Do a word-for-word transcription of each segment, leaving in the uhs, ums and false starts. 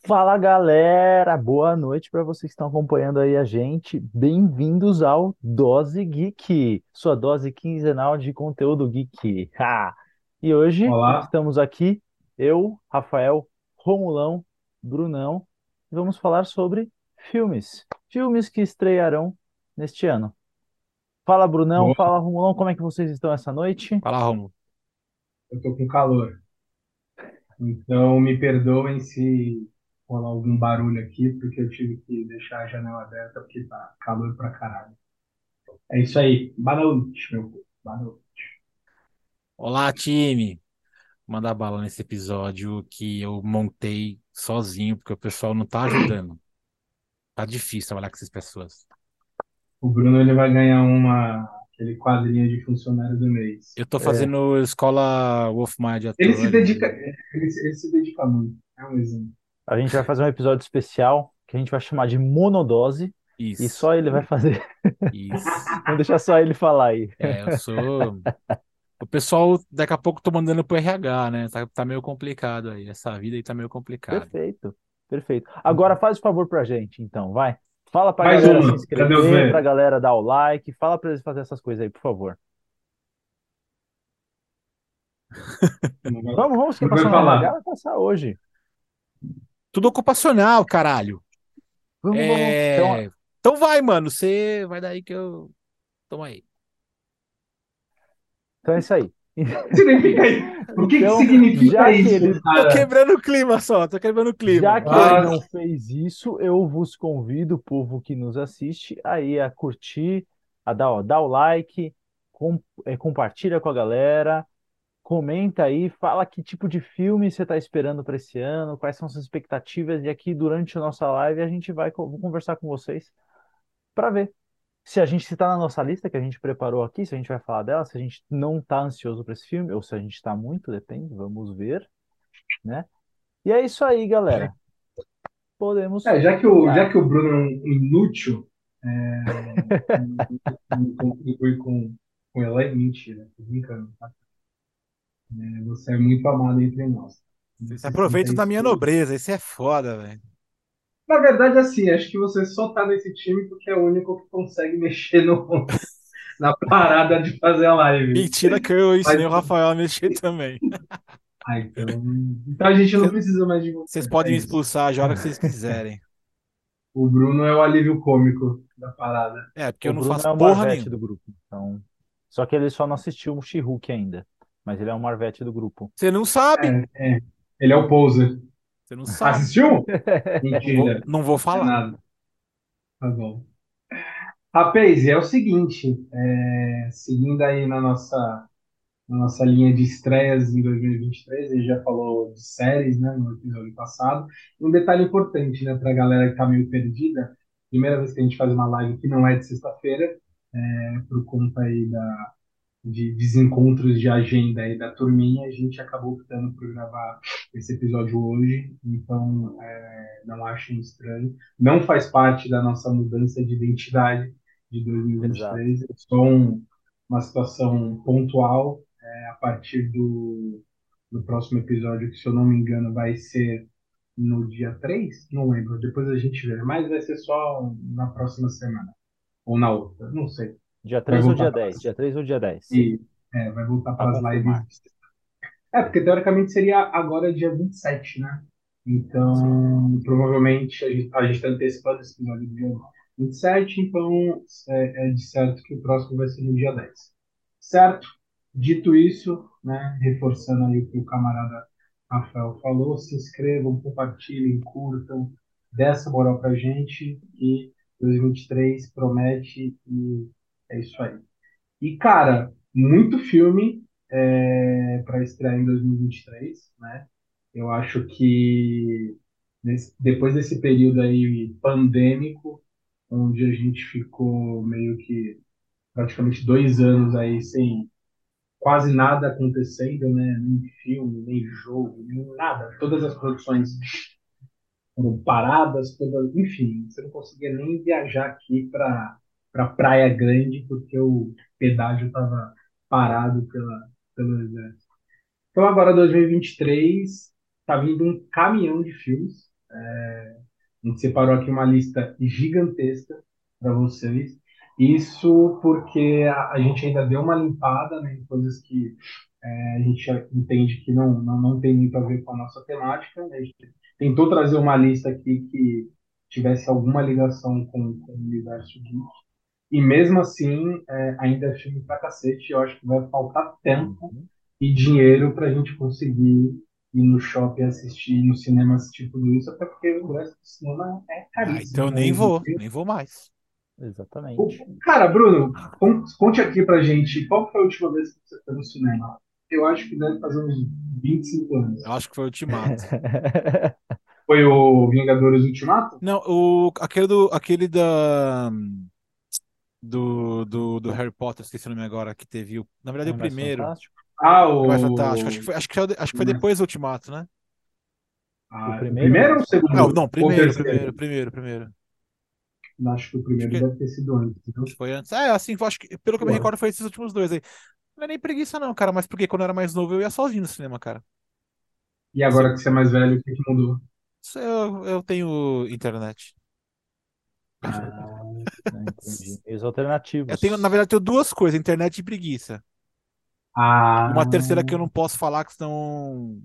Fala galera, boa noite para vocês que estão acompanhando aí a gente. Bem-vindos ao Dose Geek, sua dose quinzenal de conteúdo geek. Ha! E hoje Olá, estamos aqui, eu, Rafael, Romulão, Brunão, e vamos falar sobre filmes. Filmes que estrearão neste ano. Fala Brunão, boa, fala Romulão, como é que vocês estão essa noite? Fala, Romulo. eu tô com calor, então me perdoem se rolar algum barulho aqui, porque eu tive que deixar a janela aberta porque tá calor pra caralho. É isso aí, boa noite, meu povo, boa noite. Olá, time. Mandar bala nesse episódio que eu montei sozinho, porque o pessoal não tá ajudando. Tá difícil trabalhar com essas pessoas. O Bruno ele vai ganhar uma, aquele quadrinho de funcionário do mês. Eu tô É, fazendo escola Wolfmar de Ele se atores. dedica, e- ele, se ele se dedica muito, é um exemplo. a gente vai fazer um episódio especial que a gente vai chamar de Monodose e Isso, só ele vai fazer. isso. Vamos deixar só ele falar aí. É, eu sou. O pessoal daqui a pouco tô mandando pro R H, né? Tá, tá meio complicado aí. Essa vida aí tá meio complicada. Perfeito, perfeito. Agora faz o favor pra gente, então, vai. Fala pra Mais galera se uma, cadê os inscrever, pra memes? galera dar o like, fala pra eles fazer essas coisas aí, por favor. Não vai, Vamos, vamos, quem não passou vai no R H falar. vai passar hoje. Tudo ocupacional, caralho. Vamos, vamos. Então, É. Então vai, mano. Você vai daí que eu. Toma aí. então é isso aí. Significa isso? O que que Então, significa já que isso, ele, Tô cara? quebrando o clima só, tô quebrando o já clima. que ele Vai. não Nossa. fez isso, eu vos convido, o povo que nos assiste, aí a curtir, a dar, ó, dar o like, com, é, compartilha com a galera. Comenta aí, fala que tipo de filme você está esperando para esse ano, quais são suas expectativas, e aqui durante a nossa live a gente vai co- vou conversar com vocês para ver se a gente se está na nossa lista que a gente preparou aqui, se a gente vai falar dela, se a gente não está ansioso para esse filme, ou se a gente está muito, depende, vamos ver, né? E é isso aí, galera. Podemos É, já que o, já começar. que o Bruno é um inútil, é, não não contribui com, com o elenco, mentira, tô brincando, tá? É, você é muito amado entre nós. Não Vocês se se sinta aproveitam da minha excluído. nobreza, isso é foda, velho. Na verdade, assim, acho que você só tá nesse time porque é o único que consegue mexer no, na parada de fazer a live. Mentira que eu Mas, ensinei o Rafael a mexer também. ah, então, então a gente não Cê- precisa mais de você, Vocês podem é me isso. expulsar a hora que vocês quiserem. O Bruno é o alívio cômico da parada. É, porque eu O não Bruno faço é o porra Marvete nenhuma. do grupo, então. Só que ele só não assistiu o She-Hulk ainda, mas ele é o Marvete do grupo. Você não sabe. É, é. Ele é o poser. Você não sabe. Assistiu? Não vou, Mentira. não vou É falar. nada. Tá bom. Rapaz, é o seguinte, é, seguindo aí na nossa, na nossa linha de estreias em dois mil e vinte e três, a gente já falou de séries, né, no episódio passado. Um detalhe importante, né, para a galera que tá meio perdida, primeira vez que a gente faz uma live que não é de sexta-feira, é, por conta aí da, de desencontros de agenda aí da turminha, a gente acabou optando por gravar esse episódio hoje, então é, não achem estranho. Não faz parte da nossa mudança de identidade de Exato. dois mil e vinte e três, é só um, uma situação pontual é, a partir do, do próximo episódio, que se eu não me engano vai ser no dia três, não lembro, depois a gente vê, mas vai ser só na próxima semana, ou na outra, não sei. Dia Vai três ou voltar dia para dez? Dia três ou dia dez? e é, vai voltar A para as lives. confirmar. É, porque teoricamente seria agora dia vinte e sete, né? Sim. Então, provavelmente a gente, a gente está antecipando esse episódio do dia vinte e sete, então é, é de certo que o próximo vai ser no dia dez. Certo? Dito isso, né, reforçando aí o que o camarada Rafael falou, se inscrevam, compartilhem, curtam, dê essa moral pra gente e dois mil e vinte e três promete e é isso aí. E, cara, muito filme é, para estrear em dois mil e vinte e três, né? Eu acho que nesse- depois desse período aí pandêmico, onde a gente ficou meio que praticamente dois anos aí sem quase nada acontecendo, né? Nem filme, nem jogo, nem nada. Todas as produções foram paradas, todas, enfim, você não conseguia nem viajar aqui para para Praia Grande porque o pedágio estava parado pela, pelo exército. Então agora dois mil e vinte e três tá vindo um caminhão de filmes, A gente separou aqui uma lista gigantesca para vocês. Isso porque a, a gente ainda deu uma limpada, né, em coisas que é, a gente já entende que não, não, não tem muito a ver com a nossa temática, né? A gente tentou trazer uma lista aqui que tivesse alguma ligação com, com o universo geek. E mesmo assim, é, ainda é filme pra cacete. Eu acho que vai faltar tempo Uhum. e dinheiro pra gente conseguir ir no shopping assistir, no cinema assistir tudo isso, até porque o ingresso do cinema é Ah, então caríssimo, eu né, nem hoje em vou, dia. nem vou mais. Exatamente. O- Cara, Bruno, con- conte aqui pra gente, qual foi a última vez que você foi no cinema? Eu acho que deve fazer uns vinte e cinco Eu anos. acho que foi Ultimato. Foi o Vingadores Ultimato? Não, o, aquele, do, aquele da, do, do, do Harry Potter, esqueci o nome agora, que teve, o, na verdade, o Animais primeiro. Fantásticos. Ah, Animais Fantásticos. Acho o. que foi, acho que foi, acho que foi depois do Ultimato, né? O Ah, o primeiro primeiro ou o Animais Não, Fantásticos? segundo? não, Ou o primeiro, primeiro, terceiro? primeiro, primeiro. Acho que o Acho primeiro que, deve ter sido antes, acho viu? que foi antes. É, assim, acho que, pelo que eu me Pô, recordo, foi esses últimos dois aí. Não é nem preguiça, não, cara, mas porque quando eu era mais novo eu ia sozinho no cinema, cara. e Se- agora que você é mais velho, o que que mudou? se eu, eu tenho internet. Ah, Ah, entendi. Meios Eu tenho, na alternativos. verdade, eu tenho duas coisas, internet e preguiça. E uma terceira que eu ah, não posso falar, que senão.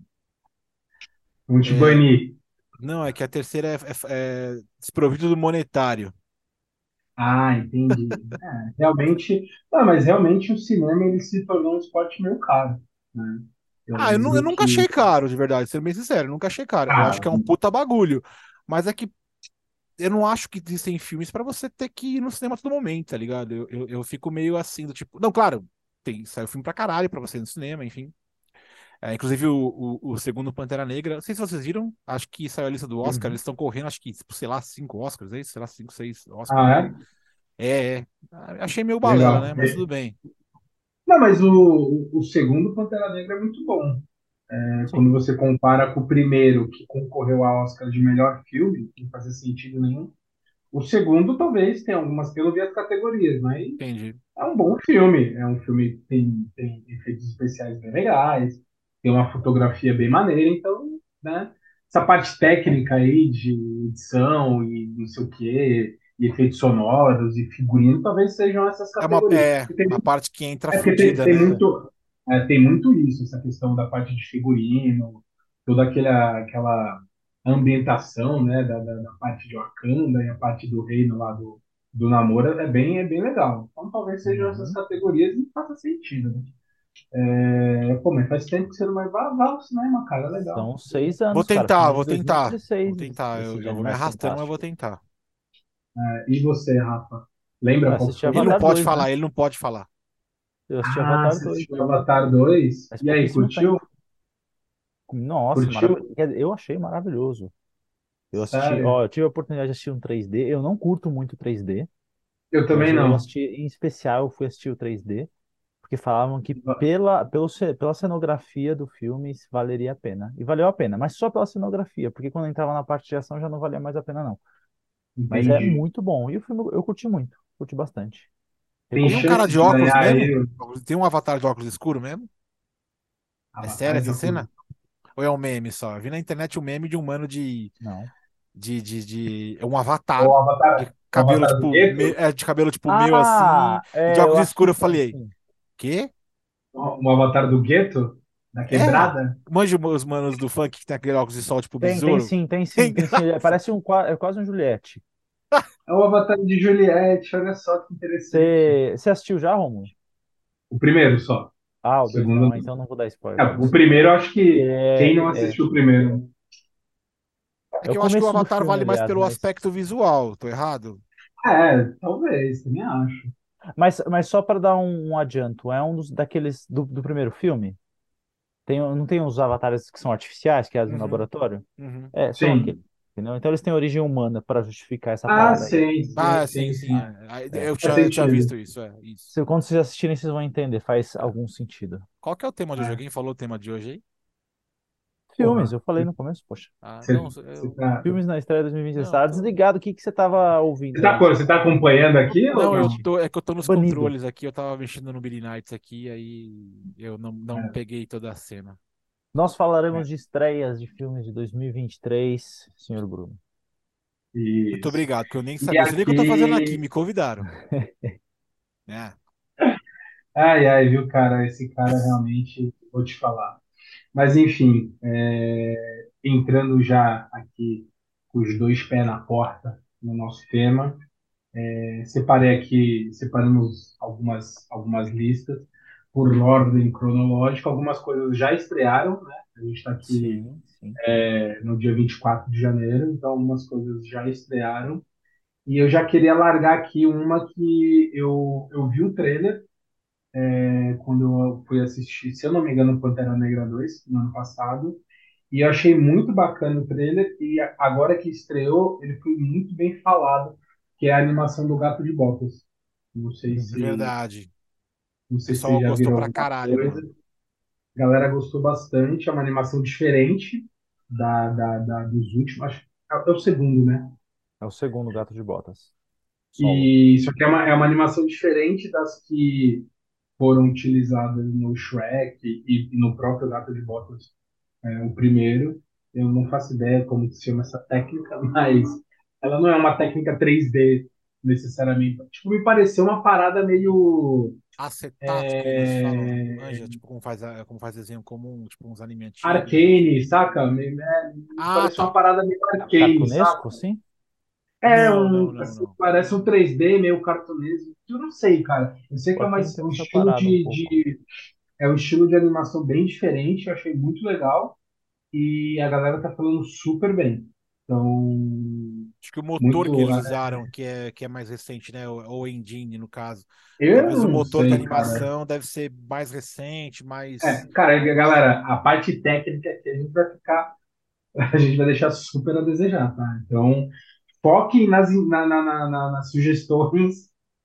vamos te É, banir. não, é que a terceira é, é, é desprovido do monetário. Ah, entendi. É, realmente, não, mas realmente o cinema ele se tornou um esporte meio caro, né? Eu Ah, eu, nu- eu lembro nunca que, achei caro, de verdade, sendo bem sincero, eu nunca achei caro. Eu acho cara, que é um puta bagulho. Mas é que eu não acho que existem filmes pra você ter que ir no cinema a todo momento, tá ligado? Eu, eu, eu fico meio assim, do tipo. Não, claro, tem, saiu filme pra caralho pra você ir no cinema, enfim. É, inclusive o, o, o segundo Pantera Negra, não sei se vocês viram, acho que saiu a lista do Oscar, eles estão correndo, acho que, tipo, sei lá, cinco Oscars, é isso? Sei lá, cinco, seis Oscars ah, aí. é? É, é. Ah, achei meio balela, Legal. né? Mas tudo bem. Não, mas o, o segundo Pantera Negra é muito bom. É, Sim. quando você compara com o primeiro, que concorreu ao Oscar de melhor filme, não fazia sentido nenhum. O segundo talvez tenha algumas, eu não vi as categorias, mas Entendi. é um bom filme. É um filme que tem, tem efeitos especiais bem legais, tem uma fotografia bem maneira, então, né? Essa parte técnica aí de edição e não sei o quê, e efeitos sonoros e figurino, talvez sejam essas É uma, categorias. é, E tem a parte que entra é porque tem, fudida, tem né? É. muito, é, tem muito isso, essa questão da parte de figurino, toda aquela, aquela ambientação, né, da, da, da parte de Wakanda e a parte do reino lá do, do Namor é bem, é bem legal. Então talvez sejam essas Uhum. categorias e faça sentido, né? É, pô, mas faz tempo que você não vai vá, vá ao cinema, cara, é legal. São seis Vou anos, cara. tentar, Filme de vou tentar. Vou dois mil e dezesseis, tentar. Eu, esse de eu vou me Animais arrastando, mas vou Fantásticos. tentar. É, e você, Rafa? Lembra Eu qual que assisti foi o Ele não Avatar último? pode dois, né? falar, ele não pode falar. Eu assisti Ah, Avatar você dois assistiu Avatar dois? faz E aí, pouquíssimo curtiu? tempo. Nossa, Curtiu? maravilhoso. Eu achei maravilhoso. Eu assisti, ó, Sério? eu tive a oportunidade de assistir um três D. Eu não curto muito três D, Eu mas também eu não. assisti, em especial, eu fui assistir o três D, porque falavam que pela, pelo, ce- pela cenografia do filme valeria a pena. E valeu a pena, mas só pela cenografia, porque quando entrava na parte de ação já não valia mais a pena, não. Mas é Entendi. muito bom. E o filme eu curti muito, curti bastante. Tem Tem um Recomendo. cara chance de de óculos ganhar mesmo? aí o Tem um avatar de óculos escuro mesmo? É sério Avatar de essa óculos. cena? Ou é um meme só? Eu vi na internet um meme de um mano de, Não. de, de, de... É um avatar O de Avatar, o cabelo, Avatar do tipo, me- Gueto? é, de cabelo, tipo, meio assim, Ah, e de é, eu óculos acho que escuros. Eu sim, falei, sim. quê? O Avatar do Gueto? Da É? quebrada? Manja os manos do funk que tem aquele óculos de sol, tipo, Tem, tem besouro? sim, tem sim, Tem tem sim. É, graça. parece um, qua- é quase um Juliette. É o Avatar de Juliette, olha só que interessante. Você você assistiu já, Romulo? O primeiro só. Ah, O o dois segundo. não, Não. então não vou dar spoiler É, pra o você. primeiro, eu acho É, que quem não é, assistiu o primeiro. É é que o eu acho que o começo do avatar filme, vale mais aliás, pelo mas, aspecto visual, tô errado? É, talvez, também acho. mas, mas só para dar um, um adianto, é um dos daqueles do, do primeiro filme? Tem, não tem os avatares que são artificiais, que é no Uhum, laboratório? uhum. É, são aqueles. Sim. Entendeu? Então eles têm origem humana para justificar essa Ah, parada aí. sim, sim, Ah, sim, sim, sim. sim. É. Aí É. Eu Faz tinha, eu tinha sentido. visto isso, é, isso. Se, quando vocês assistirem, vocês vão entender, faz É. algum sentido. Qual que é o tema de hoje? É. Alguém falou o tema de hoje aí? Filmes, eu Porra, falei no começo, poxa. Ah, não, você, você eu. tá, Filmes na estreia dois mil e vinte e seis. Não, Tá tô. desligado, o que que você tava você ouvindo tá, aí? co- você tá acompanhando aqui ou Não, eu não? tô. É que eu tô nos Banido. controles aqui, eu tava mexendo no Billy Knights aqui, aí eu não, não É. peguei toda a cena. Nós falaremos de estreias de filmes de dois mil e vinte e três, senhor Bruno. Muito Isso. obrigado, porque eu nem E sabia. Eu sei nem o que eu tô fazendo aqui, aqui. me convidaram. É, Ai, ai, viu, cara? Esse cara realmente, vou te falar. Mas, enfim, é, entrando já aqui com os dois pés na porta no nosso tema, é, separei aqui, separamos algumas, algumas listas por ordem cronológica. Algumas coisas já estrearam, né? A gente está aqui Sim, sim. é, no dia vinte e quatro de janeiro, então algumas coisas já estrearam. E eu já queria largar aqui uma que eu, eu vi o trailer é, quando eu fui assistir, se eu não me engano, Pantera Negra dois no ano passado. E eu achei muito bacana o trailer, e a- agora que estreou, ele foi muito bem falado, que é a animação do Gato de Botas. Não sei é Uhum. se, verdade. não O sei se vocês pessoal já gostou viram pra alguma caralho, coisa. mano. A galera gostou bastante, é uma animação diferente da, da, da- dos últimos. Acho que é é o segundo, né? É o segundo Gato de Botas. Solo. E isso aqui é uma, é uma animação diferente das que foram utilizadas no Shrek e, e no próprio Gato de Botas, é, o primeiro. Eu não faço ideia como se chama essa técnica, mas ela não é uma técnica três D necessariamente. Tipo, me pareceu uma parada meio Acetato que eles falam, é, manja, tipo, como faz, a- como faz desenho comum, tipo, uns anime antigos, assim. Arcane, saca? Me, me, me Ah, pareceu uma tá. parada meio Arcane, saca? Cartunesco, sim? É Não, não, um, não, assim, não. parece um três D meio cartunesco. Eu não sei, cara. Eu sei O que é uma, Arcane tem um essa estilo parada um de, pouco. de é um estilo de animação bem diferente. Eu achei muito legal e a galera tá falando super bem. Então, Acho que o motor que muito. eles usaram, que é, que é mais recente, né? Ou o engine, no caso. Eu Talvez o não motor da sei, cara. animação deve ser mais recente, É, mais. cara, galera, a parte técnica aqui a gente vai ficar, a gente vai deixar super a desejar, tá? Então, foquem nas, na, na, na- na- nas sugestões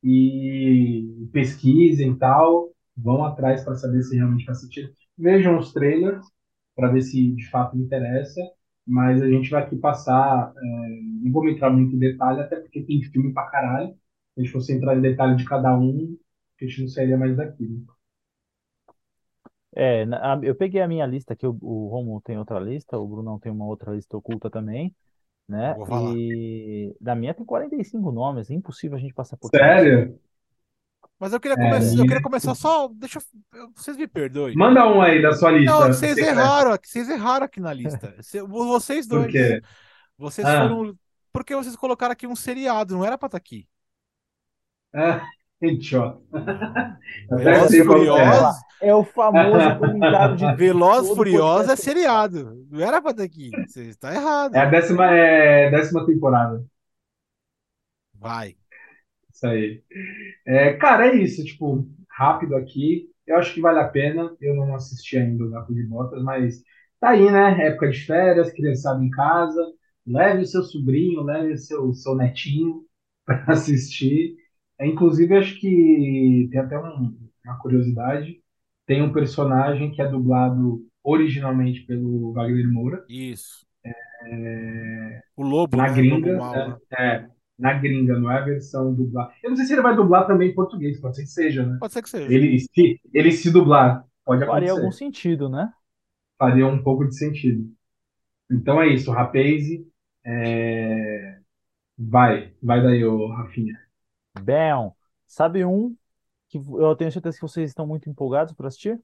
e pesquisem e tal. Vão atrás para saber se realmente faz sentido. Vejam os trailers para ver se de fato interessa. Mas a gente vai aqui passar. É, não vou entrar muito em detalhe, até porque tem filme pra caralho. Se a gente fosse entrar em detalhe de cada um, a gente não sairia mais daqui, né? É, na- a- eu peguei a minha lista aqui, o, o Romulo tem outra lista, o Brunão tem uma outra lista oculta também, né? Vou falar. E da minha tem quarenta e cinco nomes, é impossível a gente passar por todos. Sério? Mas eu queria É, começar, eu minha... queria começar só. Deixa eu. eu- Vocês me perdoem. Manda um aí da sua Não, é que lista vocês secreta. erraram, é que vocês erraram aqui na lista. Cê- Vocês Por dois. quê? Vocês Ah, foram. Porque vocês colocaram aqui um seriado, não era pra estar aqui. ah, idiota. Até Olha, Velozes e sei todo qual mundo vai é. falar. É o famoso comentário de Velozes e todo Furiosos é podcast que a gente faz. seriado. Não era pra estar aqui. Você está É a errado. décima, é, décima temporada. Vai. Isso aí. É, cara, é isso. Tipo, rápido aqui. Eu acho que vale a pena. Eu não assisti ainda o Gato de Botas, mas tá aí, né? Época de férias, criançada em casa. Leve o seu sobrinho, leve o seu, seu netinho para assistir. É, inclusive, acho que tem até um- uma curiosidade. Tem um personagem que é dublado originalmente pelo Wagner Moura. Isso. O lobo, Na né? O lobo gringa, mal né? lá. É, na gringa, não é a versão dublada. Eu não sei se ele vai dublar também em português, pode ser que seja, né? Pode ser que seja. Ele se, ele se dublar, pode Faria algum acontecer. sentido, né? Faria um pouco de sentido. Então é isso, Rapaze. É, vai, vai daí, ô Rafinha. Bem, sabe um que eu tenho certeza que vocês estão muito empolgados para assistir?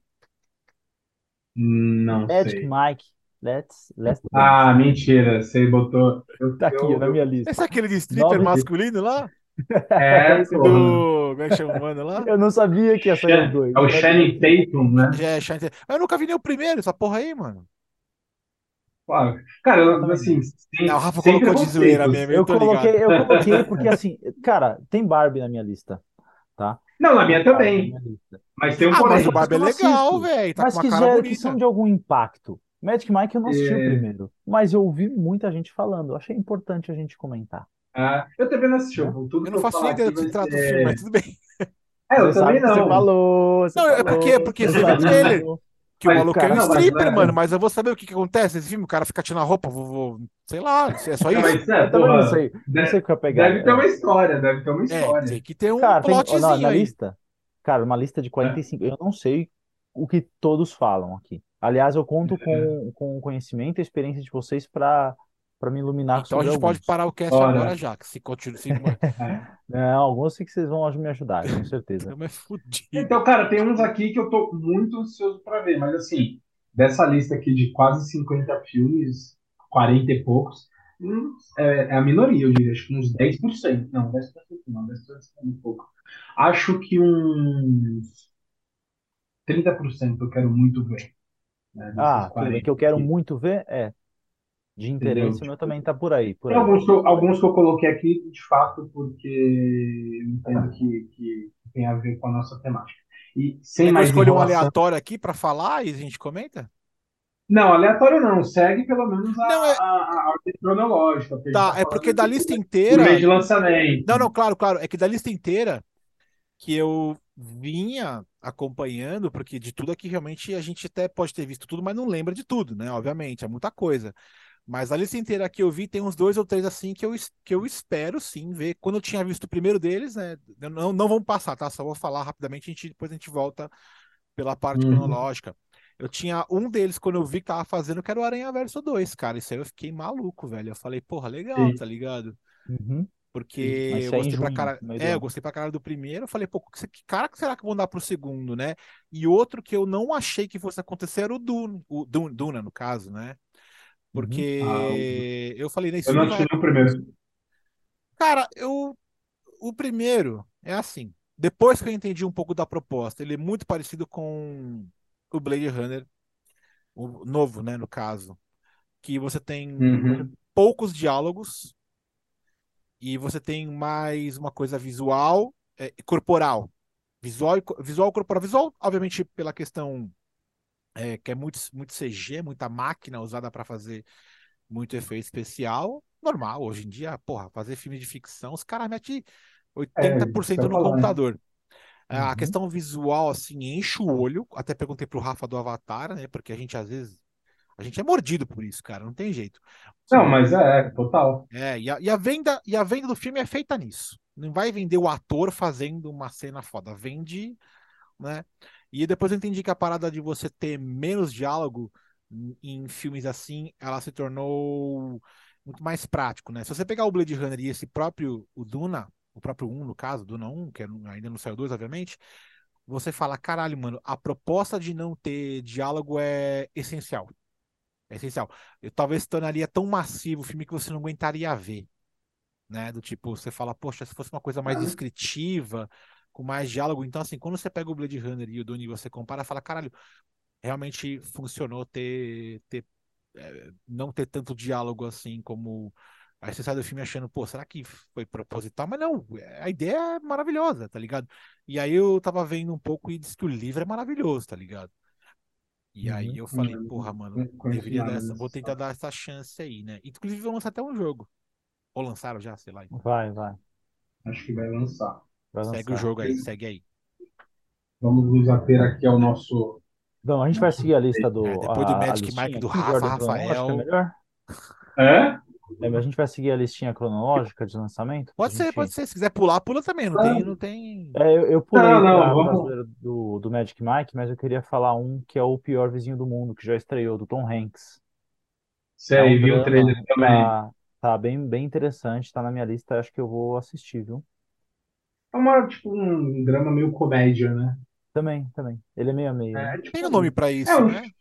Não Magic sei. Mike, Let's Last Dance. Ah, mentira, você botou. Eu, Tá aqui, ó, eu, na minha eu, lista. Esse é aquele de stripper Nove. masculino lá? é, Esse mesmo. porra. Do. Como é que chama o mano lá? Eu não sabia que ia sair os Shan- dois. É o Mas tudo Channing bem. Tatum, né? Já é Shine- Eu nunca vi nem o primeiro, essa porra aí, mano. Claro. Cara, Eu eu, também assim, não. Ah, o sem, Rafa sem colocou de zoeira preconceitos. mesmo, eu Eu tô ligado. coloquei, eu coloquei porque assim, cara, tem Barbie na minha lista, tá? Não, na Tem minha Barbie na minha também. lista. Mas tem um Ah, Mas mas porém. o são as que Barbie eu é não legal, assisto. velho. Tá com Mas uma que, cara gera, que são bonita. de algum impacto. Magic Mike eu não assisti o É, primeiro, mas eu ouvi muita gente falando. Eu achei importante a gente comentar, ah, eu também não assisti. né? Eu- Tudo Eu que não eu faço falar nem ideia aqui do que se vai trata do filme, mas ser. tudo bem. É, eu Você também sabe que você não. falou, você Não, é porque, falou, porque seu você viu o trailer. carinho. Que o Mas, maluco é um cara, Não, mas, stripper, mano. né? Mas eu vou saber o que que acontece nesse filme. O cara fica tirando a roupa, vou, vou- sei lá, é só Não, isso? mas, é, eu também não porra, sei, não sei de- qual é a pegada. deve ter uma É. história, deve ter uma É, tem história. que ter um Cara, tem ó, na, plotzinho na aí. lista, cara, uma lista de quarenta É, e cinco. Eu não sei o que todos falam aqui. Aliás, eu conto com, com o conhecimento e a experiência de vocês para para me iluminar Então a sobre gente pode alguns. parar o cast agora Ora, já, que se continua, se é. Não, alguns sei que vocês vão me ajudar, eu tenho certeza. estamos fudido. Então, cara, tem uns aqui que eu tô muito ansioso para ver, mas assim, dessa lista aqui de quase cinquenta filmes, quarenta e poucos, hum, é, é a minoria, eu diria, acho que uns dez por cento. Não, dez por cento não, dez por cento é muito pouco. Acho que uns trinta por cento eu quero muito ver, né, desses Ah, tudo bem, que quarenta eu quero aqui, muito ver, é, de entendeu? interesse, o meu Tipo, também tá por aí, por tem aí. alguns que, eu, alguns que eu coloquei aqui, de fato, porque eu entendo que, que tem a ver com a nossa temática. E sem Quer que eu mais escolha um enrolação, aleatório aqui pra falar e a gente comenta? não, aleatório não. Segue pelo menos a, Não, é. a, a ordem cronológica, porque a gente Tá, está é falando porque da aqui lista por, por mês inteira. de lançamento. Não, não, claro, claro. É que da lista inteira que eu vinha acompanhando, porque de tudo aqui realmente a gente até pode ter visto tudo, mas não lembra de tudo, né? Obviamente, é muita coisa. Mas a lista inteira que eu vi tem uns dois ou três assim que eu, es- que eu espero sim ver. Quando eu tinha visto o primeiro deles, né? eu Não, não vamos passar, tá? Só vou falar rapidamente, a gente, depois a gente volta pela parte Uhum, cronológica. Eu tinha um deles quando eu vi que tava fazendo, que era o Aranha Verso dois, cara. Isso aí eu fiquei maluco, velho. Eu falei, porra, legal, tá sim, ligado? Uhum. sim. Porque Mas eu isso é em gostei pra junho, cara. no meio do É, eu ano. gostei pra cara do primeiro. Eu falei, pô, que que cara que será que vão dar pro segundo, né? E outro que eu não achei que fosse acontecer era o Dune, o Dune, Duna, no caso, né? Uhum. Ah, Porque eu falei, né, eu isso não não assisti vai. nem o primeiro. Cara, eu. O primeiro é assim. Depois que eu entendi um pouco da proposta, ele é muito parecido com o Blade Runner, o novo, né, no caso. Que você tem Uhum. poucos diálogos e você tem mais uma coisa visual, é, e corporal. Visual, e co- visual corporal. Visual, obviamente, pela questão é, que é muito, muito C G, muita máquina usada para fazer muito efeito especial. Normal, hoje em dia, porra, fazer filme de ficção, os caras metem É, oitenta por isso que eu cento ia no falar, né? computador. A Uhum. questão visual, assim, enche o olho. Até perguntei pro Rafa do Avatar, né? Porque a gente, às vezes, a gente é mordido por isso, cara, não tem jeito. Não, E, mas é, total. é, e a, e a venda, e a venda do filme é feita nisso. Não vai vender o ator fazendo uma cena foda, vende, né? E depois eu entendi que a parada de você ter menos diálogo em, em filmes assim, ela se tornou muito mais prático, né? Se você pegar o Blade Runner e esse próprio, o Duna, o próprio um no caso, Duna um, que é- ainda não saiu dois, obviamente, você fala, caralho, mano, a proposta de não ter diálogo é essencial. É essencial. Eu talvez se tornaria tão massivo o filme que você não aguentaria ver, né? Do tipo, você fala, poxa, se fosse uma coisa mais descritiva, com mais diálogo. Então, assim, quando você pega o Blade Runner e o Dune e você compara, fala, caralho, realmente funcionou ter, ter é, não ter tanto diálogo assim como. Aí você sai do filme achando, pô, será que foi proposital? Mas não, a ideia é maravilhosa, tá ligado? E aí eu tava vendo um pouco e disse que o livro é maravilhoso, tá ligado? E aí Uhum. eu falei, Não, porra, mano, não conheço deveria dar nada essa, dessa vou tentar história. dar essa chance aí, né? Inclusive vão lançar até um jogo. Ou lançaram já, sei lá, enfim. Vai, vai, Acho que vai lançar. vai Segue o lançar. jogo aí, segue aí. Vamos nos ater aqui ao nosso, Então, a gente vai nosso... seguir a lista É, do, depois do a, a Magic Mike listinha do aqui de Rafa, ordem cronológica, é Rafael. melhor? É? É, mas a gente vai seguir a listinha cronológica de lançamento pra Pode ser, pode gente. ser. Se quiser pular, pula também. Não tem, não tem. É, eu, eu pulei Não, não, pra, pra vamos. zoeira do, do Magic Mike, mas eu queria falar um que é o pior vizinho do mundo, que já estreou, do Tom Hanks. Você É um aí viu o trailer drama, também. tá, tá bem, bem interessante, tá na minha lista, acho que eu vou assistir, viu? É uma, tipo, um drama meio comédia, né? Também, também. Ele é meio a meio, né? É Tem um nome tipo, pra é isso, um né?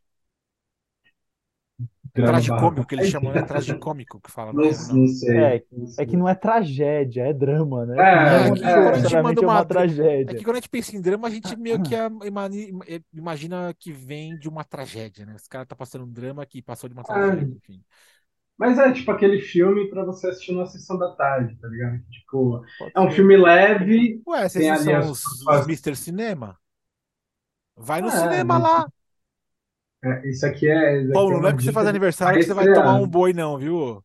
É drama barra tragicômico que eles comédia. chamam, né? Tragicômico que fala, não Não, é? Ou não não? sei, É, não é que sei. não é tragédia, é drama, né? Que É, não que quando a gente É, manda necessariamente é uma. uma dra- É que tragédia. quando a gente pensa em drama, a gente meio que a- imani- imagina que vem de uma tragédia, né? Os caras tá passando um drama que passou de uma é, tragédia, é. enfim. Mas é tipo aquele filme pra você assistir na sessão da tarde, tá ligado? Tipo, Pode é um ser. filme leve, Ué, vocês tem não ali são as, os, os as mister Cinema? Vai no é, cinema mas lá. é, isso aqui é, isso aqui Paulo, é não é uma porque você dica faz de aniversário vai que você vai tomar um estrear. boi, não, viu?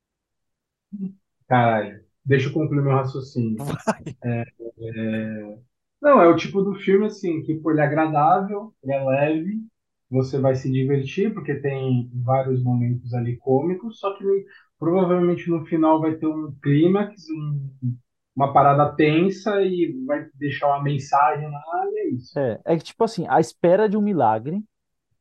Caralho, deixa eu concluir meu raciocínio. Vai. Não, é o tipo do filme assim, que pô, ele é agradável, ele é leve, você vai se divertir, porque tem vários momentos ali cômicos, só que provavelmente no final vai ter um clímax, um- uma parada tensa e vai deixar uma mensagem lá, e é isso. É, é que, tipo assim, a espera de um milagre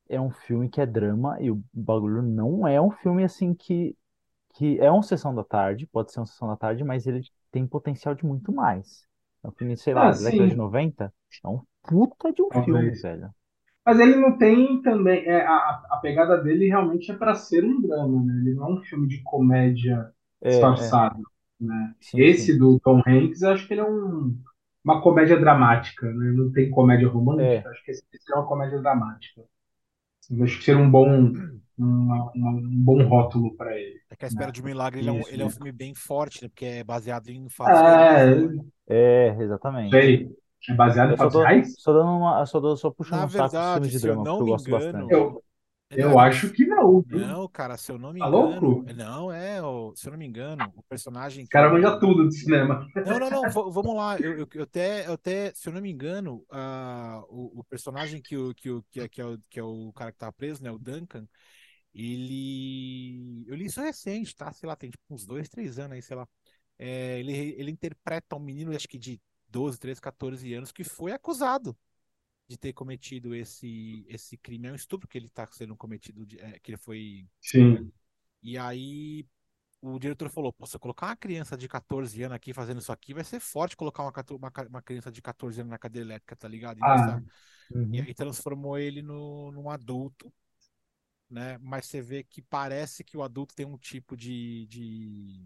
é um filme que é drama e o bagulho não é um filme assim que, que é uma sessão da tarde, pode ser uma sessão da tarde, mas ele tem potencial de muito mais. É um filme, sei lá, Ah, da década de sim, noventa. É um puta de um filme, talvez. velho. Mas ele não tem também. É, a, a pegada dele realmente é para ser um drama, né? Ele não é um filme de comédia É, é, disfarçado, né? sim, sim. Esse do Tom Hanks, eu acho que ele é um, uma comédia dramática, né? Não tem comédia É, romântica, acho que esse, esse é uma comédia dramática. Eu acho que seria um bom, uma- uma- um bom rótulo para ele, É que A Espera né? de um Milagre ele é um, Isso, ele é um né? filme bem forte, né? Porque é baseado em fatos reais, É, né? é, exatamente. sei. É baseado Eu em só fatos tô, reais? só dando uma, só, dou, só puxando Na um saco dos filmes verdade, de se eu drama, porque não eu me gosto bastante. engano, Eu, é, eu é, acho que não, viu? não, cara, se eu não me Tá engano, louco? não é, o- se eu não me engano, o personagem Esse que cara manja o tudo de cinema. Não, não, não, v- vamos lá. Eu, eu, eu até, eu até, se eu não me engano, ah, o, o personagem que, o, que, o, que, é, que, é o, que é o cara que tá preso, né, o Duncan, ele. Eu li isso recente, tá? Sei lá, tem tipo uns dois, três anos aí, sei lá. É, ele, ele interpreta um menino, acho que de doze, treze, quatorze anos, que foi acusado de ter cometido esse, esse crime. É um estupro que ele tá sendo cometido, de- é, que ele foi. Sim. E aí o diretor falou: Pô, se eu colocar uma criança de quatorze anos aqui fazendo isso aqui, vai ser forte colocar uma, cato- uma, ca- uma criança de quatorze anos na cadeira elétrica, tá ligado? E Ah, nessa. E Uhum. aí transformou ele no, num adulto, né? Mas você vê que parece que o adulto tem um tipo de, de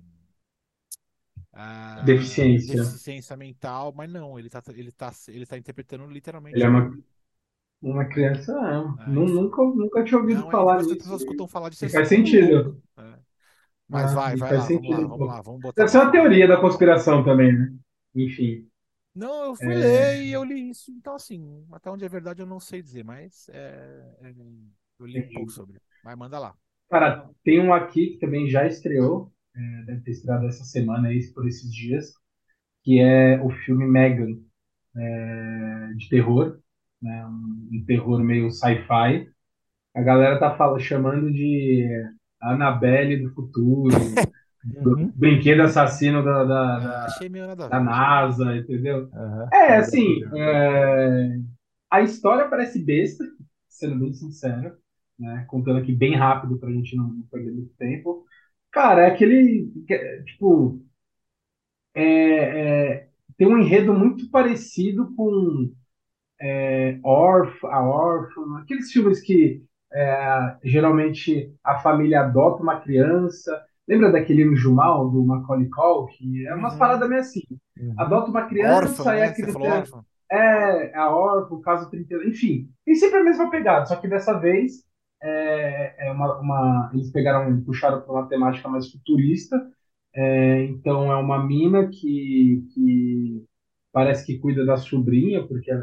ah, deficiência. deficiência mental, mas não, ele tá, ele tá, ele tá interpretando Ele é literalmente uma, um. uma criança. Ah, Ah, nu- enfim. nunca, nunca tinha ouvido Não, e falar depois as nisso. pessoas escutam falar disso, E eles faz ficam tudo louco. sentido. É. Mas Ah, vai, e vai faz lá, vamos lá, sentido, vamos pô. lá, vamos botar Deve ser pra uma fora. teoria da conspiração também, né? Enfim. Não, eu fui É, ler e eu li isso. Então, assim, até onde é verdade eu não sei dizer, mas é, é, eu li um pouco entendi. sobre. Mas manda lá. Cara, tem um aqui que também já estreou, é, deve ter estreado essa semana aí, por esses dias, que é o filme Megan, é, de terror, né? Um, um terror meio sci-fi. A galera tá fala, chamando de Annabelle do futuro, Uhum. brinquedo assassino da, da, Ah, da, achei meio nada a da ver. NASA, entendeu? Aham. É, Filme da assim, Pixar. é, a história parece besta, sendo bem sincero, né? Contando aqui bem rápido pra gente não não perder muito tempo. Cara, é aquele, que é, tipo, é, é, tem um enredo muito parecido com Orph, a Órfã, aqueles filmes que é, geralmente a família adota uma criança. Lembra daquele Injumal, do Macaulay Culkin? É umas paradas Uhum. meio assim. Uhum. Adota uma Órfã, criança e né? a Você criança falou órfã? é, é a órfã, o caso trinta, enfim. Tem sempre a mesma pegada, só que dessa vez é, é uma, uma- eles pegaram, puxaram para uma temática mais futurista. É, então é uma mina que, que parece que cuida da sobrinha, porque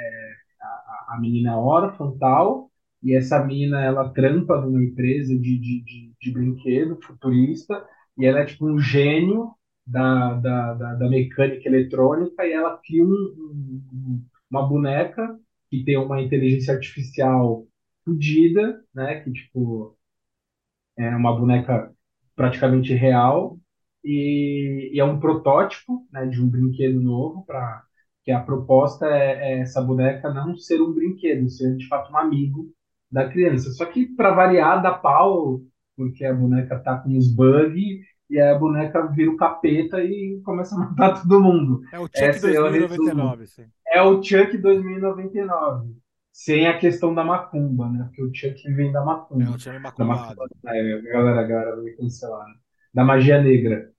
a menina é órfã e tal, e essa menina, ela trampa numa empresa de, de, de, de brinquedo futurista, e ela é tipo um gênio da, da, da, da mecânica eletrônica, e ela cria um, um- um, uma boneca que tem uma inteligência artificial fodida, né, que tipo, é uma boneca praticamente real e, e é um protótipo, né, de um brinquedo novo para que a proposta é, é essa boneca não ser um brinquedo, ser de fato um amigo da criança. Só que para variar dá pau, porque a boneca tá com uns bugs e a boneca vira o capeta e começa a matar todo mundo. É o Chuck Esse é o resumo. dois mil e noventa e nove, sim. É o Chuck dois mil e noventa e nove. Sem a questão da macumba, né? Porque o Chuck vem da É o macumba. Chuck Da macumba, macumbado. né? A galera, a galera vai me cancelar, né? Da magia negra.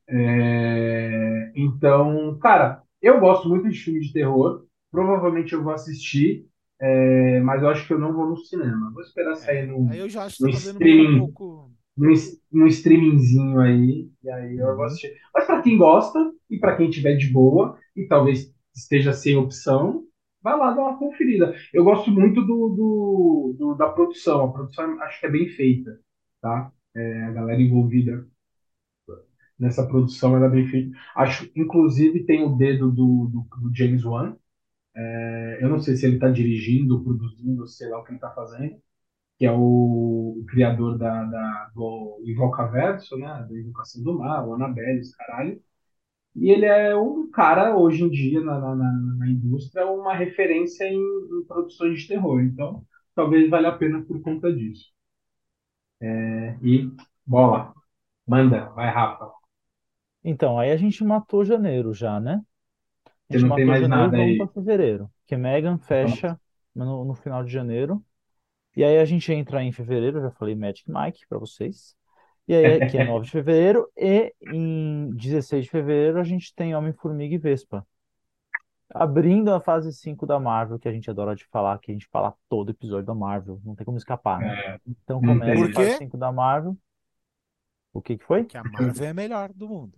É, então, cara, eu gosto muito de filme de terror. Provavelmente eu vou assistir, é, mas eu acho que eu não vou no cinema. Vou esperar sair É, no, aí eu já acho que no você tá vendo meio um streaming, pouco. no, es- no streamingzinho aí, e aí eu vou Uhum. assistir. Mas para quem gosta e para quem tiver de boa e talvez esteja sem opção, vai lá dar uma conferida. Eu gosto muito do, do, do- da produção. A produção acho que é bem feita, tá? É, a galera envolvida nessa produção ela é bem feita. Acho, inclusive, tem o dedo do, do, do James Wan. É, eu não sei se ele está dirigindo, produzindo, sei lá o que ele está fazendo, que é o, o criador da, da, do Invocaverso, né? Da Invocação do Mal, o Annabelle, os caralho. E ele é um cara, hoje em dia, na, na, na na indústria, uma referência em, em produções de terror. Então, talvez valha a pena por conta disso. É, e bola, manda, vai, Rafa. Então, aí a gente matou janeiro já, né? A Você gente não tem matou mais janeiro, nada vamos para aí. fevereiro. Que Megan Vamos. fecha no, no final de janeiro. E aí a gente entra em fevereiro, já falei Magic Mike para vocês. E aí, que é nove de fevereiro. E em dezesseis de fevereiro a gente tem Homem-Formiga e Vespa. Abrindo a fase cinco da Marvel, que a gente adora de falar, que a gente fala todo episódio da Marvel. Não tem como escapar, né? É, Então não começa Por a tem. fase quê? cinco da Marvel. O que que foi? Porque a Marvel é a melhor do mundo.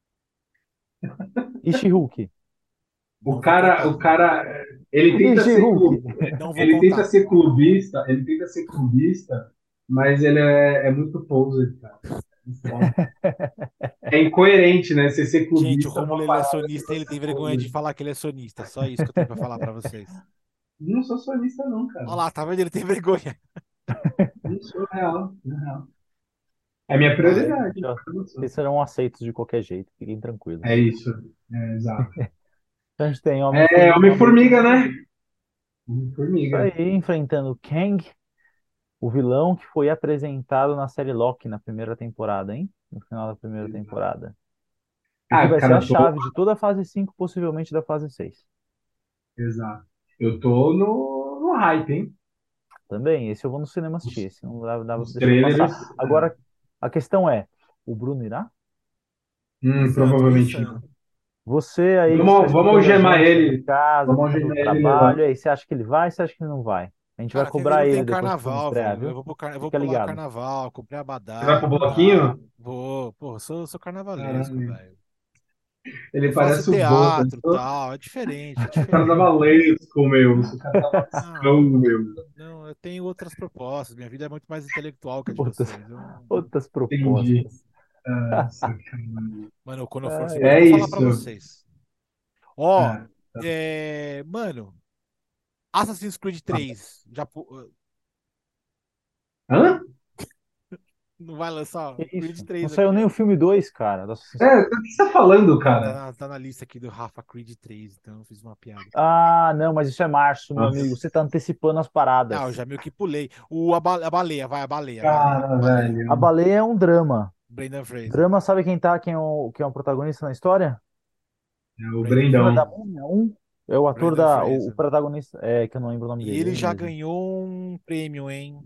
E She-Hulk. O Não vou cara, contar. o cara, ele E tenta ser She-Hulk. clube, Não vou ele tenta contar. ser clubista, ele tenta ser clubista, mas ele é, é muito poser, cara. Foda. É incoerente, né? Você ser Gente, o clubista é Rômulo uma ele é parada que sonista e ele você é tem vergonha de poser. falar que ele é sonista. Só isso que eu tenho pra falar pra vocês. Não sou sonista, não, Olha cara. lá, tá vendo? Ele tem vergonha. Não sou real, não é real. É minha Vai. prioridade. Já- Eu não sou. Vocês serão aceitos de qualquer jeito, fiquem É tranquilos. isso, é, exato. Então a gente tem É Homem-Formiga, Homem-Formiga, né? isso Homem-Formiga. aí, enfrentando Kang, o vilão que foi apresentado na série Loki na primeira temporada, hein? No final da primeira temporada. E que Ah, vai ser a cara, tô. chave de toda a fase cinco, possivelmente da fase seis. Exato. Eu tô no, no hype, hein? Também, esse eu vou no cinema assistir, Os, esse não dá, dá pra os deixar passar. trailers. Agora, a questão é, o Bruno irá? Hum, Pensando, tô provavelmente pensando. não. Você aí que está Vamos, vamos escutando a algemar gente, tá em ele. casa, Vamos tá fazendo algemar ele e levar. trabalho, aí você acha que ele vai, você acha que ele não vai? A gente vai Cara, cobrar fevereiro tem ele depois que o filme carnaval, estrear, velho. Eu viu? vou, pro car... eu vou Fica pular ligado. carnaval, comprei Você vai abadá pro e tal. bloquinho? Vou, pô, eu sou, sou carnavalesco, Caralho. velho. Ele Eu faço parece o Boto. Eu teatro, sou tal. É diferente, é diferente. carnavalesco, meu. Eu sou carnavalescão, Não, meu. não, eu tenho outras propostas. Minha vida é muito mais intelectual que a de Outras, vocês. Eu não- outras Entendi. propostas. Ah, sacanagem. Mano, quando eu for no Ai, fevereiro, É eu vou falar pra isso. vocês. Ó, Ah, é... mano, Assassin's Creed três já pu- hã? não vai lançar que Creed isso? Não três saiu aqui, nem ó. o filme dois, cara. do É, Assassin's- o que você tá falando, Não, tá cara? na, tá na lista aqui do Rafa Creed três, então eu fiz uma piada. Ah, não, mas isso é março, meu amigo. Nossa, Você tá antecipando as Não, eu paradas. já meio que pulei. O, a, ba- a baleia, vai, a baleia, a baleia, a cara, baleia. A velho. Baleia é um drama. Brendan Fraser. Drama, sabe quem tá, quem é o, quem é o protagonista na história? É o Brendan Lembra da Brendão. Fraser. Múmia um? É o ator Brendan da, o, o Fraser. protagonista, é, que eu não lembro o nome E dele, ele ele já mesmo. ganhou um prêmio, hein?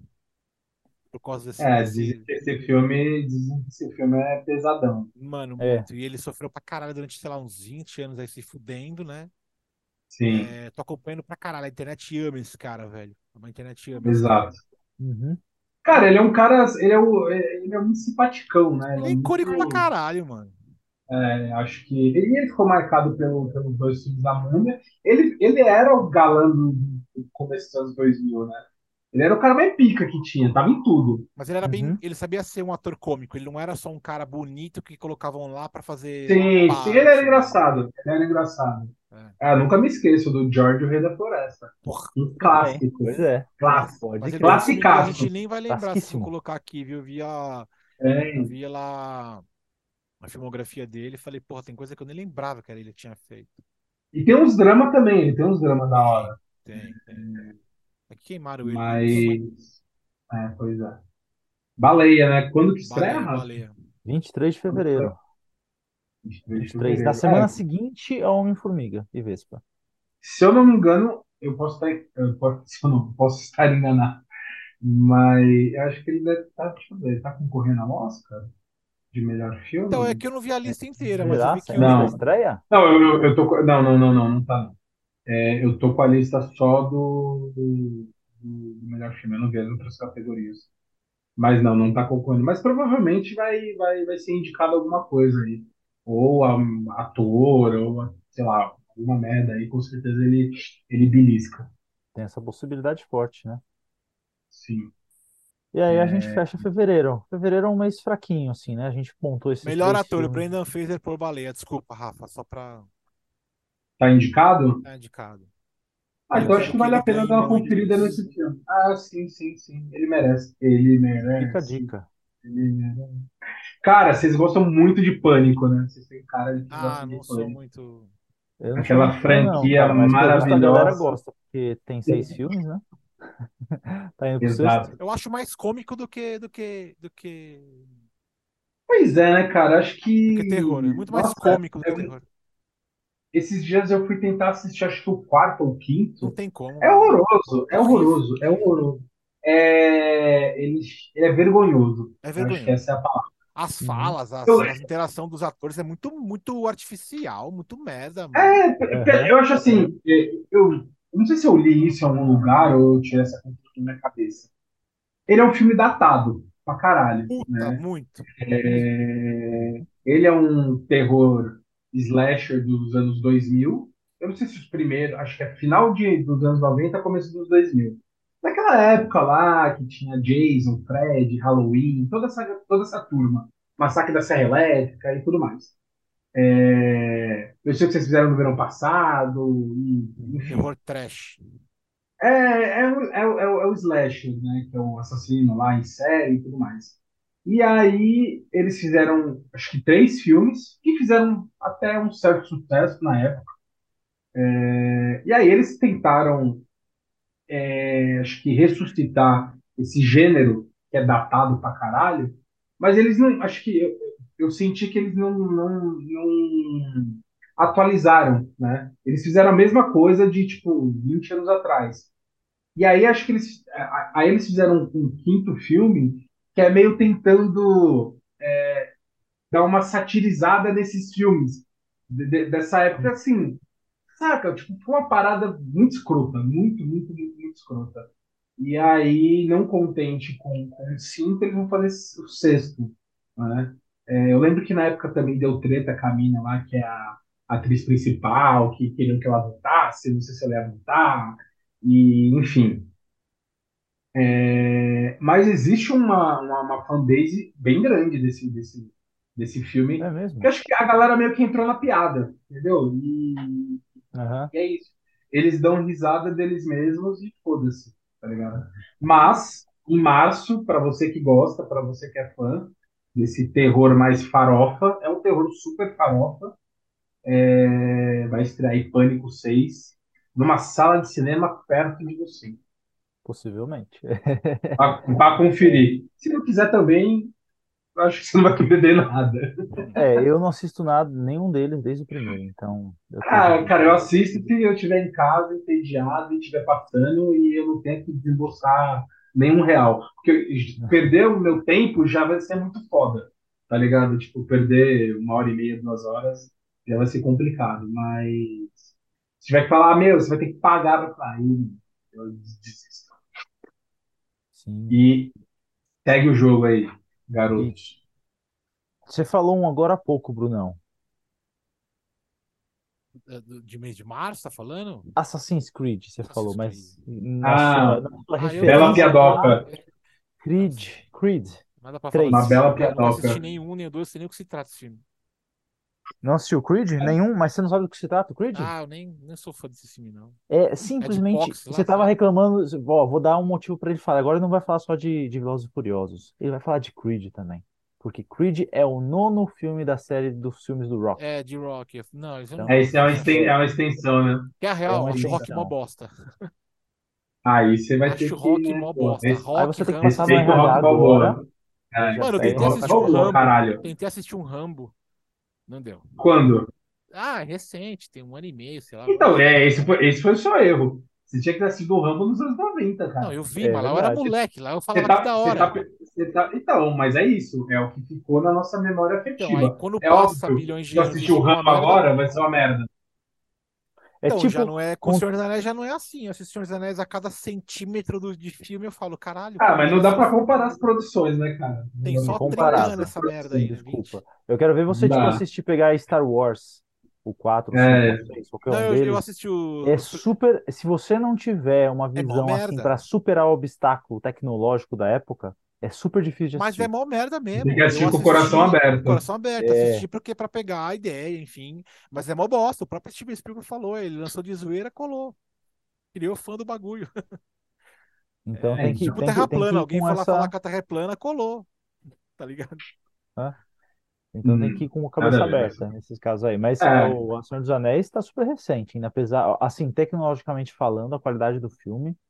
Por causa desse, É, dizem desse. que esse filme, dizem que esse filme é pesadão. Mano, É, muito. E ele sofreu pra caralho durante, sei lá, uns vinte anos aí se fudendo, né? Sim, É, tô acompanhando pra caralho. A internet ama esse cara, velho. A internet ama esse cara. exato. uhum. Cara, ele é um cara, ele é, o, ele é muito simpaticão, né? Ele Ele é é icônico pra muito, caralho, mano. é, acho que ele, ele ficou marcado pelo, pelos dois filmes da Múmia. Ele, ele era o galã do, do começo dos anos dois mil, né? Ele era o cara mais pica que tinha, tava em tudo. Mas ele era bem. Uhum. Ele sabia ser um ator cômico. Ele não era só um cara bonito que colocavam lá pra fazer Sim, sim, ele era parte, né? engraçado. Ele era engraçado. É. Ah, nunca me esqueço do George, o Rei da Floresta. Porra, Um Também, clássico. pois é. clássico. Clássico. Mas Pode ele tem um crer. filme que a gente Classicaço. nem vai lembrar se eu Classiquíssimo. colocar aqui, viu? Eu vi a, eu É, vi lá a filmografia dele e falei, porra, tem coisa que eu nem lembrava que era ele que tinha feito. e tem uns drama também, ele tem uns drama da Tem, hora. tem, tem. É que queimaram ele no início. Mas. É, pois é. Baleia, né? Quando que estreia, Baleia, Rafa? baleia. vinte e três de Quando estreia? fevereiro. vinte e três de vinte e três. Na fevereiro. semana É, seguinte ao Homem-Formiga e Vespa. se eu não me engano, eu posso estar, eu posso, se eu não posso estar enganado, mas eu acho que ele deve estar, deixa eu ver, ele tá concorrendo ao Oscar de melhor Então, é filme? que eu não vi a lista inteira, mas eu Será? vi que Antes da o. Não, estreia? não, eu, eu eu tô, com- não, não, não, não, não tá. Não. É, eu tô com a lista só do, do, do melhor filme, eu não vi as outras categorias. Mas não, não tá concorrendo. Mas provavelmente vai, vai, vai ser indicado alguma coisa aí. Ou a, ator, ou sei lá, alguma merda aí, com certeza ele, ele belisca. Tem essa possibilidade forte, né? Sim. E aí a gente É, fecha fevereiro. Fevereiro é um mês fraquinho, assim, né? A gente pontou esses Melhor três ator, o filmes. Brendan Fraser por baleia. Desculpa, Rafa, só pra tá indicado? estar indicado. Ah, Eu então acho quero que que vale ele a pena ganhe dar uma conferida muitos. nesse filme. Ah, sim, sim, sim. Ele merece. Ele Fica a merece. dica. Ele merece. Cara, vocês gostam muito de Pânico, né? Vocês têm cara de que Ah, gostam de não sou Pânico. muito. Eu não sou Aquela muito fã, não, franquia cara, mas pelo visto a galera maravilhosa. gosta, porque tem seis filmes, né? Tá indo pro sexto? Exato. Eu acho mais cômico do que do que do que Pois é, né, cara? Acho do que terror. É que. muito mais Nossa, cômico do que eu- terror. esses dias eu fui tentar assistir, acho que o quarto ou o Não quinto. tem como, É mano. horroroso, É é horrível, horroroso, é horrível. horroroso. É, ele, ele é vergonhoso. É Eu acho que vergonhoso. essa é a palavra. As Uhum. falas, Eu, as, as interações dos atores é muito, muito artificial, muito merda, mano. é, Aham. eu acho assim, é, eu, eu não sei se eu li isso em algum lugar ou eu tirei essa conclusão na minha cabeça. Ele é um filme datado pra caralho, Puta, né? muito, muito. É, ele é um terror slasher dos anos dois mil. Eu não sei se os primeiros, acho que é final de, dos anos noventa, começo dos dois mil. Naquela época lá que tinha Jason, Fred, Halloween, toda essa, toda essa turma. Massacre da Serra Elétrica e tudo mais. É, eu sei o que vocês fizeram no verão passado, e, Uhum. Terror trash. é, é, o- é, o- é, o é o slasher, né? Que é o assassino lá em série e tudo mais. E aí eles fizeram, acho que três filmes, que fizeram até um certo sucesso na época. E aí eles tentaram, é, acho que ressuscitar esse gênero que é datado pra caralho, mas eles não, acho que eu, eu senti que eles não, não, não atualizaram, né? Eles fizeram a mesma coisa de tipo vinte anos atrás. E aí acho que eles, aí eles fizeram um, um quinto filme que é meio tentando dar uma satirizada nesses filmes de- de- dessa época, assim, saca? Tipo, foi uma parada muito escrota, muito, muito, muito, muito escrota. E aí, não contente com, com o cinco, eles vão fazer o sexto, né? É, eu lembro que na época também deu treta com a mina lá, que é a atriz principal, que queriam que ela voltasse, não sei se ela ia voltar, e enfim. É, mas existe uma, uma, uma fanbase bem grande desse, desse, desse filme, É que mesmo? acho que a galera meio que entrou na piada, entendeu? E, Aham. e é isso. Eles dão risada deles mesmos e foda-se, tá ligado? Mas, em março, para você que gosta, para você que é fã desse terror mais farofa, é um terror super farofa, é, vai estrear aí Pânico seis numa sala de cinema perto de você. Possivelmente. Para conferir. Se não quiser também, acho que você não vai perder nada. É, eu não assisto nada, nenhum deles desde o primeiro, então eu tô de Ah, boa. cara, eu assisto se eu estiver em casa, entediado e estiver passando e eu não tenho que desembolsar nenhum real. Porque perder o meu tempo já vai ser muito foda, tá ligado? Tipo, perder uma hora e meia, duas horas já vai ser complicado. Mas se tiver que falar, ah, meu, você vai ter que pagar pra falar, aí eu desisto. Sim. E segue o jogo aí, E garotos. você falou um agora há pouco, Brunão. É, de mês de março, tá falando? Assassin's Creed, você falou, Assassin's Creed. mas na sua, Ah, na sua Ah, eu vi bela referência, só. piadoca. Creed, Creed Nada pra falar Uma desse três. bela filme. Eu nunca assisti piadoca. nenhum, nem o dois, sei nem o que se trata esse filme. Não assistiu Creed? Nenhum? Mas você não sabe do que se trata, o Creed? Ah, eu nem, nem sou fã desse filme, não. É É de simplesmente, boxe você lá, estava será? reclamando, ó, vou dar um motivo para ele falar. Agora ele não vai falar só de, de Velozes e Furiosos, ele vai falar de Creed também. Porque Creed é o nono filme da série dos filmes do Rock. É, de Rock. Não, isso eu não É, Então, vou isso é uma, assistir. exten- é é, uma extensão, né? Que é a é real, uma acho Rock mó extensão. bosta. Aí você vai ter Acho que, Rock né, mó pô, bosta. res- Aí Rock, você tem que passar no Rambo. respeita o R H Rock agora, Balboa. eu É, já Mano, eu respeita tentei o pego, Rock assistir um cachê. Balboa, Rambo. caralho. Tentei assistir um Rambo. Não deu. Quando? Ah, é recente, tem um ano e meio, sei lá, Então, quase. é, esse foi, esse foi o seu erro. Você tinha que ter assistido o Rambo nos anos noventa, Não, cara. eu vi, É mas lá eu era verdade. moleque, lá eu Você falava que tá, da você tá, hora. você tá, então, mas é isso. É o que ficou na nossa memória Então, aí afetiva. quando É passa óbvio, milhões se de eu anos e assistir o fica Rambo uma merda. agora, vai ser uma merda. É Então, já tipo, não é. Com o com- Senhor dos Anéis já não é assim. Eu assisto o Senhor dos Anéis a cada centímetro do, de filme eu falo, caralho, Ah, mas porra, não mas dá só, pra comparar as produções, né, cara? Não tem dá pra só comparar trinta as anos incomparável. essa merda Sim, produções. aí, né? desculpa. vinte. Eu quero ver Não você, tipo, dá. assistir, pegar Star Wars, o quatro, o cinco, o É, seis, qualquer Não, um eu, eu deles. assisti É o. super. Se você não tiver uma É mó visão assim merda. para superar o obstáculo tecnológico da época, é super difícil de Mas é assistir. mó merda tem que mesmo. Eu assistir com o coração assisti com o aberto. coração aberto, É, assisti porque para pegar a ideia, enfim. Mas é mó bosta. O próprio Steven Spielberg falou, ele lançou de zoeira, colou. Criou fã do bagulho. então É É, tem que, tipo então. tem que, Terra tem que plana. ir Alguém com foi lá falar essa. que a Terra é plana, colou. Tá ligado? Né? Então tem que Hum, ir com a nada cabeça a ver. aberta nesses casos aí. Mas ah, É, o A Senhor dos Anéis está super recente, ainda apesar, assim, tecnologicamente falando, a qualidade do filme.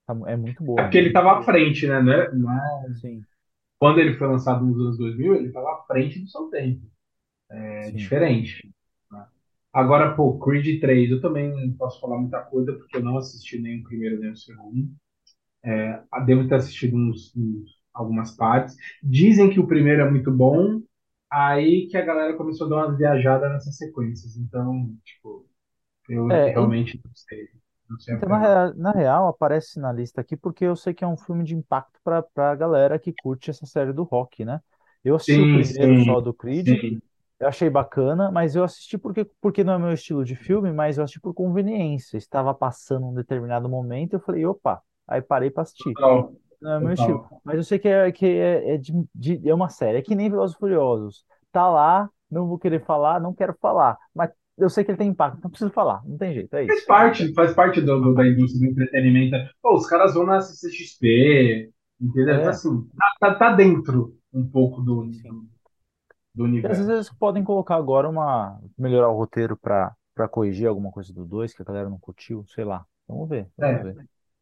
Tá mu- É muito É boa, porque ele muito estava à boa. frente, né? Não é, não é- Sim, Quando ele foi lançado nos anos dois mil, ele estava à frente do seu tempo. É sim. diferente, né? Agora, pô, Creed três, eu também não posso falar muita coisa, porque eu não assisti nem o primeiro nem o segundo. Ah, devo ter assistido uns, uns- algumas partes. Dizem que o primeiro é muito bom, aí que a galera começou a dar uma viajada nessas sequências. Então, tipo, eu É, en- realmente não sei. Não sei então, na, afirmar. rea- na real, aparece na lista aqui porque eu sei que é um filme de impacto pra, pra galera que curte essa série do rock, né? Eu assisti o Sim, primeiro sim, só do Creed, sim. eu achei bacana, mas eu assisti porque, porque não é meu estilo de filme, mas eu assisti por conveniência. Estava passando um determinado momento, eu falei, opa, aí parei para assistir. Total, Não é meu estilo. total. Mas eu sei que é, que é, é, de, de- é uma série, é que nem Velozes e Furiosos. Tá lá, não vou querer falar, não quero falar. Mas eu sei que ele tem impacto, não preciso falar, não tem jeito, é Faz isso. parte, faz parte Faz do, do- da parte. indústria do entretenimento. Pô, os caras vão na C C X P, entendeu? Então, É, assim, tá, tá, tá dentro um pouco do, sim, sim. do, do E às vezes eles universo. podem colocar agora uma. Melhorar o roteiro para para corrigir alguma coisa do dois que a galera não curtiu, sei lá. Vamos ver, vamos É, ver.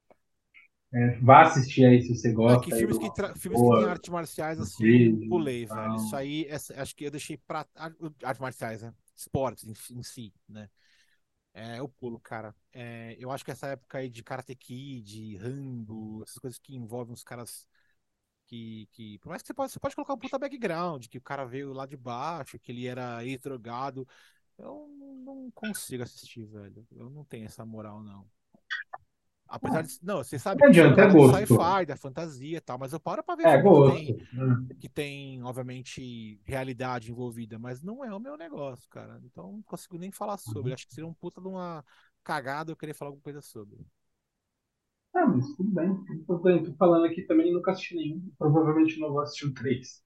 é, vá assistir aí se você É que gosta aí filmes do que, tra- filmes que tem boa, artes marciais, do assim, Creed e pulei, velho. Isso tal. aí, essa- acho que eu deixei pra. ar- Artes marciais, né? Esportes em, em si, né? É, eu pulo, cara. É, eu acho que essa época aí de Karate Kid, Rambo, essas coisas que envolvem os caras que, que. Por mais que você pode, você pode colocar um puta background, que o cara veio lá de baixo, que ele era ex-drogado. Eu não consigo assistir, velho. Eu não tenho essa moral, não. Apesar de. Não, você sabe Não que eu sou do adianta, é lado do gosto. sci-fi, da fantasia e tal, mas eu paro pra ver É filme que tem, gosto. Né? que tem, obviamente, realidade envolvida, mas não é o meu negócio, cara. Então não consigo nem falar sobre. Acho que seria um puta de uma cagada eu querer falar alguma coisa sobre. Ah, mas tudo bem. Tô, tô falando aqui também, nunca assisti nenhum. Provavelmente não vou assistir o três.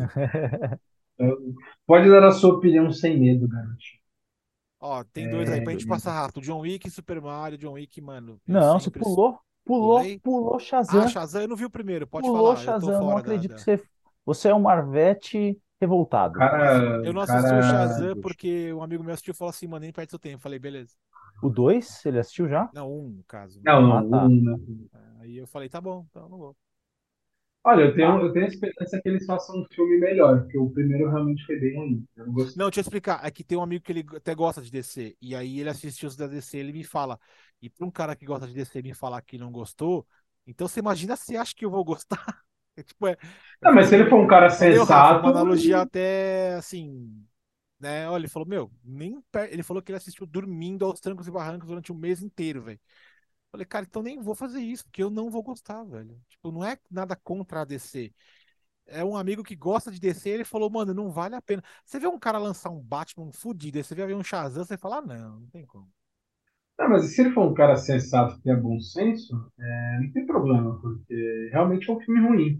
Então, pode dar a sua opinião sem medo, garoto. Ó, tem dois aí pra gente passar rápido. John Wick e Super Mario. John Wick, mano, eu Não, você sempre pulou, pulou, pulei. pulou Ah, Shazam, Shazam, eu não vi o primeiro, pode pulou falar, eu tô Shazam. Não fora da, acredito que da... você. Você é um Marvete O revoltado. Mas cara, eu o não assisti o cara. Shazam porque um amigo meu assistiu e falou assim, mano, nem perde seu tempo. Falei, beleza. O dois, ele assistiu já? Não, um, no caso, né? Não, não, Ah, o tá. um, né? Aí eu falei, tá bom, então eu não vou. Olha, eu tenho, Tá. eu tenho a esperança que eles façam um filme melhor, porque o primeiro realmente foi bem ruim. Eu não Não, gostei. deixa eu explicar. É que tem um amigo que ele até gosta de D C. E aí ele assiste os da D C, ele me fala. E pra um cara que gosta de D C me falar que não gostou, então você imagina se acha que eu vou gostar. É, tipo, é, eu Ah, falei mas se assim, ele for um cara falei, ô Rafa, uma sensato, analogia até assim, né? Olha, ele falou, meu, nem per- ele falou que ele assistiu dormindo aos trancos e barrancos durante um mês inteiro, velho. Falei, cara, então nem vou fazer isso, porque eu não vou gostar, velho. Tipo, não é nada contra a D C. É um amigo que gosta de D C, ele falou, mano, não vale a pena. Você vê um cara lançar um Batman fudido, aí você vê um Shazam, você fala, ah, não, não tem como. ah, mas se ele for um cara sensato que tenha bom senso, é, não tem problema, porque realmente é um filme ruim.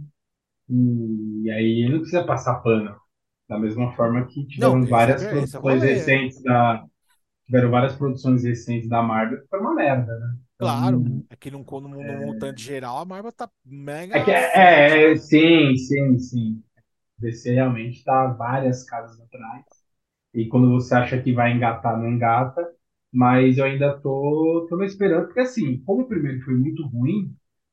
E, aí ele não precisa passar pano. Da mesma forma que Não, tiveram esse é, várias ver- esse é o produções rolê. recentes da. Tiveram várias produções recentes da Marvel que foi uma merda, né? Claro, Então. Uhum. é que num, num, num montante geral, a Marvel tá É que mega à frente, é, é, né? sim, sim, sim. D C realmente está várias casas atrás. E quando você acha que vai engatar, não engata. Mas eu ainda tô, tô na esperança, porque assim, como o primeiro foi muito ruim,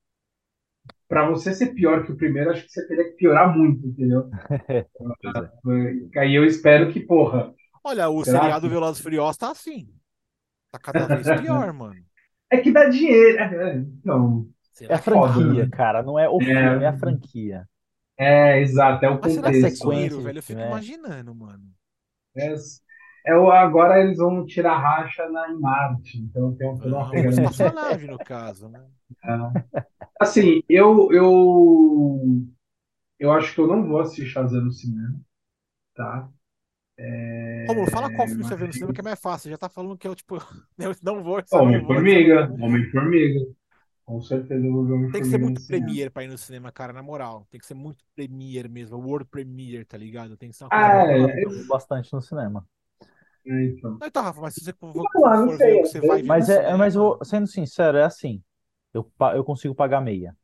para você ser pior que o primeiro, acho que você teria que piorar muito, entendeu? Pois é. Aí eu espero que, porra, Olha, o será seriado que. Velozes e Furiosos tá assim. Tá cada vez pior, mano. É que dá dinheiro. É, é, não, É a Será é que foda, franquia, né? dá? cara, não é o filme, é a É, franquia. é, exato, é o Mas será É a que é contexto, né? dinheiro, sequência de velho? Eu filme. fico É. imaginando, mano. É, é o, agora eles vão tirar racha na, em Marte, então tem um- toda uma Vão, com pegada diferente. espaçonave, no caso, né? Né? Assim, eu, eu, eu acho que eu não vou assistir Shazam no cinema, tá? Romulo, fala qual É, filme você mas, vê no cinema que é mais fácil. Você já tá falando que eu, tipo, eu não vou, se eu não vou, se eu não Homem-Formiga, vou. Homem-Formiga. Com certeza eu vou ver Tem que ser Homem-Formiga no muito cinema. premier pra ir no cinema, cara, na moral. Tem que ser muito premier mesmo, world premier, tá ligado? Tem que ser uma coisa Ah, Eu, muito. eu, é, eu vou bastante no cinema. é, então. Não, então, Rafa, mas se você for, Vamos lá, não for ver sei, o que às você vai ver no Mas vezes. é, é- mas eu, cinema, vou- sendo sincero, é assim. Eu, pa- eu consigo pagar meia,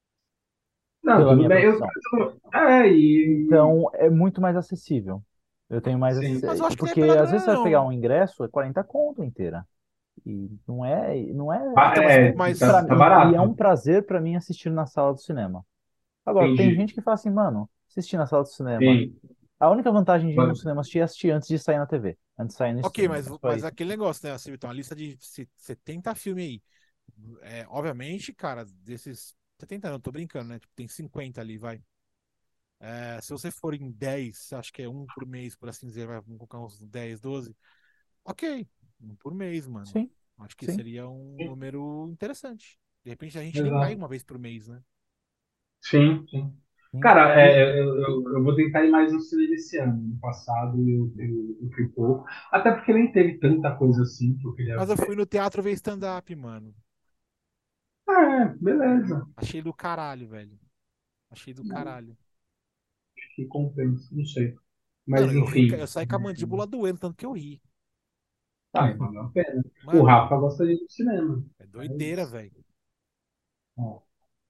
Não, pela tudo minha bem. Eu, profissão. é, e. Então é muito mais acessível. Eu tenho mais Sim. mas eu acess... acho que nem é Porque pela às vezes grana, você vai pegar não. um ingresso, é quarenta conto inteira. E não é, não é, Ah, Então, mas, é, mas tá, pra, tá e, e é um barato. prazer pra mim assistir na sala do cinema. Agora, tem Entendi. gente que fala assim, mano, assistir na sala do cinema. Sim. A única vantagem de ir no cinema assistir é assistir antes de sair na T V, antes de sair no ok, streaming. mas, É só mas isso. aquele negócio, né? Assim, então, a lista de se- setenta filmes aí. É, obviamente, cara, desses. Setenta não, tô brincando, né? Tipo, tem cinquenta ali, vai. É, se você for em dez, acho que é um por mês, por assim dizer, vai, vamos colocar uns dez, doze. Ok, um por mês, mano. Sim, Acho que sim. seria um número interessante. De repente a gente nem vai Exato. uma vez por mês, né? Sim, sim. Sim. Cara, E, é, eu, eu, eu vou tentar ir mais no cinema esse ano. No passado eu, eu, eu fui pouco. Até porque nem teve tanta coisa assim que eu queria Mas eu fui ver. no teatro ver stand-up, mano. Ah, é, beleza. Achei do caralho, velho. Achei do Não, caralho. acho que compensa, não sei. Mano, Mas eu ri, eu enfim. saí com a mandíbula doendo, tanto que eu ri. Ah, valeu a pena. O Mano, Rafa gosta de ir no cinema. é É doideira, isso. velho. Ó.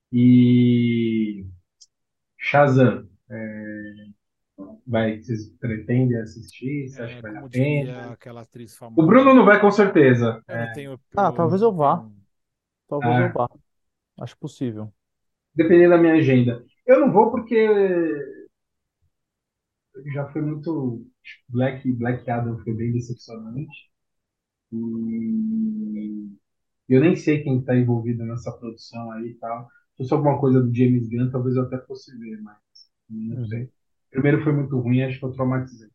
E Shazam, vai, vocês pretendem assistir? Você acha que É, vale a como diria pena? aquela atriz O Bruno famosa, não vai com certeza. eu não tenho, ah, eu talvez não eu vá. tenho. Talvez eu É, vá. Acho possível. dependendo da minha agenda. Eu não vou porque já foi muito. Black, Black Adam foi bem decepcionante. E eu nem sei quem está envolvido nessa produção aí e tal. Se fosse alguma coisa do James Gunn, talvez eu até fosse ver, mas não sei. Uhum. Primeiro foi muito ruim, acho que eu traumatizei.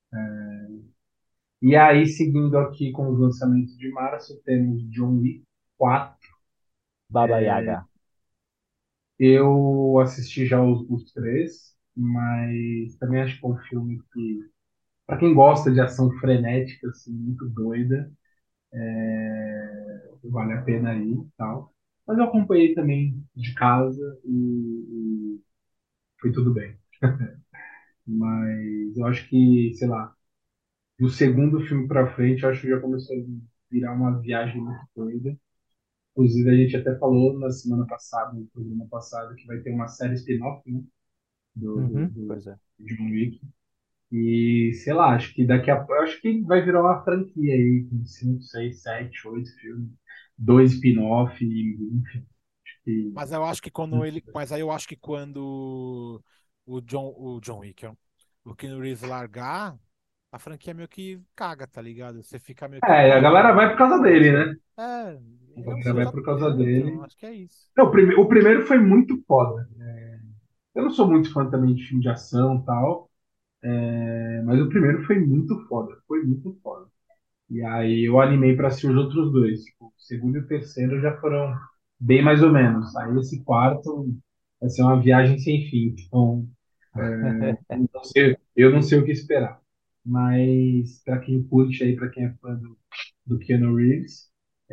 E aí, seguindo aqui com os lançamentos de março, temos John Wick quatro. Baba Yaga. Eu assisti já os, os três, mas também acho que é um filme que, para quem gosta de ação frenética, assim, muito doida, vale a pena ir e tal. Mas eu acompanhei também de casa e, e foi tudo bem. Mas eu acho que, sei lá, do segundo filme pra frente, eu acho que já começou a virar uma viagem muito doida. Inclusive, a gente até falou na semana passada, no programa passado, que vai ter uma série spin-off, né, do, do, Uhum. do Pois é. John Wick. E, sei lá, acho que daqui a pouco, acho que vai virar uma franquia aí, com cinco, seis, sete, oito filmes, dois spin-off, e, enfim. E, Mas eu acho que quando ele, mas aí eu acho que quando o John, o John Wick, ó, o Keanu Reeves largar, a franquia meio que caga, tá ligado? Você fica meio que, é, a mano, galera vai por causa Pode dele, ser. né? é, A ele é um galera filho vai da. por causa É, então, dele. acho que é isso. Não, o, prime- o primeiro foi muito foda. Eu não sou muito fã também de filme de ação e tal, é, mas o primeiro foi muito foda. Foi muito foda. E aí eu animei para assistir os outros dois. Tipo, o segundo e o terceiro já foram bem mais ou menos. Aí esse quarto vai ser uma viagem sem fim. Então, eu não sei, eu não sei o que esperar. Mas para quem curte aí, para quem é fã do, do Keanu Reeves,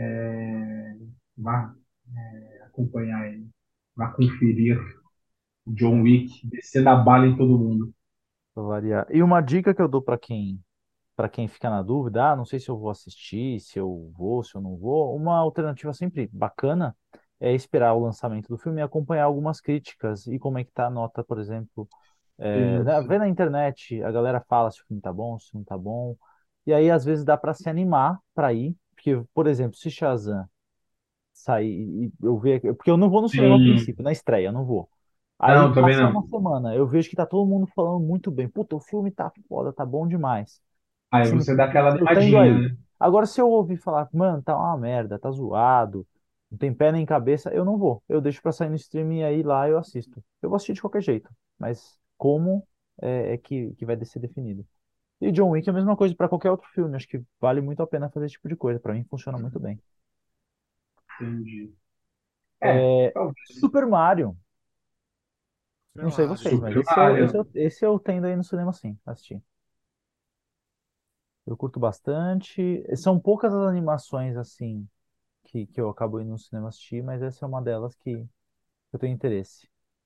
é, vá acompanhar ele, vá conferir o John É, Wick descendo a bala em todo mundo. pra variar. E uma dica que eu dou para quem para quem fica na dúvida, ah, não sei se eu vou assistir, se eu vou, se eu não vou, uma alternativa sempre bacana é esperar o lançamento do filme e acompanhar algumas críticas e como é que tá a nota, por exemplo, é, Sim, né, vê sim. na internet, a galera fala se o filme tá bom, se não tá bom, e aí às vezes dá para se animar para ir, porque, por exemplo, se Shazam sair e eu ver, porque eu não vou no cinema a Sim. princípio, na estreia, eu não vou. Aí Não, também passa não. uma semana, eu vejo que tá todo mundo falando muito bem. Puta, o filme tá foda, tá bom demais. Aí você dá Significa que aquela eu tô indo animadinha, aí. né? Agora, se eu ouvir falar, mano, tá uma merda, tá zoado, não tem pé nem cabeça, eu não vou. Eu deixo pra sair no streaming e aí lá eu assisto. Eu vou assistir de qualquer jeito, mas como é, é que, que vai ser definido. E John Wick é a mesma coisa pra qualquer outro filme. Acho que vale muito a pena fazer esse tipo de coisa. Pra mim funciona muito bem. Entendi. É, É, talvez. Super Mario. Super Não sei Mario. vocês, mas Super esse eu, esse Mario. eu, esse eu tendo aí no cinema sim, assistir. Eu curto bastante. São poucas as animações assim que, que eu acabo indo no cinema assistir, mas essa é uma delas que eu tenho interesse.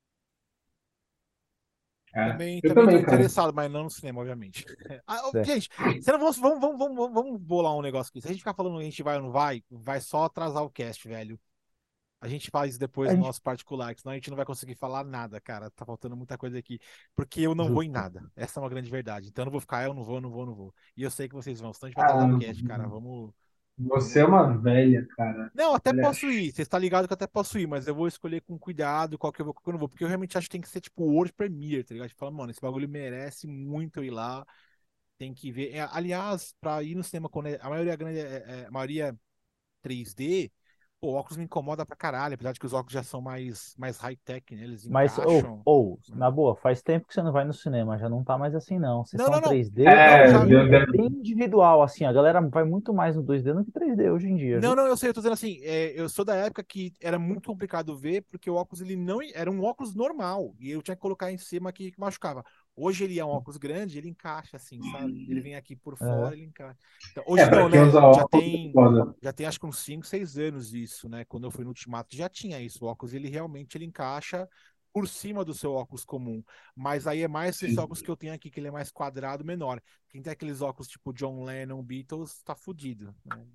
É. Também, Eu também tô também, cara. interessado, mas não no cinema, obviamente. Ah, ô, É. gente, você não, vamos, vamos, vamos, vamos, vamos bolar um negócio aqui. Se a gente ficar falando que a gente vai ou não vai, vai só atrasar o cast, velho. A gente faz isso depois A no gente. nosso particular, que senão a gente não vai conseguir falar nada, cara. Tá faltando muita coisa aqui. Porque eu não vou em Justo. nada. Essa é uma grande verdade. Então eu não vou ficar, eu não vou, não vou, não vou. E eu sei que vocês vão, senão a gente vai atrasar o Ah, cast, cara. Vamos. Você é uma velha, cara. Não, até Olha, posso ir. Você está ligado que eu até posso ir, mas eu vou escolher com cuidado qual que eu vou, qual que eu não vou. Porque eu realmente acho que tem que ser tipo o World Premiere, tá ligado? Tipo, fala, mano, esse bagulho merece muito eu ir lá. Tem que ver. É, aliás, pra ir no cinema, quando é- a maioria grande é, é- a maioria três D, pô, o óculos me incomoda pra caralho, apesar de que os óculos já são mais, mais high-tech, né? Eles Mas, ou, encaixam. ou, Né? na boa, faz tempo que você não vai no cinema, já não tá mais assim, não. Não, não, Sessão não. três D Não, é é, já. bem, deu- é deu- bem individual, assim, a galera vai muito mais no dois D do que três D hoje em dia, Não, viu? não, eu sei, eu tô dizendo assim, é, eu sou da época que era muito complicado ver, porque o óculos ele não era um óculos normal, e eu tinha que colocar em cima que machucava. Hoje ele é um óculos grande, ele encaixa assim, sabe? Ele vem aqui por É. fora, ele encaixa. Então, É, hoje pra não, quem né? usa Já óculos, é tem, foda. já tem acho que uns cinco, seis anos isso, né? Quando eu fui no Ultimato já tinha isso. O óculos ele realmente ele encaixa por cima do seu óculos comum. Mas aí é mais esse Sim. óculos que eu tenho aqui, que ele é mais quadrado, menor. Quem tem aqueles óculos tipo John Lennon, Beatles, tá fudido, né?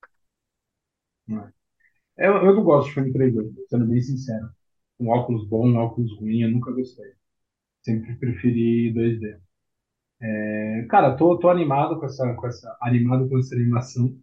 Eu, eu não gosto de filme três D, sendo bem sincero. Um óculos bom, um óculos ruim, eu nunca gostei. Sempre preferi dois D. É, cara, tô, tô animado com essa, com essa, animado com essa animação.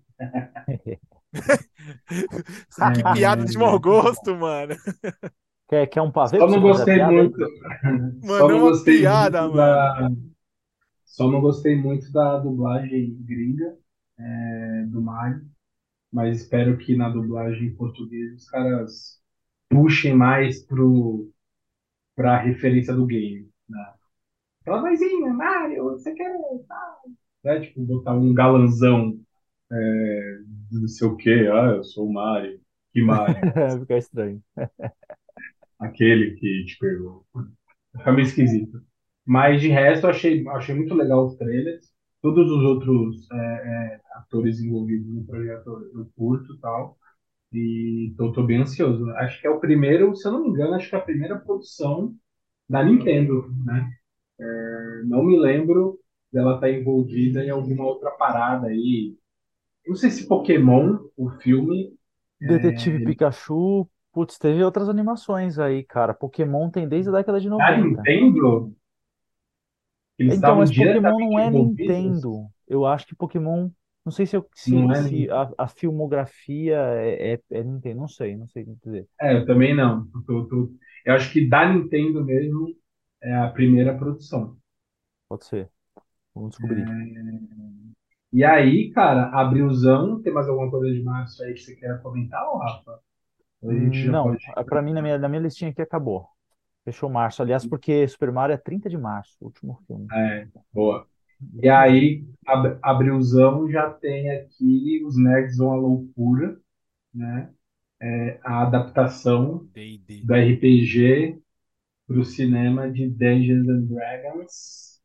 Que piada de mau É, gosto, mano. Quer, quer um pavê só pra você não fazer a gostei piada aí? muito, só Mandou não uma gostei piada, muito mano. da, só não gostei muito da dublagem gringa, é, do Mario, mas espero que na dublagem em português os caras puxem mais pro, pra referência do game, né? Aquela vozinha, Mario, você quer, né? Tipo, botar um galanzão, é, não sei o quê, ah, eu sou o Mario, que Mario? Fica estranho. Aquele que te pegou. Fica meio esquisito. Mas de resto, eu achei, achei muito legal os trailers. Todos os outros é, é, atores envolvidos no projeto eu curto e tal. E tô, tô bem ansioso. Acho que é o primeiro, se eu não me engano, acho que é a primeira produção da Nintendo, né? Não me lembro dela estar envolvida em alguma outra parada aí. Não sei se Pokémon, o filme, Detetive Pikachu, putz, teve outras animações aí, cara. Pokémon tem desde a década de da noventa. Nintendo, eles Então, estavam mas Pokémon não diretamente é envolvidos. Nintendo. Eu acho que Pokémon. Não sei se, eu- se, Não é se a, a filmografia é, é, é Nintendo. Não sei, não sei dizer. É, eu também não. Eu, tô- tô- eu acho que da Nintendo mesmo é a primeira produção. Pode ser. Vamos descobrir. E aí, cara, abrilzão, tem mais alguma coisa de março aí que você quer comentar, ô Rafa? Ou a gente Hum, já Não, pode. pra mim, na minha, na minha listinha aqui acabou. Fechou março. Aliás, porque Super Mario é trinta de março, o último filme. É, boa. E Último filme. aí, ab- abrilzão já tem aqui os Nerds Vão à Loucura, né? É a adaptação D e D. do R P G para o cinema de Dungeons and Dragons.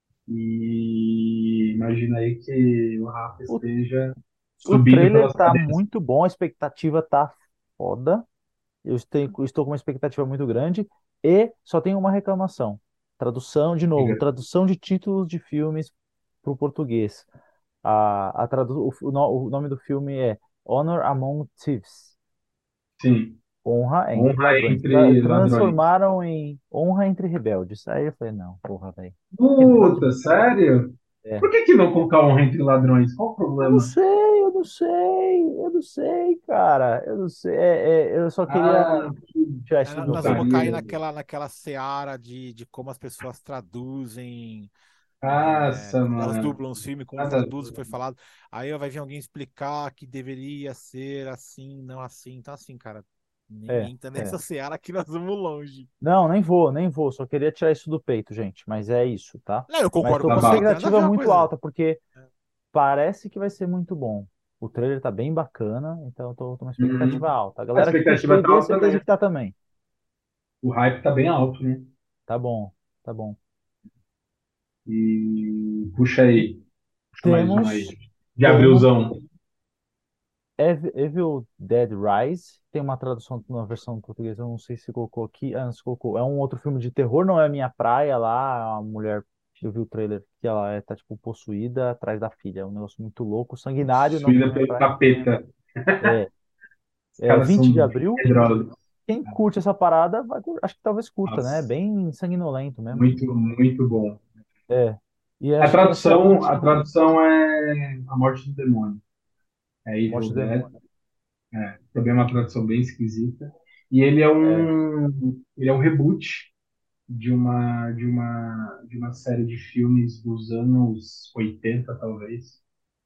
E imagina aí que o Rafa O, esteja o subindo trailer pelas tá cadeiras. muito bom, a expectativa tá foda. Eu estou, estou com uma expectativa muito grande e só tenho uma reclamação. Tradução, de novo, Diga. tradução de títulos de filmes para o português. A, a tradu o, no- o nome do filme é Honor Among Thieves. Sim, Honra entre honra ladrões. Tra- entre ladrões. transformaram em Honra entre Rebeldes. Aí eu falei, não, porra, velho. Rebelde? Puta, sério? É. Por que que não colocar honra entre ladrões? Qual o Eu não problema? sei, eu não sei, eu não sei, cara. Eu não sei. É, é, eu só queria Ah, que tirar isso É, do meu nós vamos peito. cair putaria. naquela, naquela seara de, de como as pessoas traduzem, é, Nossa, elas mano. dublam os filmes, como Nada a traduz o que ver. foi falado. Aí vai vir alguém explicar que deveria ser assim, não assim. Então, assim, cara, nem É, entra é. nessa seara que nós vamos longe. Não, nem vou, nem vou. Só queria tirar isso do peito, gente. Mas é isso, tá? Não, eu Mas concordo tô com com Tá você, tem nada a expectativa ver uma muito coisa. alta, porque parece que vai ser muito bom. O trailer tá bem bacana, então eu tô, tô com uma expectativa Uhum. alta. A A galera que curtiu expectativa aí, tá tenho alta certeza também. que tá também. O hype tá bem alto, né? Tá bom, tá bom. E puxa E aí. Puxa mais um aí. temos, De temos abrilzão. Ev- Evil Dead Rise. Tem uma tradução, uma versão em português, eu não sei se colocou aqui. Ah, não se colocou. É um outro filme de terror, não é a minha praia lá. A mulher, eu vi o trailer que ela é, tá tipo possuída atrás da filha. É um negócio muito louco, sanguinário, não é a Suída minha pelo praia. capeta. É, Os é caras vinte são de abril. medrosos. Quem curte essa parada, vai, cur- acho que talvez curta, né? É Nossa, bem sanguinolento mesmo. muito, muito bom. É. E A acho que vai ser a tradução, a última. tradução é A Morte do Demônio. É Morte Evil do Dead. Demônio. É, também é uma tradução bem esquisita. E ele é É, um, ele é um reboot de uma, de uma, de uma série de filmes dos anos oitenta talvez,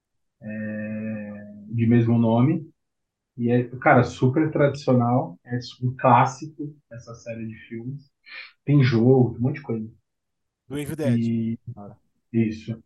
de mesmo nome. E é, cara, super tradicional, é um clássico essa série de filmes. Tem jogo, tem um monte de coisa. Do Evil Dead. E cara. isso.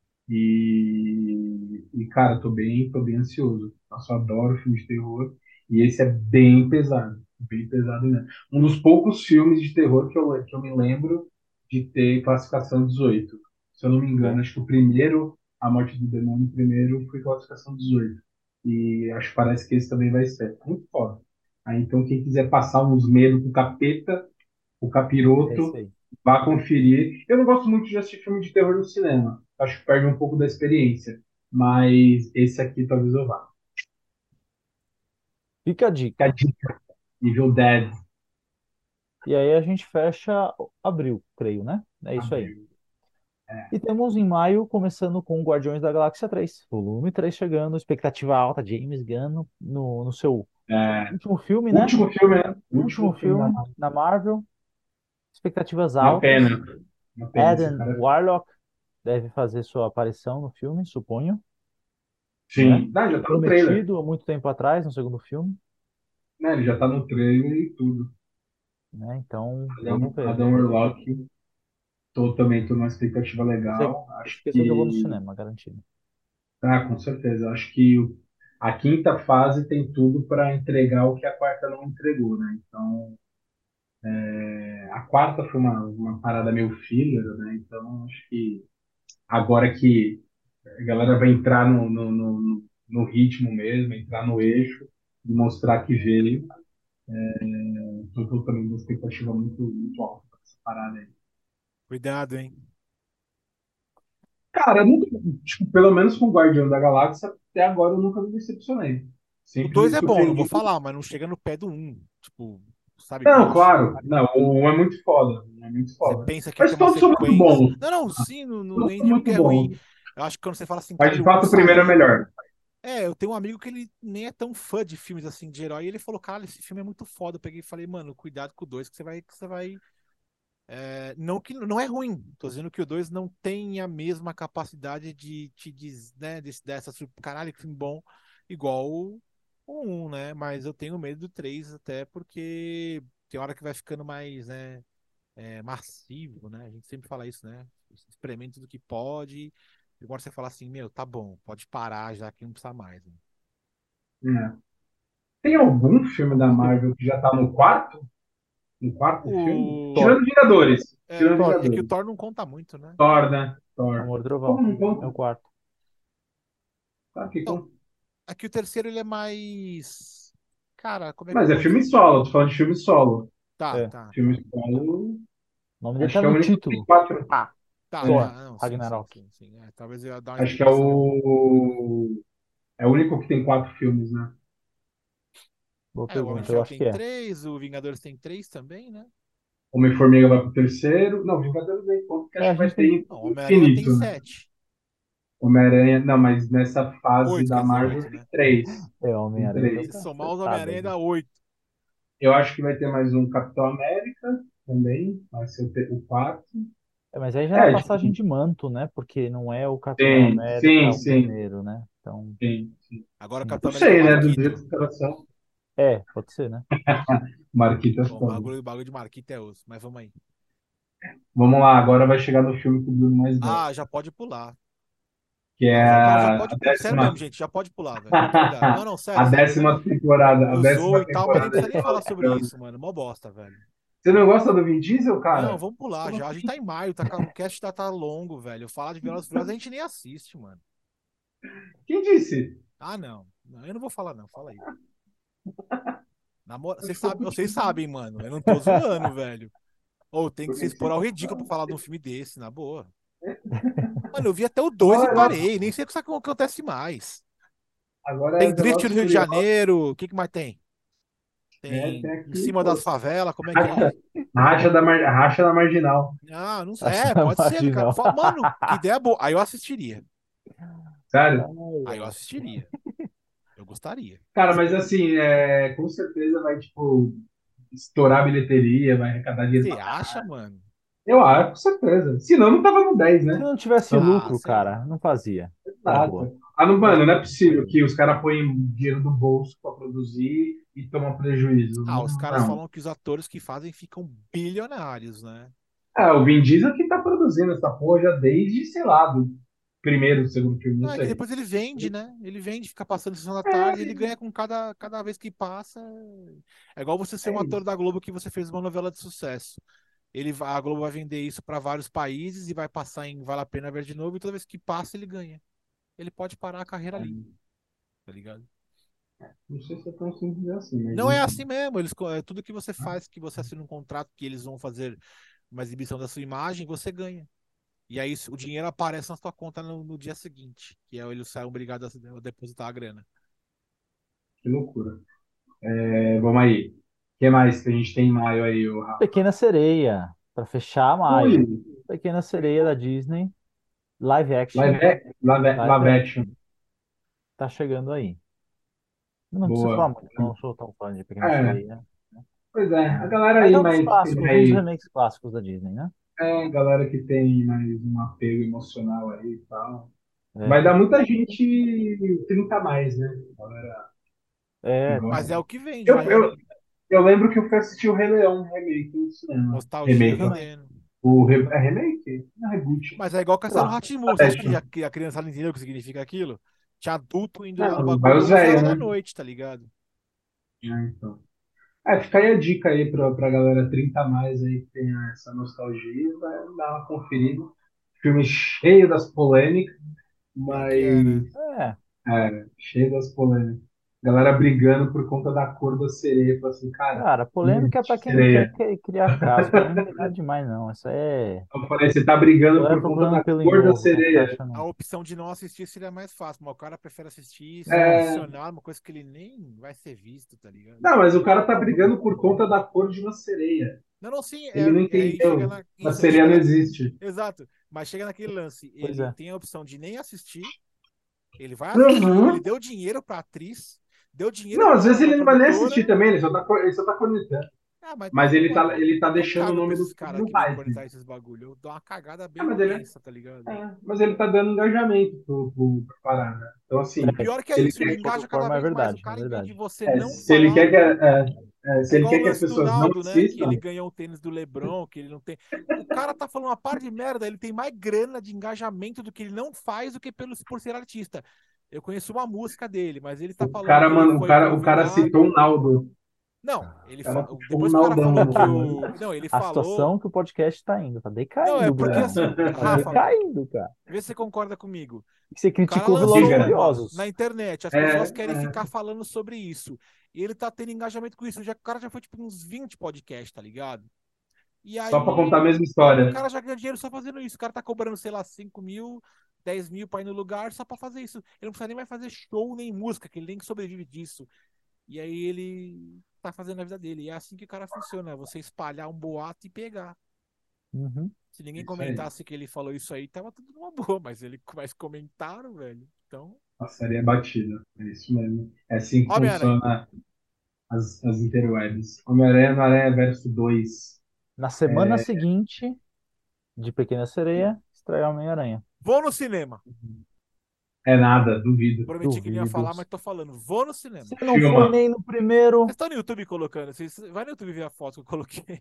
E, e cara, tô bem, tô bem ansioso. Nossa, eu adoro filme de terror. E esse é bem pesado. Bem pesado mesmo. Um dos poucos filmes de terror que eu, que eu me lembro de ter classificação dezoito. Se eu não me engano, Bom, acho que o primeiro, A Morte do Demônio, o primeiro foi classificação dezoito. E acho que parece que esse também vai ser. Muito foda. Aí, então, quem quiser passar uns medos com o capeta, o é isso capiroto, aí. vá conferir. Eu não gosto muito de assistir filme de terror no cinema. Acho que perde um pouco da experiência. Mas esse aqui talvez eu vá. Fica a Fica a dica. dica. Evil Dead. E aí a gente fecha abril, creio, né? É isso aí. Abril. É. E temos em maio, começando com Guardiões da Galáxia três, volume três chegando, expectativa alta, James Gunn no, no seu É. último filme, né? Último filme, né? Último Último filme da filme Marvel. na Marvel, expectativas Uma altas. pena. Uma pena esse Adam cara. Warlock deve fazer sua aparição no filme, suponho, né? Sim. Não, já tá no trailer. Prometido há muito tempo atrás, no segundo filme, Né? Ele já tá no trailer e tudo. né? Então, vamos Adam, ver. Adam Warlock. Tô, também tô numa expectativa Você legal. Acho esqueceu que eu vou no que. cinema, garantido. Ah, com certeza. Acho que o- a quinta fase tem tudo para entregar o que a quarta não entregou, né? Então, é, a quarta foi uma, uma parada meio filler, né? Então, acho que agora que a galera vai entrar no, no, no, no- no ritmo mesmo, entrar no eixo e mostrar que veio, eu tô também com uma expectativa muito, muito alta para essa parada aí. Cuidado, hein? Cara, eu nunca, tipo, pelo menos com o Guardião da Galáxia, até agora eu nunca me decepcionei. O Sempre dois me é bom, não vou surpreendi. falar, mas não chega no pé do um. Tipo, sabe? Eu Não, acho. claro. Não, o um é muito foda. Um é muito Você foda. pensa que ia ter Mas uma todos são muito sequência. bons. Não, não, sim, não, não Todos nem são digo que muito é ruim. bons. Eu acho que quando você fala assim, Mas cara, de eu vou fato o primeiro é sair. melhor. É, eu tenho um amigo que ele nem é tão fã de filmes assim de herói, e ele falou, cara, esse filme é muito foda. Eu peguei e falei, mano, cuidado com o dois, que você vai, que você vai. É, não que não é ruim. Tô dizendo que o dois não tem a mesma capacidade de te diz, né, desse, dessa surpresa. Caralho, que filme bom, igual o o um, né? Mas eu tenho medo do três até porque tem hora que vai ficando mais, né, é, massivo, né? A gente sempre fala isso, né? Experimente tudo que pode. Agora você fala assim, meu, tá bom, pode parar já que não precisa mais, né? É. Tem algum filme da Vamos ver. Marvel que já tá no quarto? No quarto filme? Thor. O... Tirando Vingadores. É, Tirando Thor. é que o Vingadores. Thor não conta muito, né? Thor, né? Thor. Amor e Como Trovão. não É o conta? quarto. Claro que Não, conta. aqui o terceiro ele é mais. Cara, como é que eu Mas é vou filme dizer? solo. Tô falando de filme solo. Tá, É. tá, Filme tá. solo. O nome dele Acho tá que é o no único que tem título. quatro. Ah, Tá, É, Thor. tá. Não, sim, sim, Ragnarok. sim, sim. É, talvez eu ia dar uma acho que é explicação. o. É o único que tem quatro filmes, né? Boa É, o Homem de pergunta, eu Ferro acho tem que é. três, o Vingadores tem três também, né? Homem-Formiga vai pro terceiro. Não, Vingadores nem conta, porque É, acho a que vai gente ter tem. Não, Homem-Aranha tem infinito, né? sete. Homem-Aranha. Não, mas nessa fase Oito, da quer dizer, Marvel oito, tem né? três. É, Tem Homem-Aranha já três. Se tá somar os acertado Homem-Aranha ali. dá oito. Eu acho que vai ter mais um Capitão América também. Vai ser o, te- o quarto. É, mas aí já era É, passagem tipo, de manto, né? Porque não é o Capitão tem, sim, América o sim, primeiro, né? Então, sim, sim. Agora o né? Capitão Não América é o sei, né? Do jeito Marquito. do coração. É, pode ser, né? Marquitas Bom, o todas. bagulho, o bagulho de Marquito é osso, mas vamos aí. Vamos lá, agora vai chegar no filme que o Bruno mais Ah, gosta, já pode pular. que é Não, já, não, já a, pode a pular. Sério mesmo, décima. gente, já pode pular, velho. De verdade. Não, não, sério, A sério. décima temporada, a Eu zoo décima e tal, mas nem temporada precisa de nem falar sobre Valorant. isso, mano. Mó bosta, velho. Você não gosta do Vin Diesel, Não, cara? vamos pular Como já. A gente assim? tá em maio, tá, o cast tá, tá longo, velho. Falar de Velozes e Furiosos a gente nem assiste, mano. Quem disse? Ah, não. Não, eu não vou falar, não. Fala aí, velho. Namora... Vocês sabem, vocês sabem, mano. Eu não tô zoando, velho. Ou tem que Por se que que você expor ao tá ridículo pra falando? falar de um filme desse, na boa. Mano, eu vi até o dois Agora e é Velozes, parei. Nem sei o que isso acontece mais. agora é Tem Drift Velozes no e Rio de Furiosos. Janeiro. O que que mais tem? É, tem Tem em aqui, cima das pô. favelas. Como é que é? Racha, racha da, mar, racha da Marginal. Ah, não sei. Acho É, que é pode ser, cara. marginal. Fa- Mano, que ideia boa. Aí eu assistiria. Sério? Ai, Aí eu ai. assistiria. Gostaria. Cara, mas assim, é, com certeza vai, tipo, estourar a bilheteria, vai arrecadar dinheiro Você pra acha, caralho. mano? Eu acho, com certeza. Senão não tava no dez, Se né? não tivesse Ah, lucro, sei lá. cara, não fazia. Na boa. Exato. Ah, não, Mas, mano, não é possível que os caras põem dinheiro do bolso pra produzir e tomam prejuízo. ah, Não, os caras não. falam que os atores que fazem ficam bilionários, né? Ah, o Vin Diesel que tá produzindo essa porra já desde, sei lá, do primeiro, segundo filme, não Não, é que sei. depois ele vende, né? Ele vende, fica passando sessão da tarde, É, ele ganha com cada, cada vez que passa. É igual você ser um é ator isso. da Globo que você fez uma novela de sucesso. Ele, vai- a Globo vai vender isso para vários países e vai passar em Vale a Pena Ver de novo, e toda vez que passa, ele ganha. Ele pode parar a carreira ali, tá ligado? Não sei se é tão simples assim, mas Não é enfim. assim mesmo. Eles, co- é tudo que você faz, que você assina um contrato, que eles vão fazer uma exibição da sua imagem, você ganha. E aí o dinheiro aparece na sua conta no, no dia seguinte, que é eles saem obrigados a depositar a grana. Que loucura. É, vamos aí. O que mais que a gente tem em maio aí, o Rafa? Pequena Sereia, pra fechar Ui, maio. Pequena Sereia da Disney, live action, live, ac- live, live live action. action, tá chegando aí. Não preciso falar Boa. muito, não sou tão fã de Pequena É, Sereia, né? pois é. A galera Mas aí é um dos mais que tem clássicos, um dos mais. remakes clássicos da Disney, né? É, a galera que tem mais um apego emocional aí e tal. Vai É, dar muita gente trinta a mais, né? Galera que é, Mas gosta. é o que vende, Eu, né? eu, eu lembro que eu fui assistir o Rei Leão remake no cinema. Nostalgia Remake, ó. vendendo. O re, é remake? Não é reboot. Mas é igual Sei Castelo lá. rá tim Você acha que Patético. a, que a criança não entendeu o que significa aquilo? Tinha adulto indo lá no Não, vai bagulho os onze velhos, horas da né? noite, tá ligado? É, então. É, fica aí a dica aí pra, pra galera trinta a mais aí que tem essa nostalgia, vai dar uma conferida. Filme cheio das polêmicas, Pior que é, mas né? é. é, cheio das polêmicas. Galera brigando por conta da cor da sereia. Fala assim, cara, Cara, não polêmica é pra existe quem quer sereia. que- criar caso. Polêmica não tem nada demais, não. Isso é. Eu falei, você tá brigando Galera por conta procurando da pelo em cor da ovo, né? Tá sereia. A achando. opção de não assistir seria mais fácil, mas o cara prefere assistir só pra É, É, adicionar uma coisa que ele nem vai ser visto, tá ligado? não, mas o cara tá brigando por conta da cor de uma sereia. Não, não, sim, Ele é, não é aí chega entendeu. na. A Isso, aí sereia chega não na. existe. Exato, mas chega naquele lance. pois Ele é. tem a opção de nem assistir, ele vai assistir, ele Uhum. deu dinheiro pra atriz, deu dinheiro Não, às vezes pra, pra ele não vai nem assistir produtora. também, ele só tá, co- ele só tá cornetando. Ah, mas, Mas ele tá, mano, ele tá eu deixando o cago pra nome do esses filme caras no que vêm hype. cornetar esses bagulho. Eu dou uma cagada É, bem mas ele, imensa, tá ligado? é, mas ele tá dando engajamento pro, pro, pra parada. Então, O assim, pior é que é se ele isso, Se ele quer, for engaja dessa cada forma, é vez mais. O verdade, é cara, em vez de verdade. você é, não se ele falar. quer que, é, é, É se ele igual quer o que as lance do pessoas não Naldo, né? Que ele assistam, ganhou o tênis do LeBron, que ele não tem. O cara tá falando uma par de merda, ele tem mais grana de engajamento do que ele não faz do que pelo, por ser artista. Eu conheço uma música dele, mas ele tá o falando cara, que ele mano, o foi cara, o cara citou convidado. o Naldo. Não, ele O fa... cara puxou um depois que o cara Naldão falou no que bagulho. o. Não, ele A falou. situação que o podcast tá indo, tá Não, é decaindo, porque É, Bruno. assim, Tá Rafa, decaindo, cara. vê se você concorda comigo. E você O cara criticou Velozes e lançou diga. uma na Furiosos. internet, as É, pessoas querem é, ficar falando sobre isso. E ele tá tendo engajamento com isso. Já, o cara já foi tipo uns vinte podcasts, tá ligado? E só pra contar a aí mesma o história. cara já ganha dinheiro só fazendo isso. O cara tá cobrando, sei lá, cinco mil, dez mil pra ir no lugar só pra fazer isso. Ele não precisa nem mais fazer show nem música, que ele nem sobrevive disso. E aí ele tá fazendo a vida dele. E é assim que o cara funciona. É você espalhar um boato e pegar. Uhum. Se ninguém Isso aí. comentasse que ele falou isso aí, tava tudo numa boa. Mas ele mas comentaram, velho. Então, A série é batida. É isso mesmo. É assim que Homem-Aranha. funciona as, as interwebs. Homem-Aranha no Aranha Verso dois. Na semana seguinte de Pequena Sereia, estreia Homem-Aranha. Vou no cinema. É nada, duvido. Prometi que não ia Duvido. falar, mas tô falando. Vou no Você cinema. não foi Filma. nem no Vocês primeiro. estão no YouTube colocando. Vocês... Vai no YouTube ver a foto que eu coloquei.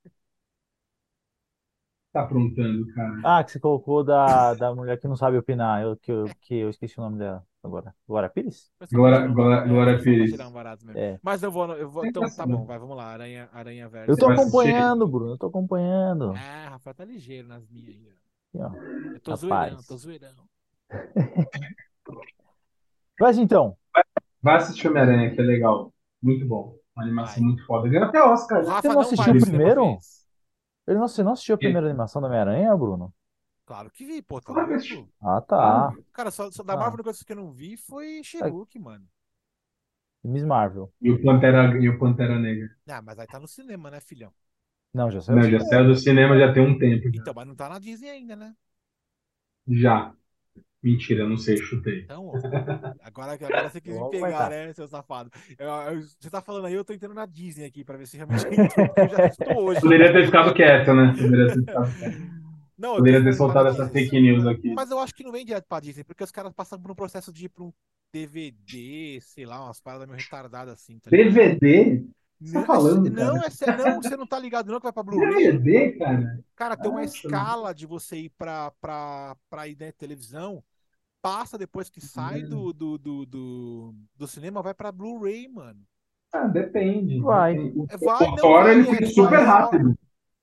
Tá aprontando, cara. Ah, que você colocou da, da mulher que não sabe opinar. Eu, que, eu, que eu esqueci o nome dela agora. Glória Pires? Foi só pra Glória, tirar um barato. Glória, É, Glória foi só pra tirar um Pires. barato mesmo. É. Mas eu vou, no- eu vou. Você Então, vai tá bom, vai, vamos lá. Aranha, Aranha Eu Verso tô vai dois. assistir? acompanhando, Bruno. Eu tô acompanhando. Ah, Rafael tá ligeiro nas minhas aí, ó. Aqui, ó. Eu tô zoeirão, tô Rapaz. zoeirão. Mas então, Vai assistir Homem-Aranha, que é legal. Muito bom. Uma animação Vai. muito foda. Ganhou até Oscar, O né? você Rafa não não vai assistiu no o cinema ver primeiro? isso. Ele não, você não assistiu a primeira animação do Homem-Aranha, Bruno? Claro que vi, pô, tá Claro que assisti. louco? Ah, Claro. tá. Cara, só, só da Marvel, Ah, a única coisa que eu não vi foi tá. She-Hulk, mano. Miss Marvel. E o Pantera, e o Pantera Negra. Ah, mas aí tá no cinema, né, filhão? Não, já saiu do Não, já saiu cinema. do cinema já tem um tempo já. Então, mas não tá na Disney ainda, né? Já. Mentira, não sei, chutei. Então, ó. Agora, agora você quis Eu me vou pegar, comentar. né, seu safado? Eu- eu- você tá falando aí, eu tô entrando na Disney aqui pra ver se realmente entrou, porque eu já assisto hoje. Poderia ter ficado quieto, né? Poderia ter ficado quieto. Não, eu tô Poderia ter esperando entrar na soltado essa Disney, fake sim. news aqui. Mas eu acho que não vem direto pra Disney, porque os caras passam por um processo de ir pra um D V D, sei lá, umas paradas meio retardadas assim, tá ligado? D V D? Você Não, tá é, sé- falando, cara? não, é sé- não, você não tá ligado não que vai pra Blu-ray? D V D, cara? Cara, tem uma Nossa, não. escala de você ir pra, pra, pra ir na televisão, passa depois que sai do, do, do, do, do cinema, vai pra Blu-ray, mano. Ah, depende, Vai. depende. O É, vai, o não Thor, ele vai, é foi tipo, super é só. rápido.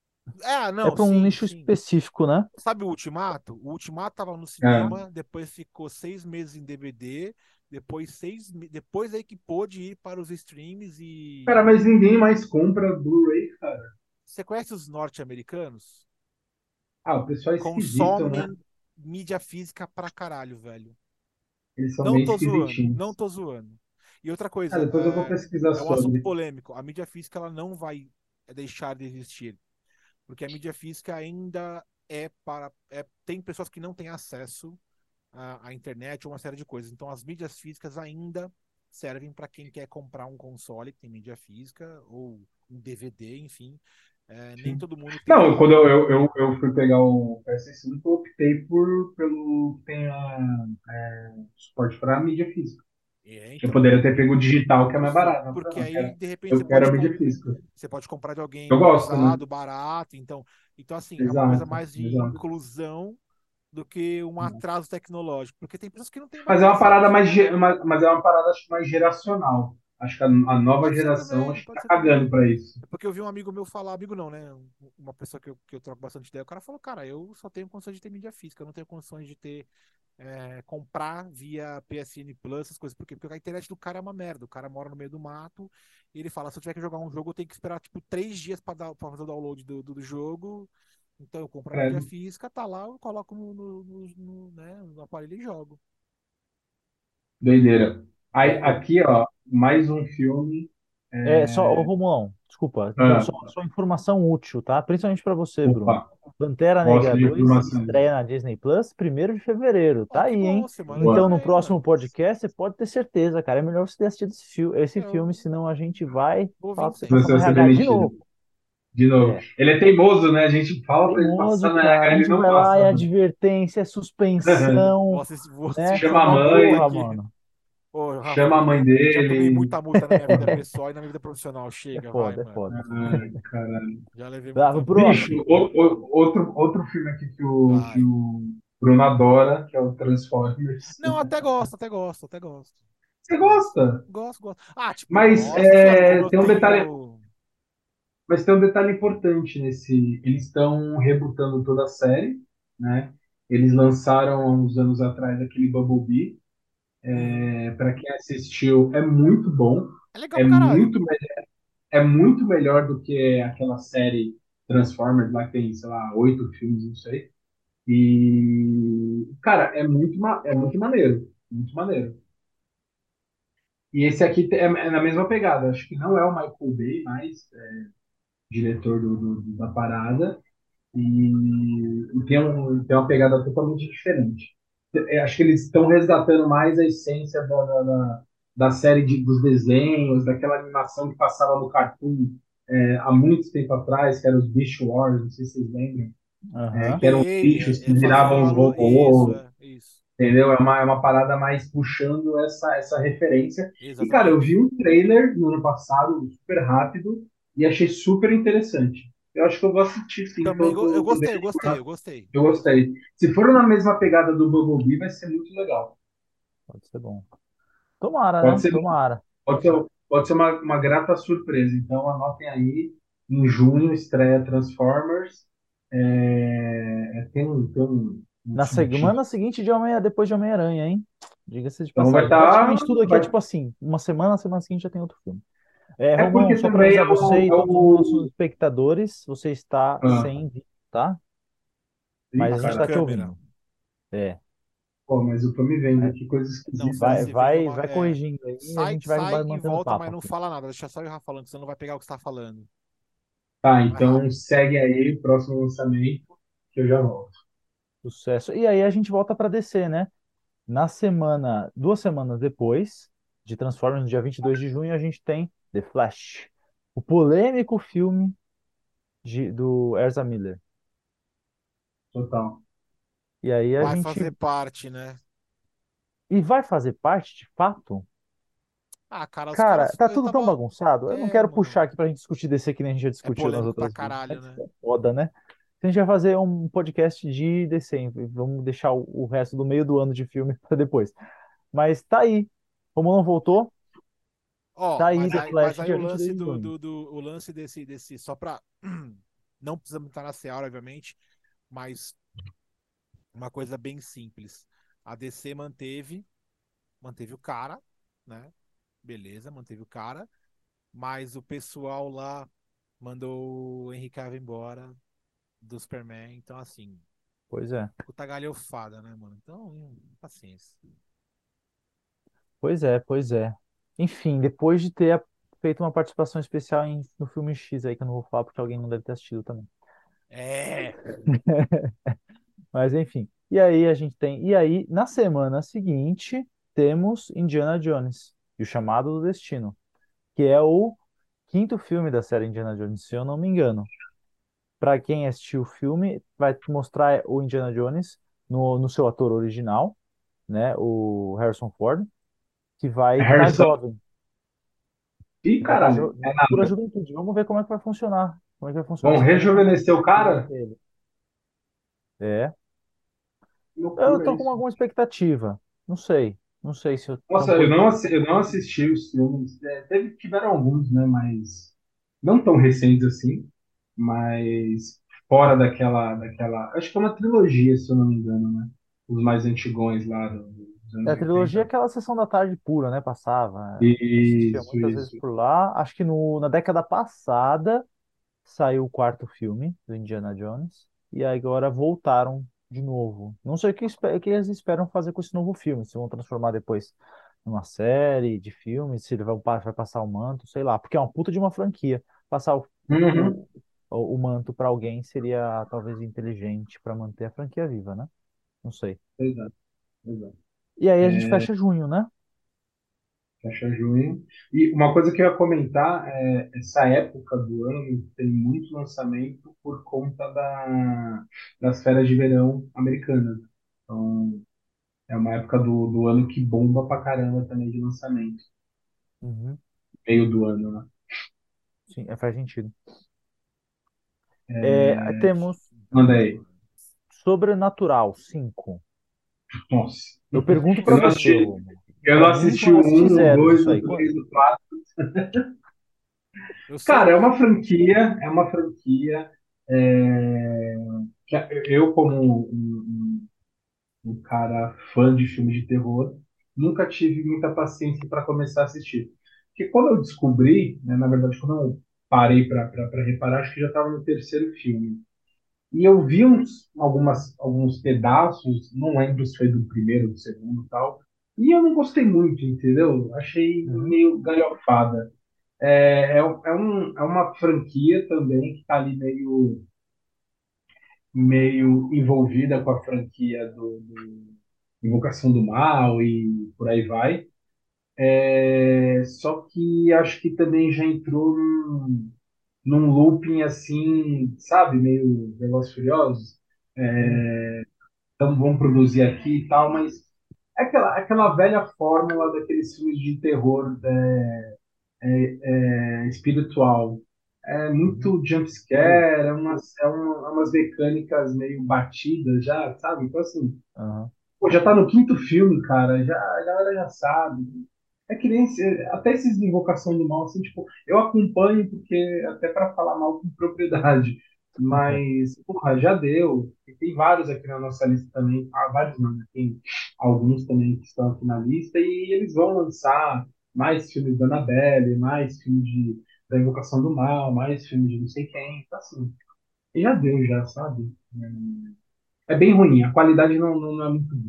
É, É não, para um sim, nicho sim. específico, né? Sabe o Ultimato? O Ultimato tava no É. cinema, depois ficou seis meses em D V D, depois seis, me- depois aí que pôde ir para os streams Cara, e. mas ninguém mais compra Blu-ray, cara. Você conhece os norte-americanos? Ah, o pessoal é esquisito, né? Consomem mídia física pra caralho, velho. Eles são Não bem tô zoando, não esquisitinhos. tô zoando. E outra Ah, coisa, depois eu vou é, pesquisar é um assunto sobre. polêmico. A mídia física ela não vai deixar de existir, porque a mídia física ainda é para. É, tem pessoas que não têm acesso à, à internet ou uma série de coisas. Então, as mídias físicas ainda servem para quem quer comprar um console que tem mídia física ou um D V D, enfim. É, nem Sim. todo mundo tem Não, a. quando eu, eu, eu, eu fui pegar o P S cinco, eu optei por, pelo que tem a, é, suporte para mídia física. É, Eu então. poderia ter pego o digital, que é mais Sim, barato. Mas eu falei, porque não, eu aí, quero, de repente, você eu quero pode, a mídia com- física. você pode comprar de alguém Eu gosto, né? usado, barato. Então, então, assim, é uma coisa Exato, mais de exato. inclusão do que um atraso tecnológico. Porque tem pessoas que não têm mais Mas é uma parada acesso. mais, ge- ma- mas é uma parada acho, que mais geracional. Acho que a, a nova Pode ser geração também, acho que pode tá ser cagando também. para isso. É porque eu vi um amigo meu falar, amigo não, né? Uma pessoa que eu, que eu troco bastante ideia. O cara falou, cara, eu só tenho condições de ter mídia física, eu não tenho condições de ter, é, comprar via P S N Plus, essas coisas. Por quê? Porque a internet do cara é uma merda. O cara mora no meio do mato e ele fala, se eu tiver que jogar um jogo, eu tenho que esperar, tipo, três dias pra, dar, pra fazer o download do, do, do jogo. Então eu compro a mídia Credo. física, tá lá, eu coloco no, no, no, no, né, no aparelho e jogo. Doideira. Aí, É. aqui, ó, mais um filme. É só, ô É... Romulão, desculpa, então, Ah, só, só informação útil, tá? Principalmente para você, Bruno. opa, Pantera gosto Negra de dois informações. estreia na Disney Plus, primeiro de fevereiro. Ó, Tá que aí, bom, hein? semana que Boa. Então, no vem, próximo mano. podcast, você pode ter certeza, cara. É melhor você ter assistido esse, fi- esse filme, Eu senão a gente vai vou falar vir que você sem. Você passou no vai ser R H de demitido. novo. De novo. É. Ele é teimoso, né? A gente fala pra ele Teimoso, passar na cara. A R H, ele gente não vai lá e passa, mano. advertência, é Vou suspensão, assistir, vou né? assistir Chama a tomar uma multa mãe, Porra, aqui. mano. Ô, Rafa, chama já a mãe tomei, já tomei dele. muita multa na minha vida pessoal e na minha vida profissional. É Chega, vai, foda, é mano. foda. Ai, caralho. Já levei Vai pro muita multa. Bicho, próximo. o- o- outro, outro filme aqui que o, que Vai. o Bruno adora, que é o Transformers. Não, até gosto, até gosto, até gosto. Você Gosto. gosta? Gosto, gosto. Ah, tipo, Mas nossa, como é, eu tem um detalhe, tenho. mas tem um detalhe importante nesse. Eles estão rebutando toda a série, né? Eles lançaram há uns anos atrás aquele Bumblebee. Uhum. É, para quem assistiu, é muito bom. É legal É pra caralho. muito, me- é muito melhor do que aquela série Transformers lá que tem, sei lá, oito filmes, não sei. E, cara, é muito, ma- é muito maneiro. Muito maneiro. E esse aqui é, é na mesma pegada. Acho que não é o Michael Bay, mas é diretor do, do- da parada. E, e tem, um, tem uma pegada totalmente diferente. É, acho que eles estão resgatando mais a essência da, da, da, da série de, dos desenhos, daquela animação que passava no Cartoon é, há muito tempo atrás, que era os Beast Wars, não sei se vocês lembram, é, Aham. que eram os Sei, bichos é, que é fazendo viravam uma. os Lo... Isso, robôs, é, isso. entendeu? É uma, é uma parada mais puxando essa, essa referência. E, cara, eu vi Exatamente. um trailer no ano passado, super rápido, e achei super interessante. Eu acho que eu vou assistir, sim. Também Tô, go- eu tô, tô bem gostei, eu gostei, eu animado. gostei. Eu gostei. Se for na mesma pegada do Bumblebee, vai ser muito legal. Pode ser bom. Tomara, Pode né? ser, Tomara. pode ser, pode ser uma, uma grata surpresa. Então, anotem aí. Em junho estreia Transformers. É, é, tem um, tem um, um Na subtítulo. semana seguinte de Homem, depois de Homem-Aranha, hein? Diga-se de Então, vai passagem. estar. Praticamente tudo aqui é vai, tipo assim, uma semana, a semana seguinte já tem outro filme. É, é Romão, porque só para também avisar é você o, e é todos os nossos o espectadores, você está ah, sem vídeo, tá? ih, Mas a Tá gente sem está te caralho. câmera. ouvindo. É. Pô, mas eu tô me vendo, Vai, que coisa Não, esquisita, se, vai, né? se vem vai, uma. vai É, corrigindo aí e a sai, gente vai, sai vai e mantendo o volta, papo mas não aqui. fala nada. Deixa só eu ir Rafa falando, senão não vai pegar o que você tá falando. Tá, Vai, então Rafa. segue aí o próximo lançamento, que eu já volto. Sucesso. E aí a gente volta para descer, né? Na semana, duas semanas depois de Transformers, no dia vinte e dois de junho, a gente tem The Flash, o polêmico filme de- do Ezra Miller. Total. E aí a Vai gente. fazer parte, né? E vai fazer parte, de fato? Ah, cara, os Cara, caras. tá Eu tudo tão tava. bagunçado. Eu não É, quero puxar mano. aqui pra gente discutir desse que nem a gente já É discutiu nas polêmico pra outras vezes. caralho, Mas né? é foda, né? A gente vai fazer um podcast de D C, hein? Vamos deixar o, o resto do meio do ano de filme pra depois. Mas tá aí. Como não voltou, tá Ó, aí mas The aí, mas Flash, aí dia o vinte e dois lance de do, junho. do, do- o lance desse, desse, só pra. Não precisamos estar na seara, obviamente, mas uma coisa bem simples. A D C manteve, manteve o cara, né? Beleza, manteve o cara, mas o pessoal lá mandou o Henry Cavill embora do Superman, então assim, Pois é. puta galhofada, né, mano? Então, hum, paciência. Pois é, pois é. Enfim, depois de ter a- feito uma participação especial em- no filme X aí, que eu não vou falar porque alguém não deve ter assistido também. É, Mas enfim. E aí a gente tem. E aí, na semana seguinte, temos Indiana Jones e o Chamado do Destino, que é o quinto filme da série Indiana Jones, se eu não me engano. Para quem assistiu o filme, vai mostrar o Indiana Jones no, no seu ator original, né? O Harrison Ford, que vai estar Harrison. jovem. Ih, Vai estar caralho. jo... É pura nada. juventude. Vamos ver como é que vai funcionar. Como é que vai funcionar Vão essa transformação rejuvenescer o que vai cara? ter ele. É. Que Eu loucura tô com isso. alguma expectativa. Não sei. Não sei se eu tão Nossa, eu não, positivo. assi- eu não assisti os filmes. É, teve, tiveram alguns, né? Mas não tão recentes assim. Mas fora daquela, daquela. Acho que é uma trilogia, se eu não me engano, né? Os mais antigões lá do- dos É, anos a trilogia é oitenta. aquela sessão da tarde pura, né? Passava. Assistia Isso, muitas vezes isso. por lá. Acho que no, na década passada saiu o quarto filme do Indiana Jones. E aí agora voltaram de novo. Não sei o que, espe- o que eles esperam fazer com esse novo filme. Se vão transformar depois numa série de filmes, se ele vai, vai passar o manto, sei lá. Porque é uma puta de uma franquia. Passar o, Uhum. o, o, o manto para alguém seria talvez inteligente para manter a franquia viva, né? Não sei. Exato, exato. E aí a gente fecha junho, né? Fecha junho. E uma coisa que eu ia comentar é essa época do ano tem muito lançamento por conta da, das férias de verão americanas. Então, é uma época do, do ano que bomba pra caramba também de lançamento. Uhum. Meio do ano, né? Sim, é, faz sentido. É, É, temos manda aí. Sobrenatural cinco. Nossa. Eu pergunto Eu pra não você, assisti, Romulo. eu não Faz mil que assisti eu o não assisti um, o zero dois, disso o aí. Qu- três, o quatro. eu sei Cara, é que. uma franquia, é uma franquia. é, que eu, como um, um- um cara fã de filmes de terror, nunca tive muita paciência para começar a assistir. Porque quando eu descobri, né, na verdade, quando eu parei para reparar, acho que já estava no terceiro filme. E eu vi uns, algumas, alguns pedaços, não lembro se foi do primeiro, do segundo e tal, e eu não gostei muito, entendeu? Achei Uhum, meio galhofada. É, é, um, é um- é uma franquia também que está ali meio, meio envolvida com a franquia do, do Invocação do Mal e por aí vai. É, só que acho que também já entrou num, num looping assim, sabe, meio Velozes e Furiosos. uhum, Então vamos produzir aqui e tal, mas é aquela, aquela velha fórmula daqueles filmes de terror é, é, espiritual. É uhum, muito jumpscare, é umas, é uma, é umas mecânicas meio batidas já, sabe? Então, assim, aham, pô, já tá no quinto filme, cara, já, a galera já sabe. É que nem esse- até esses de Invocação do Mal, assim, tipo, eu acompanho porque até para falar mal com propriedade, mas, porra, já deu. E tem vários aqui na nossa lista também, ah, vários não, né? Tem alguns também que estão aqui na lista e eles vão lançar mais filmes da Annabelle, mais filmes de, da Invocação do Mal, mais filmes de não sei quem, então, assim, e já deu já, sabe? É bem ruim, a qualidade não, não, não é muito boa.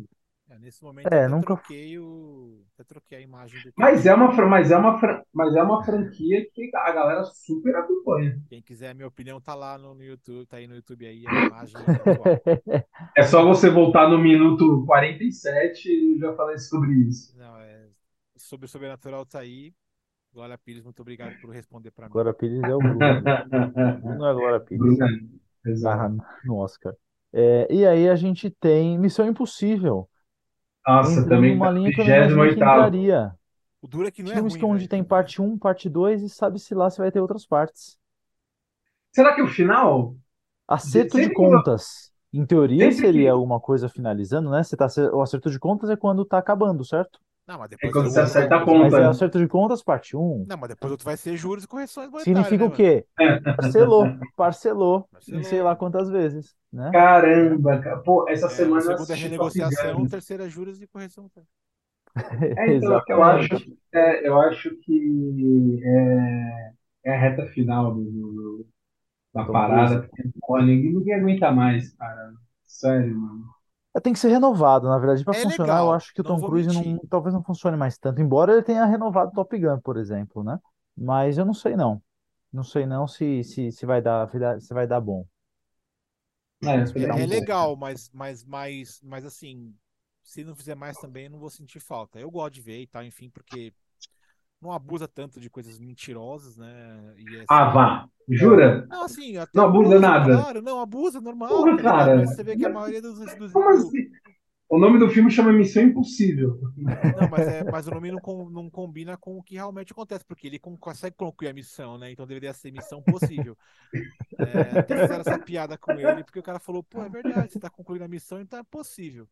É, nesse momento eu É, até nunca. troquei o. Até troquei a imagem do Mas é cantinho. uma, fran- mas é uma, fran- mas é uma franquia que a galera super acompanha. Quem quiser a minha opinião tá lá no, no YouTube, tá aí no YouTube aí a imagem atual. É só você voltar no minuto quarenta e sete e eu já falei sobre isso. Não, é. Sobre o Sobrenatural tá aí. Glória Pires, muito obrigado por responder pra mim. Glória Pires é o Bruno, viu? Bruno é a Glória Pires. Bruna, Ah, exato. no Oscar. É, e aí a gente tem Missão Impossível, Nossa, entrando também tá numa no linha que eu não vigésimo imaginei que oitavo. entraria. O duro é que não é Filmes que ruim, onde velho. tem parte um, parte dois e sabe-se lá se vai ter outras partes. Será que o final, de- Acerto de sempre que, contas, em teoria sempre seria que alguma coisa finalizando, né? Você tá, acer- o acerto de contas é quando tá acabando, certo? Não, mas é depois quando o você outro vai. acerta a Mas é conta. acerto de contas, parte um. Não, mas depois o outro vai ser juros e correções monetárias, Significa né, o mano? quê? Parcelou, parcelou em sei lá Marcelou. quantas vezes, né? Caramba, cara. Pô, essa É, o semana eu segundo é assisti Top renegociação, o Gun. terceiro é juros e correção. É, então, eu acho, Exatamente. é, eu acho que é, é a reta final do, do- da Tom Cruise. parada, porque pô, ninguém, ninguém aguenta mais, cara. Sério, mano. É, tem que ser renovado, na verdade, para É funcionar. Eu legal, acho que o não Tom vou Cruise mentir. não, talvez não funcione mais tanto, embora ele tenha renovado o Top Gun, por exemplo, né? Mas eu não sei não. Não sei não se, se, se vai dar, se vai dar bom. Vou É, esperar É, é um pouco. legal, mas, mas, mas, mas assim, se não fizer mais também, eu não vou sentir falta. Eu gosto de ver e tal, enfim, porque não abusa tanto de coisas mentirosas, né? E Ah, assim. vá. É, Jura? Não, assim, até Não abusa abusa, nada. claro, não, abusa, normal, Porra, tá ligado? cara. Mas você vê que a maioria dos, dos, Como do, assim? O nome do filme chama Missão Impossível. não, mas, é, mas o nome não, com- não combina com o que realmente acontece, porque ele con- consegue concluir a missão, né? Então deveria ser missão possível. É, até fizeram essa piada com ele, porque o cara falou, pô, é verdade, você tá concluindo a missão, então é possível.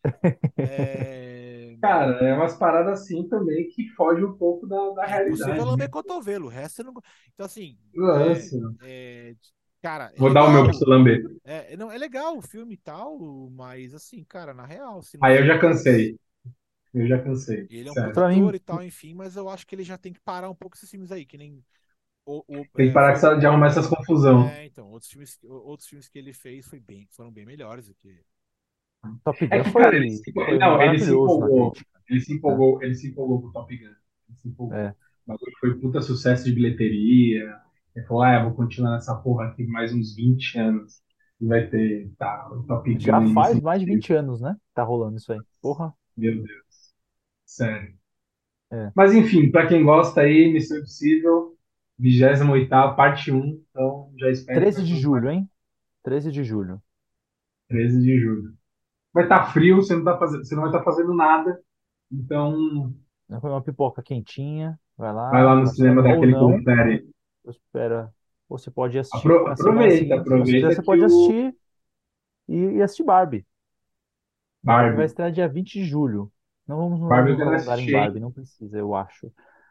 É, Cara, é umas paradas assim também que foge um pouco da, da é impossível realidade, lamber né? cotovelo, o resto você não. Então, assim, é, Nossa. é, cara, é Vou dar o meu pra você legal. lamber. É, não, é legal o filme e tal, mas assim, cara, na real, se não Aí eu fizer já mais. cansei. Eu já cansei. Ele é um puta Sério. para ator mim, e tal, enfim, mas eu acho que ele já tem que parar um pouco esses filmes aí, que nem o, o- Tem que é, parar foi, com essa- de arrumar essas confusão. é, então, outros filmes, outros filmes que ele fez foi bem, foram bem melhores do que. Top É Gun que, cara, ele foi, se, foi não, ele se maravilhoso na empolgou. crítica, Ele se né? empolgou, ele se empolgou com o Top Gun. Ele se empolgou. É. O bagulho foi puta sucesso de bilheteria. Ele falou, ah, eu vou continuar nessa porra aqui mais uns vinte anos. E vai ter, tá, o Top Gun Já e Missão faz mais de Impossível. vinte anos, né? Tá rolando isso aí. Porra. Meu Deus. Sério. É. Mas enfim, pra quem gosta aí, Missão Impossível, vigésimo oitavo parte um. Então já espero que treze vai ter de um julho, parte hein? Treze de julho. treze de julho. Vai estar frio, você não, tá fazendo, você não vai estar fazendo nada. Então, Vai comer uma pipoca quentinha, vai vai lá lá, no na sua... cinema ou daquele não, confere. ou espera. Ou você pode assistir Apro- na semana aproveita, seguinte, se você quiser, aproveita você que pode o assistir e, e assistir Barbie. Barbie vai Barbie. estrear dia vinte de julho. Não vamos, não Barbie eu vamos quero alongar em assistir, hein? Barbie, não precisa, eu acho.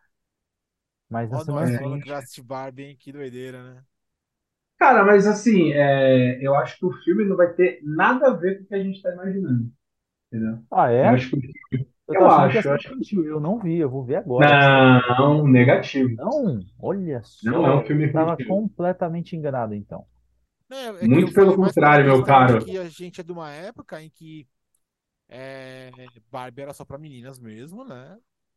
Mas na Ó, semana nós falando que seguinte. vai assistir Barbie, hein? Que doideira, né? Cara, mas assim, é, eu acho que o filme não vai ter nada a ver com o que a gente está imaginando, entendeu? Ah, Eu é? acho que, Eu tô eu achando que ia acho, ser eu acho que, infantil. Eu não vi, eu vou ver agora que você tá falando. não, negativo. Não, olha Não é só, um eu filme estava infantil. completamente enganado então. É, é que eu Muito pelo falei mais pela contrário, meu questão de caro. que a gente é de uma época em que é, Barbie era só pra meninas mesmo, né?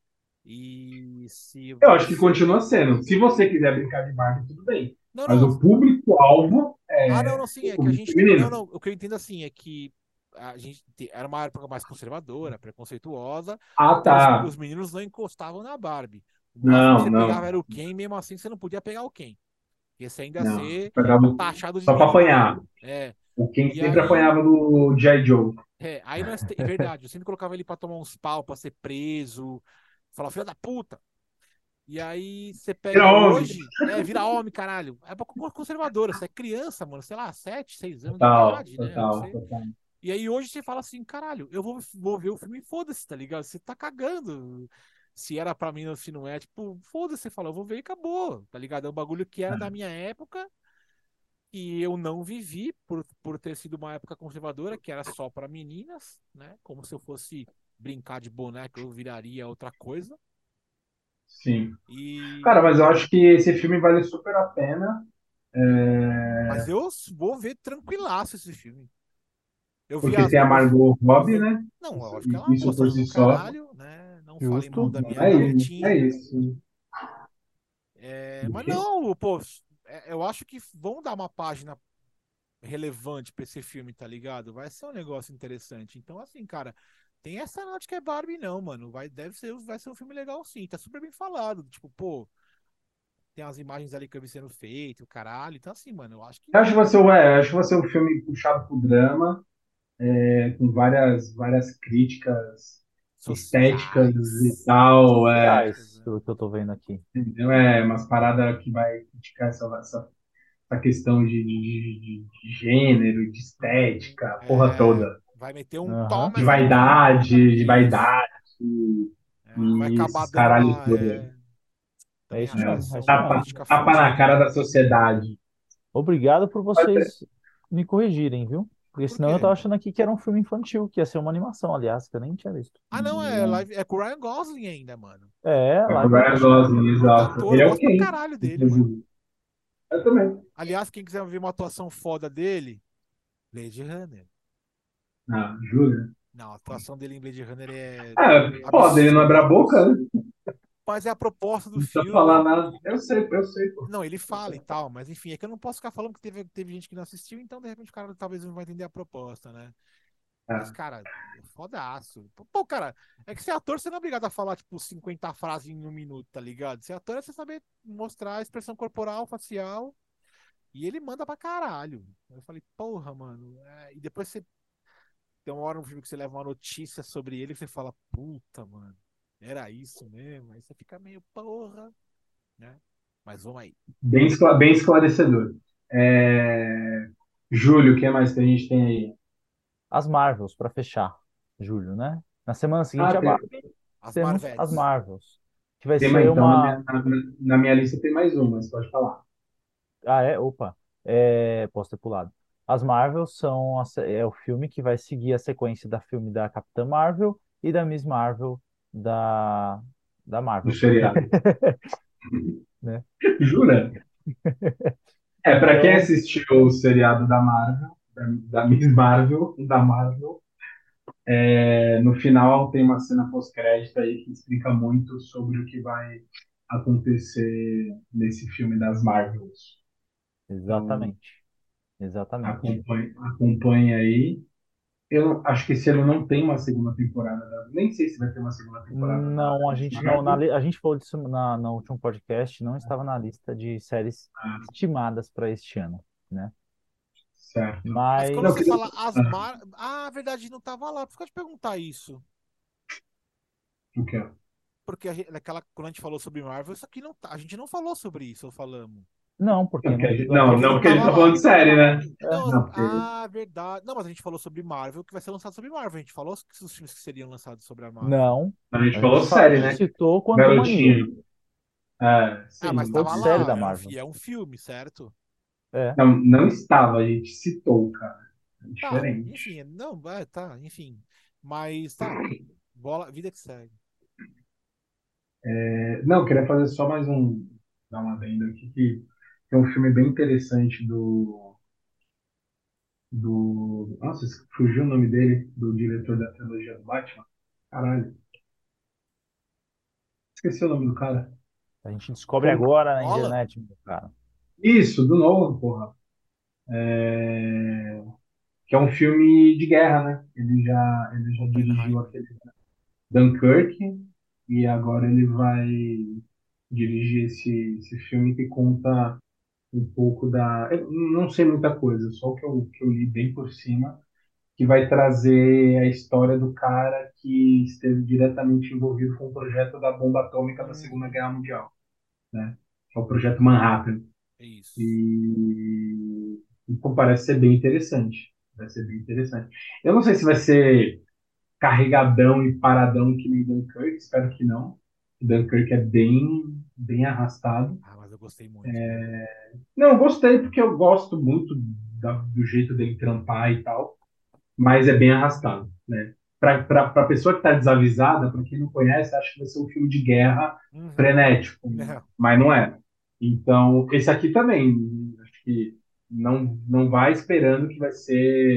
E se Eu acho que você. continua sendo. Se você quiser brincar de Barbie, tudo bem. Não, Mas não. o público-alvo Ah, não, é não, sim, o é que a público gente tem. Não, feminino. não. O que eu entendo assim é que a gente te- era uma época mais conservadora, preconceituosa, Ah, então os, tá. os meninos não encostavam na Barbie. O máximo que Não, você pegava não, era o Ken, mesmo assim você não podia pegar o Ken. Ia você ainda não. ser Pegava o- taxado de só para menino. apanhar. É. O Ken E sempre aí, apanhava do G I. Joe. é, aí nós, te- é verdade, eu sempre colocava ele pra tomar uns pau, pra ser preso, falava, filho da puta. E aí você Era pega homem. hoje, é, vira homem, caralho. É pra conservadora, você é criança, mano, sei lá, sete, seis anos de Total, idade, né? total, Você... total. E aí hoje você fala assim, caralho, eu vou, vou ver o filme e foda-se, tá ligado? Você tá cagando. Se era pra mim ou se não é, tipo, foda-se, você fala, eu vou ver e acabou, tá ligado? É um bagulho que era da minha época e eu não vivi por, por ter sido uma época conservadora, que era só pra meninas, né? Como se eu fosse brincar de boneca, eu viraria outra coisa. Sim. Cara, E mas eu acho que esse filme vale super a pena. Mas É, eu vou ver tranquilaço esse filme. Eu vi Porque as. tem a Eu, eu- Margot Robbie, né? não, eu Isso, acho que ela é uma isso por gostosa si do só. caralho, né? Não falei mal Justo. da minha É isso. É garotinha. isso. É, Do mas quê? não, pô, é, eu acho que vão dar uma página relevante pra esse filme, tá ligado? Vai ser um negócio interessante. Então, assim, cara, tem essa note que é Barbie, não, mano. Vai, deve ser, vai ser um filme legal, sim. Tá super bem falado. Tipo, pô, tem as imagens ali que eu vi sendo feito, o caralho. Então, assim, mano, eu acho que Eu acho que vai ser, é, acho que vai ser um filme puxado pro drama, é, com várias, várias críticas estéticas e sociais, tal. É, estéticas, Sociais, né? pelo que eu tô vendo aqui. entendeu? É umas paradas que vai criticar essa, essa, essa questão de, de, de, de gênero, de Uhum. estética, a porra É, toda. vai meter um Aham. De Thomas no cu. vaidade, de Isso. vaidade e, É, vai e acabar esses dando caralhos uma. todos. É, É também isso acho que vai mesmo, ser é isso uma mesmo. Tapa, crítica tapa na cara fodida. da sociedade. Obrigado por vocês me corrigirem, viu? Porque Por senão eu quê? tava achando aqui que era um filme infantil, que ia ser uma animação, aliás, que eu nem tinha visto. Ah, não, é, live, é com o Ryan Gosling ainda, mano. É, É com o live Ryan action. Gosling, Puta exato. ator, Ele eu é o gosto pra Ken, caralho dele, mano. inclusive. Eu também. Aliás, quem quiser ver uma atuação foda dele, Blade Runner. Ah, jura? Não, a atuação dele em Blade Runner é Ah, foda, ele não abre a absurda. boca, né? Mas é a proposta do Não precisa falar filme. nada. Eu sei, eu sei, pô. Não, ele Eu fala sei. e tal, mas enfim, é que eu não posso ficar falando que teve, teve gente que não assistiu, então de repente o cara talvez não vai entender a proposta, né? Mas, É. cara, é fodaço. Pô, cara, é que ser ator você não é obrigado a falar, tipo, cinquenta frases em um minuto, tá ligado? Ser ator é você saber mostrar a expressão corporal, facial, e ele manda pra caralho. Eu falei, porra, mano. É, e depois você tem uma hora no filme que você leva uma notícia sobre ele e você fala, puta, mano, era isso mesmo? Aí você fica meio, porra, né? Mas vamos aí. Bem, escla- bem esclarecedor. É... Júlio, o que mais que a gente tem aí? As Marvels, pra fechar, julho, né? Na semana seguinte Ah, a tem, Barbie, As temos as Marvettes. Marvels, que vai tem mais, ser então, na uma. minha, na, na minha lista tem mais uma, você pode falar. Ah, é? Opa, é... posso ter pulado. As Marvels são a se- é o filme que vai seguir a sequência da filme da Capitã Marvel e da Miss Marvel da, da Do Marvel, seriado. né? Jura? É, pra quem Então, assistiu o seriado da Marvel, da, da Miss Marvel, da Marvel, é, no final tem uma cena pós-crédito aí que explica muito sobre o que vai acontecer nesse filme das Marvels. Então, exatamente, exatamente. acompanhe, acompanhe aí. Eu acho que esse ano não tem uma segunda temporada. Da- Nem sei se vai ter uma segunda temporada da, Não, da a Miss gente não, na, Marvel. li- a gente falou disso na, no último podcast, não estava na lista de séries Ah, estimadas para este ano, né? certo. Mas quando Não, eu você Mas queria... fala as ah, Mar... Ah, a verdade, não tava lá. Por que eu te perguntar isso? o que é? Porque a gente, naquela, quando a gente falou sobre Marvel, isso aqui não tá. A gente não falou sobre isso, ou falamos? não, Não, porque porque a não, gente, a não, Porque gente não não não porque a gente tava tá falando lá. de série, né? Não, Não, porque... ah, verdade. Não, mas a gente falou sobre Marvel, que vai ser lançado sobre Marvel. A gente falou que os filmes que seriam lançados sobre a Marvel. não. A gente A falou gente, fa- a série, gente né? citou Quantumania. Garotinho. É, Ah, A gente mas sim, falou de tava série sim. da lá. É um, Marvel. é um filme, certo? É. Não, não estava, a gente citou, cara. É Tá, diferente. enfim. Não, é, tá, enfim. Mas tá. Bola, vida que segue. É, não, eu queria fazer só mais um, dar uma adenda aqui, que tem um filme bem interessante do, do, nossa, fugiu o nome dele, do diretor da trilogia do Batman. Caralho, esqueci o nome do cara. A gente descobre Pô, agora na Nolan? internet, meu cara. isso, do Nolan, porra. É, que é um filme de guerra, né? Ele já, ele já dirigiu Oppenheimer. aquele Dunkirk e agora ele vai dirigir esse, esse filme que conta um pouco da. Eu não sei muita coisa, só o que eu, que eu li bem por cima, que vai trazer a história do cara que esteve diretamente envolvido com o projeto da bomba atômica da Segunda Uhum. Guerra Mundial, né? Que é o projeto Manhattan. Isso. E então parece ser bem interessante. Vai ser bem interessante. Eu não sei se vai ser carregadão e paradão que nem Dunkirk, espero que não. Dunkirk é bem, bem arrastado. Ah, mas eu gostei muito, viu? Não, eu gostei porque eu gosto muito da- do jeito dele trampar e tal, mas é bem arrastado, né? Para a pessoa que está desavisada, para quem não conhece, acha que vai ser um filme de guerra Uhum. frenético, Não. mas não é. Então, esse aqui também, acho que não, não vai esperando que vai ser.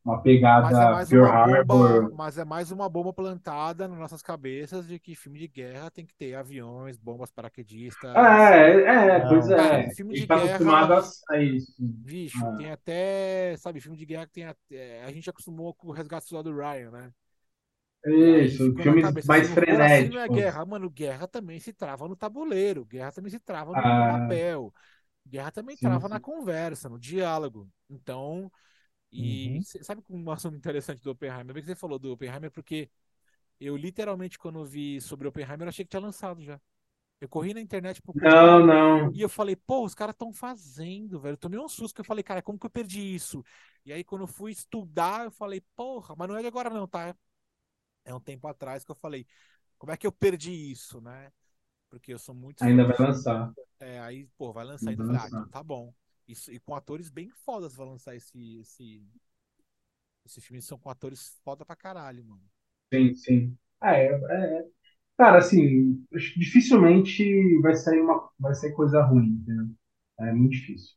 uma Mas é pegada mais Pearl uma bomba, Harbor. mas é mais uma bomba plantada nas nossas cabeças de que filme de guerra tem que ter aviões, bombas paraquedistas. É, é, pois Não, é. Cara, A filme gente de tá acostumado a, guerra, a isso. bicho, Ah, tem até, sabe, filme de guerra que tem até, a gente acostumou com o Resgate do Soldado Ryan, né? E aí isso, ficou na filmes cabeça, se mais não for assim, não é frenéticos. guerra. Mano, guerra também se trava no tabuleiro, guerra também se trava no, no Ah, papel, guerra também sim, trava na sim. conversa, no diálogo. Então, e uhum. cê- sabe um assunto interessante do Oppenheimer? Bem que você falou do Oppenheimer, porque eu literalmente, quando vi sobre Oppenheimer, eu achei que tinha lançado já. Eu corri na internet procurar Não, não. e eu falei, pô, os caras estão fazendo, velho. Eu tomei um susto que eu falei, cara, como que eu perdi isso? E aí, quando eu fui estudar, eu falei, porra, mas não é de agora não, tá? É um tempo atrás que eu falei, como é que eu perdi isso, né? Porque eu sou muito fã Ainda de vai filme. lançar. É, aí, pô, vai lançar Ainda ainda. Eu vai falei, ah, então lançar. tá bom. Isso, e com atores bem fodas vai lançar esse, esse, esse filme. São com atores foda pra caralho, mano. Sim, sim. Ah, é, é, cara, assim, acho que dificilmente vai sair uma, vai sair coisa ruim, entendeu? É muito difícil.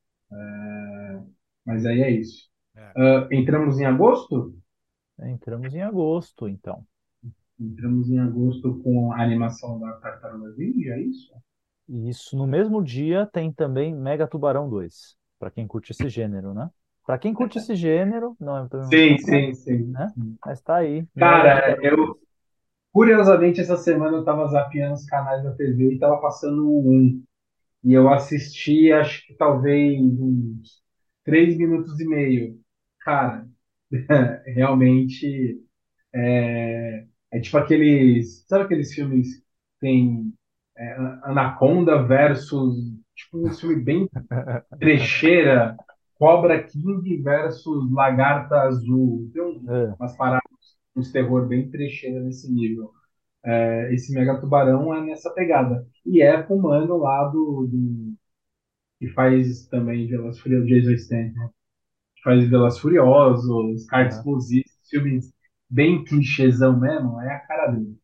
Mas aí é isso. É. Ah, entramos em agosto? Entramos em agosto, então. Entramos em agosto com a animação da Tartaruga Ninja, é isso? E isso no mesmo dia tem também Mega Tubarão dois, para quem curte esse gênero, né? Para quem curte esse gênero, não é também um Sim, filme, sim, sim, né? sim. Mas tá aí, Mega Cara, Tubarão dois. eu, curiosamente, essa semana eu tava zapeando os canais da T V e tava passando o um. E eu assisti, acho que talvez uns três minutos e meio. Cara, realmente é, é tipo aqueles. Sabe aqueles filmes que tem é, Anaconda versus. Tipo um filme bem trecheira, Cobra King versus Lagarta Azul. Tem um- É, umas paradas, uns terror bem trecheira nesse nível. É, esse Mega Tubarão é nessa pegada. E é com o mano lá do, do que faz também Velas Furiosas, Jason Statham, que faz Velas Furiosos, Carros aham. Explosivos, filmes bem clichêzão mesmo, é a cara dele.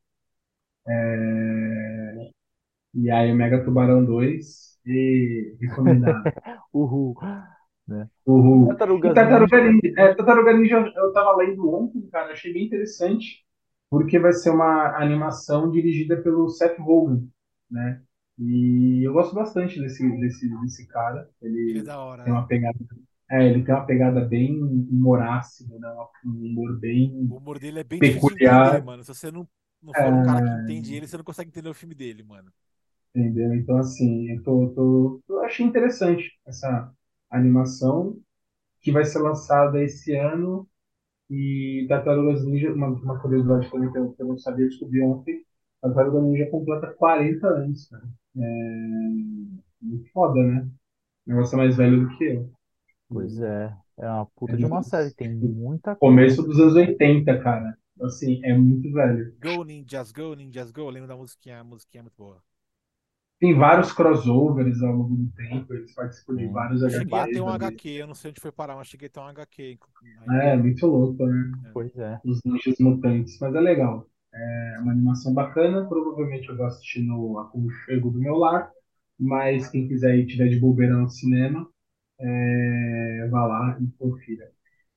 E aí o Mega Tubarão dois e recomendado. Uhul, né? Uhul. E Tartarugas Tartaruga Ninja. Ninja, é, Tartaruga Ninja eu tava lendo ontem, cara, achei bem interessante, porque vai ser uma animação dirigida pelo Seth Rogen, né? E eu gosto bastante desse, desse, desse cara. Ele é Ele da hora, tem uma né? pegada, é, ele tem uma pegada bem humorácida, né? Um humor O bem humor dele é bem difícil de entender, peculiar, mano. Se você não, não for um cara que é, entende ele, você não consegue entender o filme dele, mano. entendeu? Então, assim, eu tô, tô, eu achei interessante essa animação que vai ser lançada esse ano. E Tartarugas Ninja, uma, uma curiosidade também que eu, que eu não sabia, eu descobri ontem, Tartaruga Ninja completa quarenta anos, cara. É muito foda, né? O negócio é mais velho do que eu. Pois E é, é uma é puta de uma série, dos, tem do muita começo coisa. dos anos oitenta, cara. Assim, é muito velho. Go Ninjas, Go Ninjas, Go. Lembra da musiquinha? A musiquinha é muito boa. Tem vários crossovers ao longo do tempo, eles participam de Tem, vários Eu cheguei a ter H Qs um ali. H Q, eu não sei onde foi parar, mas cheguei a ter um H Q É, ainda. muito louco, né? É. pois é. Os ninjas mutantes, mas é legal. É uma animação bacana. Provavelmente eu vou assistir no aconchego do meu lar. Mas quem quiser ir tiver de bobeira no cinema, é, vá lá e confira.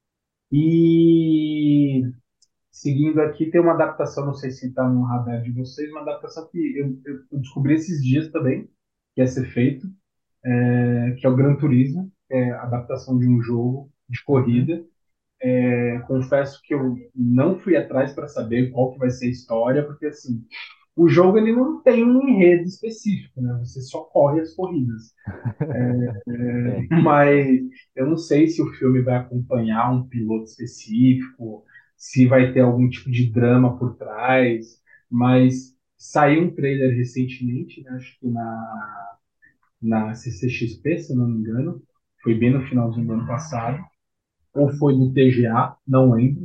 E seguindo aqui, tem uma adaptação, não sei se está no radar de vocês, uma adaptação que eu, eu- eu descobri esses dias também, que ia ser feito, é, que é o Gran Turismo, que é a adaptação de um jogo de Uhum. corrida. É, confesso que eu não fui atrás para saber qual que vai ser a história, porque assim, o jogo ele não tem um enredo específico, né? Você só corre as corridas. É, Mas eu não sei se o filme vai acompanhar um piloto específico, se vai ter algum tipo de drama por trás, mas saiu um trailer recentemente, né? Acho que na, na C C X P, se eu não me engano, foi bem no finalzinho do ano passado, ou foi no T G A, não lembro.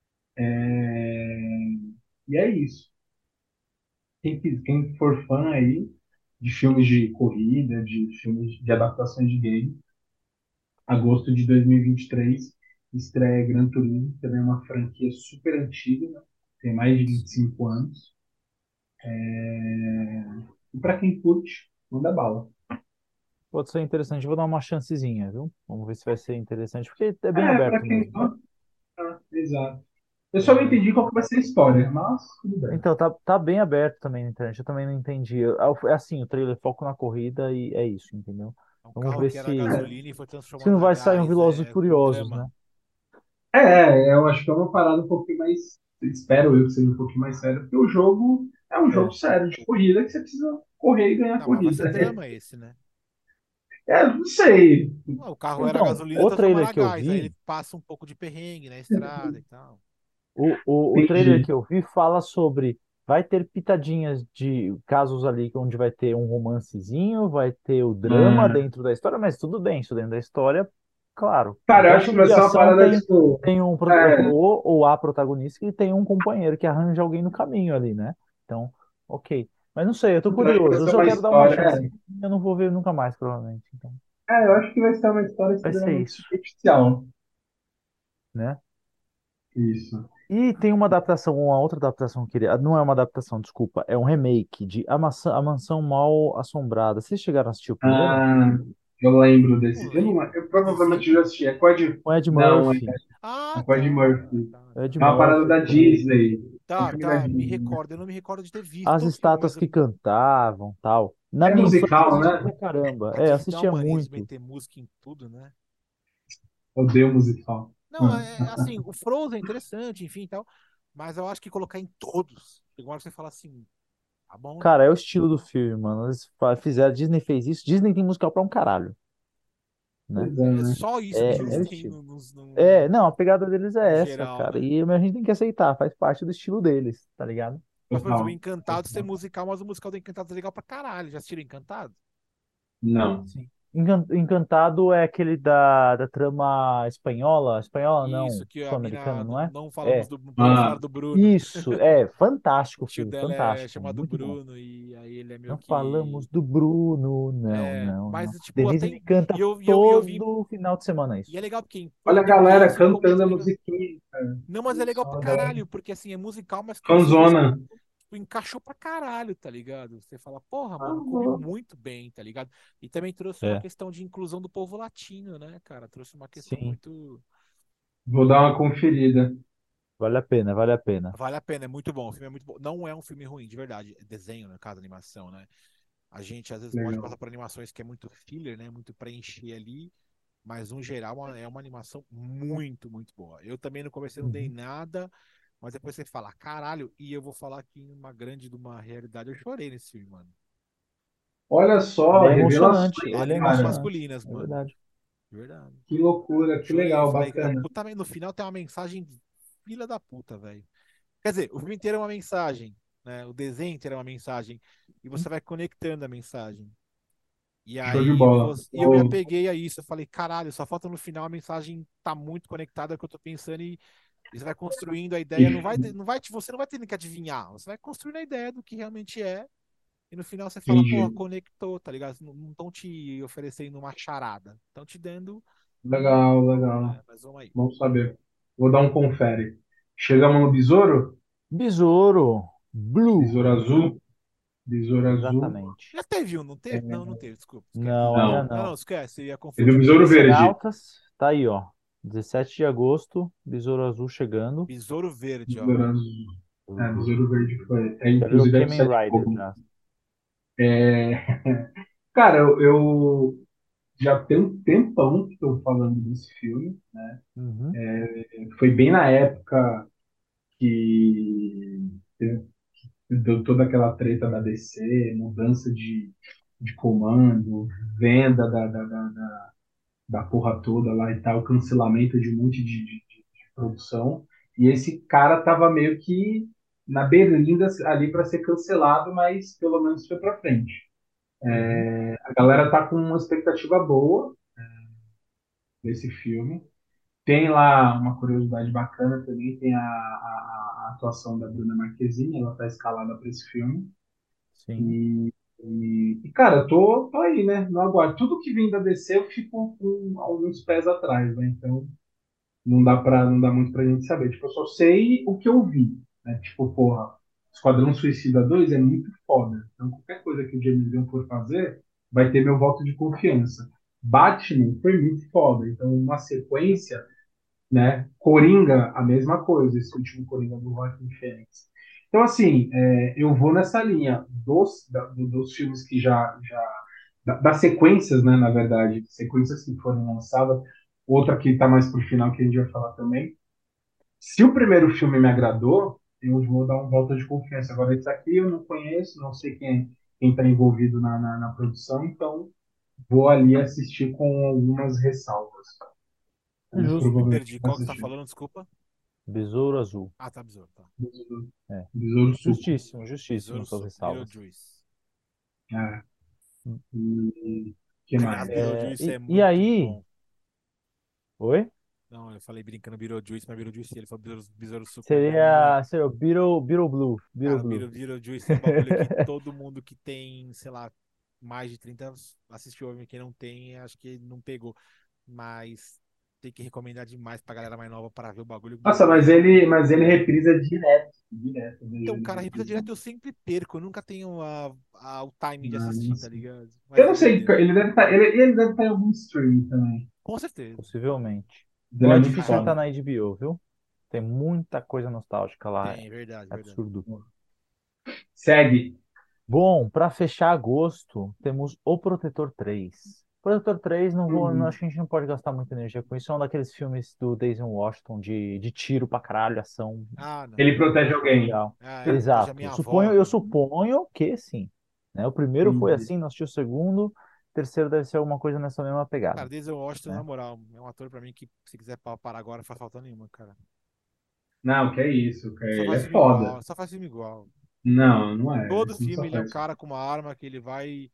É, E é isso. Quem, quis- quem for fã aí de filmes de corrida, de filmes de adaptações de game, agosto de dois mil e vinte e três, estreia Gran Turismo, que também é uma franquia super antiga, né? Tem mais de vinte e cinco anos. É, E para quem curte, manda bala. pode ser interessante. Vou dar uma chancezinha, viu? Vamos ver se vai ser interessante, porque é bem É, para aberto quem, mesmo. Exato. Eu só não É, entendi qual que vai ser a história, mas tudo bem. Então, tá, tá bem aberto também na internet. Eu também não entendi. Eu- É assim, o trailer foca na corrida e é isso, entendeu? é um Vamos carro ver que era a se, gasolina e foi se transformado não a vai sair um gás. Velozes e É Furiosos, né? drama. É, é, eu acho que é uma parada um pouquinho mais. Espero eu que seja um pouquinho mais sério, porque o jogo é um jogo É. sério de corrida que você precisa correr e ganhar Não, mas vai ser corrida. drama esse, né? É, não sei. Ué, o carro era a Então, gasolina o transformado trailer a que eu gás. Aí vi, ele passa um pouco de perrengue na estrada e tal. o, o, o trailer Entendi. que eu vi fala sobre vai ter pitadinhas de casos ali onde vai ter um romancezinho, vai ter o drama Ah, dentro da história, mas tudo bem, isso dentro da história, claro. cara, eu Qualquer acho que filme vai de ser uma ação parada tem, tipo. tem um pro- É, o ou a protagonista que tem um companheiro que arranja alguém no caminho ali, né? Então, ok. Mas não sei, eu tô então, acho que vai curioso, eu ser só uma quero dar uma história. chance. É, Eu não vou ver nunca mais, provavelmente. Então, é, eu acho que vai ser uma história vai ser extremamente isso, superficial. né? Isso. E tem uma adaptação, uma outra adaptação que ele, não é uma adaptação, desculpa, é um remake de A Maçã- A Mansão Mal Assombrada. Vocês chegaram a assistir o primeiro? Ah, eu lembro Não desse. Eu, não, lembro. eu É provavelmente já desenho? assisti. É com a de. Com Ed Não, é, Murphy. é Ah, com a de tá, Murphy. tá, Ed É uma tá. parada Murphy da com Disney. É um Tá, filme da tá, me Disney, né? recordo. Eu não me recordo de ter as visto o filme, estátuas mas eu que cantavam, tal. Na É minha infância eu musical, assistia né? pra caramba. a É, Disney tem uma assistia mania de muito. meter música em tudo, né? Odeio musical. Não, Hum. é é assim, o Frozen é interessante, enfim, e tal, mas eu acho que colocar em todos, igual você fala assim, tá bom, né? Cara, é o estilo do filme, mano. Eles fa- fizeram, Disney fez isso. Disney tem musical pra um caralho, né? Pois é, É né? só isso que É, eles é o têm estilo. no, nos- no- É, não, a pegada deles no é essa, geral, cara. né? E a gente tem que aceitar, faz parte do estilo deles, tá ligado? Mas, por exemplo, o Total. Encantados tem Total. musical, mas o musical do Encantados é legal pra caralho. Já assistiram Encantados? Não. Sim. Encan- Encantado é aquele da, da trama espanhola? Espanhola Isso, não, que a sul-americana, mina. não Não, é? não falamos É. do. Não podemos falar Ah, do Bruno. Isso, é O fantástico o tio filme, dela é fantástico, chamado muito bom. Bruno e aí ele é meio Não que. falamos do Bruno, não, É, não, mas, não. tipo, Denise me tem. E canta eu, e eu, e eu vi. todo final de semana E é isso. legal porque em olha a galera português ficou cantando muito a legal. musiquinha, cara. Não, mas é legal Só pra a galera caralho, porque assim, é musical, mas como se fosse. fanzona. Tipo, encaixou pra caralho, tá ligado? Você fala, porra, Ah, mano, coube vou, muito bem, tá ligado? E também trouxe uma É, questão de inclusão do povo latino, né, cara? Trouxe uma questão sim, muito. vou dar uma conferida. vale a pena, vale a pena. Vale a pena, é muito bom. O filme é muito bom. Não é um filme ruim, de verdade. É desenho, no caso, animação, né? A gente às vezes pode Legal. passar por animações que é muito filler, né? Muito preencher ali. Mas, no geral, é uma animação muito, muito boa. Eu também no começo não dei Uhum. nada, mas depois você fala, caralho, e eu vou falar que em uma grande de uma realidade, eu chorei nesse filme, mano. Olha Ele só, é emocionante, revelações, ele é Lágrimas cara. emocionante, masculinas, é mano. verdade. De verdade. Que loucura, que Chorei, legal, falei, bacana. puta, no final tem uma mensagem filha da puta, velho. Quer dizer, o filme inteiro é uma mensagem, né? O desenho inteiro é uma mensagem. E você vai conectando a mensagem. E Show de aí bola. você... e eu me Ô, apeguei a isso. Eu falei, caralho, só falta no final a mensagem tá muito conectada com o que eu tô pensando e e você vai construindo a ideia. Não vai, e- não vai, você não vai ter que adivinhar. Você vai construindo a ideia do que realmente é. E no final você fala, porra, entendi. conectou, tá ligado? Não estão te oferecendo uma charada. Estão te dando. Legal, legal. É, mas vamos aí. Vamos saber. Vou dar um confere. Chegamos no besouro? Besouro, Blue, Besouro azul? Besouro azul. exatamente. Já teve um, não É, teve? Não, não teve, desculpa, esquece. Não, ainda não. Não, não, não. esquece, eu ia Teve o confundir com besouro verde. Triceratops, tá aí, ó. dezessete de agosto, Besouro Azul chegando. Besouro Verde, ó. Besouro azul. É, Besouro Verde. besouro verde foi. É, Já virou inclusive é do Kamen Sete Rider, Fogo. já. É, cara, eu, eu já tenho um tempão que estou falando desse filme. Uhum, Foi bem na época que teve- deu toda aquela treta da D C, mudança de, de comando, venda da, da, da, da, da porra toda lá e tal, cancelamento de um monte de, de, de- de produção. E esse cara tava meio que na berlinda ali para ser cancelado, mas pelo menos foi para frente. uhum, A galera tá com uma expectativa boa desse filme. Tem lá uma curiosidade bacana também, tem a, a, a atuação da Bruna Marquezine, ela tá escalada para esse filme. sim. E, e, e, cara, eu tô, tô aí, né? No aguardo. Tudo que vem da D C eu fico com alguns pés atrás, né? Então não dá para não dá muito pra gente saber. Tipo, eu só sei o que eu vi, né? Tipo, porra, Esquadrão Suicida dois é muito foda. Então qualquer coisa que o James Gunn for fazer, vai ter meu voto de confiança. Batman foi muito foda. Então uma sequência né? Coringa, a mesma coisa, esse último Coringa do Joaquin Phoenix. Então, assim, é, eu vou nessa linha dos, da- do- dos filmes que já, já da- das sequências, né, na verdade, sequências que foram lançadas, outra que está mais pro final que a gente vai falar também. Se o primeiro filme me agradou, eu vou dar um voto de confiança. Agora, esse aqui eu não conheço, não sei quem quem está envolvido na, na, na produção, então vou ali assistir com algumas ressalvas. É Mas justo. Me provavelmente perdi. vou Qual que você tá assistir. falando? Desculpa. Besouro Azul. Ah, tá, Besouro. Tá. Besouro, É. Besouro Suco. Justíssimo, justíssimo Besouro suas Suco. ressalvas. Beetlejuice. É. E que Aliás, mais? É, Beetlejuice é e, e muito aí? bom. Oi? Não, eu falei brincando Beetlejuice, mas Beetlejuice, ele falou Besouro, Besouro Suco é Seria, muito. seria o Beetle, Beetle Blue. Beetle Cara, Blue. Beetle- Beetlejuice é um bagulho que todo mundo que tem, sei lá, mais de trinta assistiu, quem não tem, acho que não pegou. Mas tem que recomendar demais pra galera mais nova para ver o bagulho. O Nossa, bagulho mas é. ele, mas ele reprisa direto, direto, eu vejo Então, ele cara, repita direto, reprisando. eu sempre perco, eu nunca tenho a, a- o timing de Não, assistir, não tá sei. ligado? Mas Eu é não sei, doideira. ele deve estar, ele, ele deve estar em algum stream também. Com certeza. Possivelmente. Ele Não é é muito difícil Cara, entrar foda. na H B O, viu? Tem muita coisa nostálgica lá. É tem, verdade, verdade. absurdo. Segue. Bom, para fechar agosto, temos O Protetor três. Protetor três, não vou, não, Uhum. acho que a gente não pode gastar muita energia com isso. É um daqueles filmes do Denzel Washington de, de tiro pra caralho, ação Ah, não. Ele protege alguém. legal. Ah, ele protege a Exato. minha Suponho, avó, eu mano. suponho que sim. Né? O primeiro foi Entendi. assim, não assisti o segundo. O terceiro deve ser alguma coisa nessa mesma Cara, pegada. Denzel Washington, na Né? moral, é um ator pra mim que, se quiser pa- parar agora, não faz falta nenhuma, cara. Não, que é isso, cara. Só Ele faz é filme foda. igual, só faz filme igual. Não, não é. Todo Esse não filme só ele é um faz. cara com uma arma que ele vai.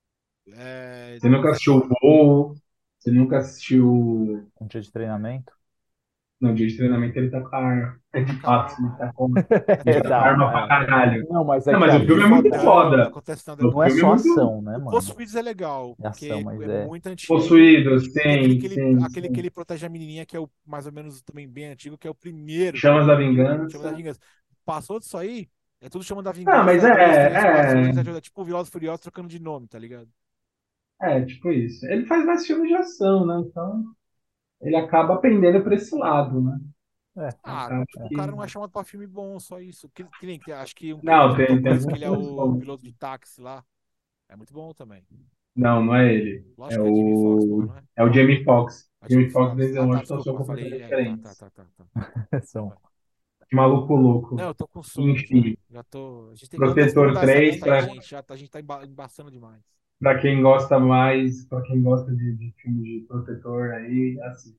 É, Você nunca assistiu o só. Voo, você nunca assistiu. Um dia de treinamento. Não, dia de treinamento ele tá com a arma. É Tá de com a fato, ele arma, tá é. com, É ele É, tá com tudo. tá. arma pra É. caralho. Não, mas é Não, que mas É o tudo filme é ali muito fodão, não foda. acontece nada O não é filme é só muito ação, né, O mano? Poço Vídeos é legal, É ação, porque mas é é. muito antigo. possuído, E tem aquele sim, que ele, sim, aquele que sim. ele protege a menininha, que é o mais ou menos também bem antigo, que é o primeiro, Chamas da Chama da Vingança. Vingança. Passou disso aí, é tudo Chama da Ah, mas Vingança, dois, três, quatro, cinco, é, seis, sete, oito, é tipo Velozes e Furiosos trocando de nome, tá ligado? é, é, tipo isso. Ele faz mais filmes de ação, né? Então ele acaba pendendo pra esse lado, né? É, Ah, Acaba tipo, o cara que. não é chamado pra filme bom, só isso. Que, que nem, que acho que um que Não, tem o Tom tem, tem Cruise, que alguns ele é filmes o bons. piloto de táxi lá, é muito bom também. Não, não é ele. É Lógico que é Jimmy Fox, porra, o, não é? é o Jamie Foxx. É Jimmy Jamie Foxx e Fox. Denzel Ah, tá, Washington são desculpa, falei. completamente É, tá, tá, diferentes. tá, tá, tá. são. Que maluco Não, louco. eu tô com sono já. Enfim, Já tô. A gente tem... vamos, des- vamos Protetor dar essa três lista aí, para gente. Já tá- a gente tá emba- embaçando demais. para quem gosta mais, para quem gosta de, de filme de protetor aí, assim.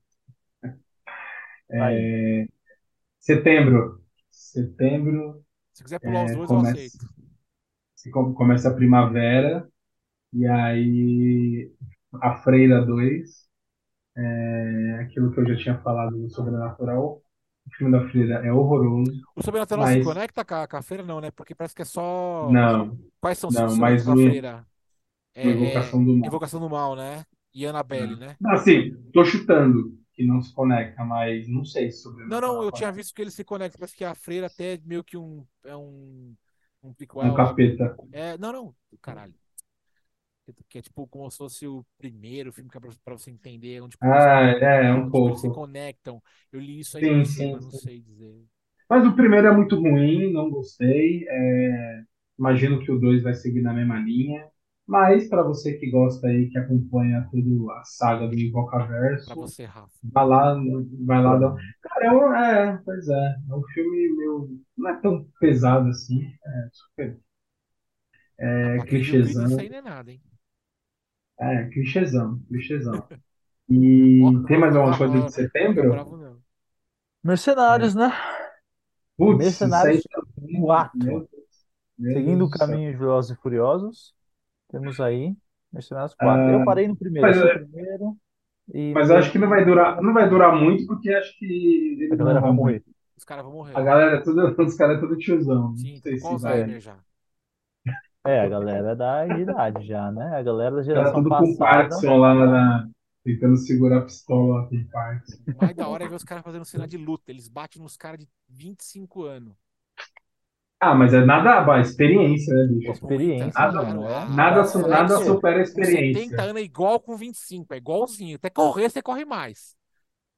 Tá aí. Setembro. Setembro Se quiser pular os é, dois, eu começa, aceito. se com- começa a primavera, e aí a Freira dois é aquilo que eu já tinha falado do Sobrenatural. O filme da Freira é horroroso, O Sobrenatural se mas conecta com a, com a feira, não, né? Porque parece que é só. não, Quais são os não, filmes mas da o, freira? o É, é Invocação do Mal. Invocação do Mal, né? E Annabelle, Né? né? Assim, tô chutando que não se conecta, mas não sei se Não, não, Sobrenatural eu tinha conecta. visto que eles se conectam. Parece que a freira até é meio que um. É um. Um É um prequel. É, capeta. é, não, não. Caralho. Que é tipo como se fosse o primeiro filme que é pra, pra você entender onde começou Ah, tudo e é, um tal. Tipo, eles se pouco. conectam. Eu li isso aí Sim, por sim, cima, não sim. sei dizer. Mas o primeiro é muito ruim, não gostei. É, imagino que o dois vai seguir na mesma linha. Mas para você que gosta aí, que acompanha toda a saga do Pra Invocaverso, você, Rafa. vai lá, vai lá Pra dar. mim. Cara, é, um- é, pois é, é um filme meu, não é tão pesado assim, é super Ah, é, pra quem viu o Creed, isso clichêzão, aí não é nada, hein? é, clichêzão, clichêzão. Ó, E não tem vai mais ficar, alguma coisa de ó, fica setembro? bravo, não. Mercenários, né? Putz, isso aí Mercenários também, meu quatro. Deus, meu Seguindo Deus o do céu. caminho de Velozes e Furiosos, temos aí Mercenários quatro. Eu Ah, parei no primeiro, mas, assisti o primeiro e mas eu acho falei, que não vai "Hum, durar, vamos não vai seguir." durar muito, porque acho que A eles não galera vai vão muito. morrer. Os caras vão A morrer. galera, é tudo, os caras é tudo tiozão. Não Sim, tudo sei com se vai. É, Alzheimer já. é, a galera da idade já, né? A galera da Os caras geração tudo com passada. Parkinson lá na, na- tentando segurar a pistola com Parkinson. O mais da hora é ver os caras fazendo cena de luta. Eles batem nos caras de vinte e cinco anos. Ah, mas é nada, a experiência, né, É bicho? Muita, experiência, Nada, mano. claro. É Ah, nada, o su- negócio nada reflexo supera a com setenta experiência. anos é igual com vinte e cinco. É igualzinho. Até correr você corre mais.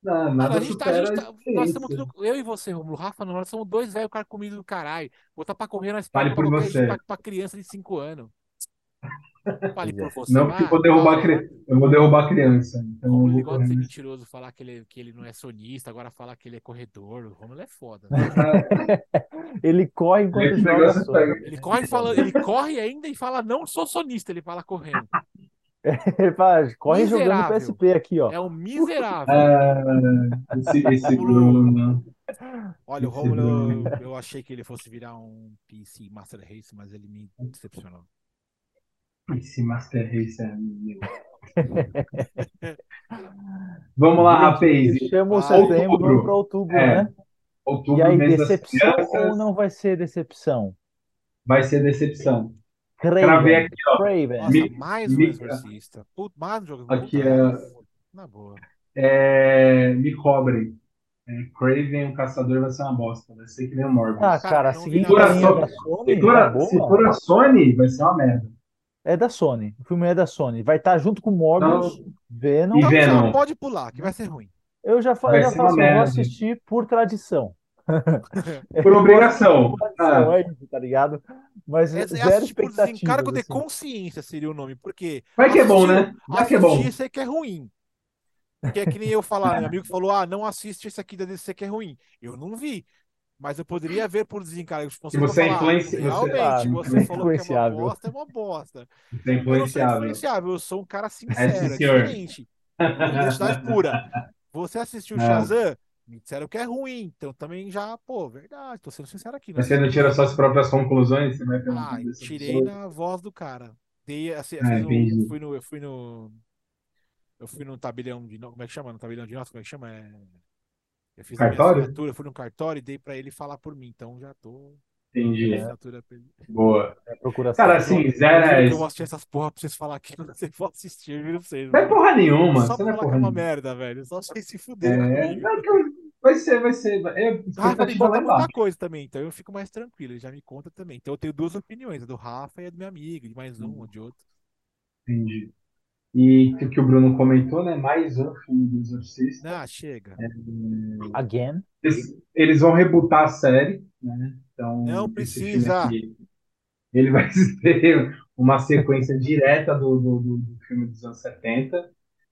Não, Mano, a nada gente tá, a gente supera a tá, nós estamos experiência. tudo, eu e você, Romulo, Rafa, não, nós somos dois velhos carcomidos do caralho. Botar pra correr, nós pega Fale pra por qualquer, pra, você. pra criança de cinco anos. Fale Pois por é. você, Não, porque eu vai, vou derrubar a, para. cri- eu vou derrubar a criança. O Então eu Romulo, ele vou gosta correr de ser mais. mentiroso, falar que ele, que ele não é sonista, agora falar que ele é corredor. O Romulo é foda, velho. Ah, Ele corre enquanto esse joga negócio Sony. pega. Ele corre falando, ele corre ainda e fala, não sou sonista, ele fala correndo. Ele fala, corre jogando Miserável. P S P aqui, ó. É um miserável. Ah, esse, esse Rômulo, Bruno. olha, o Esse Rômulo, Bruno. eu, eu achei que ele fosse virar um P C Master Race, mas ele me decepcionou. Esse Master Race é meu. Vamos lá, Gente, rapaz. fechamos Vai. setembro, vamos para Outubro. outubro, É, né? E outubro, aí, mês das decepção ou crianças. não vai ser decepção? Vai ser decepção. Cravei Craven, aqui, ó. Craven. Nossa, Mi, mais um mi, Exorcista. Puta, mais um jogo. aqui, Puta, aí, é, na boa. é, me cobrem. É, Craven, o caçador, vai ser uma bosta. Vai ser que nem o Ah, Morbius. Cara, cara, não vi Se seguindo for nada a a, linha sobre. da So- se Sony, for na a, se boa, for a Sony, vai ser uma merda. é da Sony. O filme é da Sony. Vai estar junto com Então, Morbius, e Venom, Então já Venom, pode pular, que né? vai ser ruim. Eu já, fa- eu vai já ser falo uma assim, eu vou merda. assistir por tradição. Por Eu vou assistir por obrigação. tradição, Ah, é isso, tá ligado? Mas É, é zero assistir por desencargo expectativas, de assim. consciência seria o nome. Porque vai que é bom, assistir, né? Vai que é assistir bom. esse aí que é ruim. Que é que nem eu falar, meu amigo falou: ah, não assiste esse aqui da D C que é ruim. Eu não vi. Mas eu poderia ver por desencargo de Que consciência pra você é falar: ah, influenci... você, realmente, Claro, você influ- é falou que é uma influenciável. bosta, é uma bosta. você é Eu não sou influenciável. influenciável, eu sou um cara É sim, sincero, é senhor. diferente. Honestidade pura. Você assistiu o Ah, Shazam? Me disseram que é ruim, então também já, pô, verdade, tô sendo sincero aqui, não mas você assisti não tira porque. suas próprias conclusões, você vai pela Ah, cabeça dos tirei outros. na voz do cara. Dei, assim, eu Ah, fiz um, entendi. fui no, eu fui no, eu fui no tabelião de, no- como é que chama? No tabelião de notas, como é que chama? É, eu fiz a minha Cartório? assinatura, fui no cartório e dei pra ele falar por mim, então já tô dando Entendi. É, assinatura pra ele. Boa. é Cara, Vocês procuração. vão, assim, vocês zero viram é... que eu vou assistir essas porra pra vocês falar que eu não sei vou assistir, eu viram vocês, Não é mano. porra nenhuma, Só você pra não é falar que é porra uma nenhuma. merda, velho. Só vocês se fuderem É, comigo. não, que- vai ser, vai ser. É, O Rafa me expectativa lá conta muita embaixo. coisa também, então eu fico mais tranquilo, ele já me conta também. Então eu tenho duas opiniões, a do Rafa e a do meu amigo, de mais um, ou de outro. Entendi. E o que o Bruno comentou, né? Mais um filme do Exorcista. Ah, chega. Again. Eles, eles vão rebootar a série, né? Não Então, esse filme precisa. aqui, ele vai ser uma sequência direta do, do, do, do filme dos anos setenta.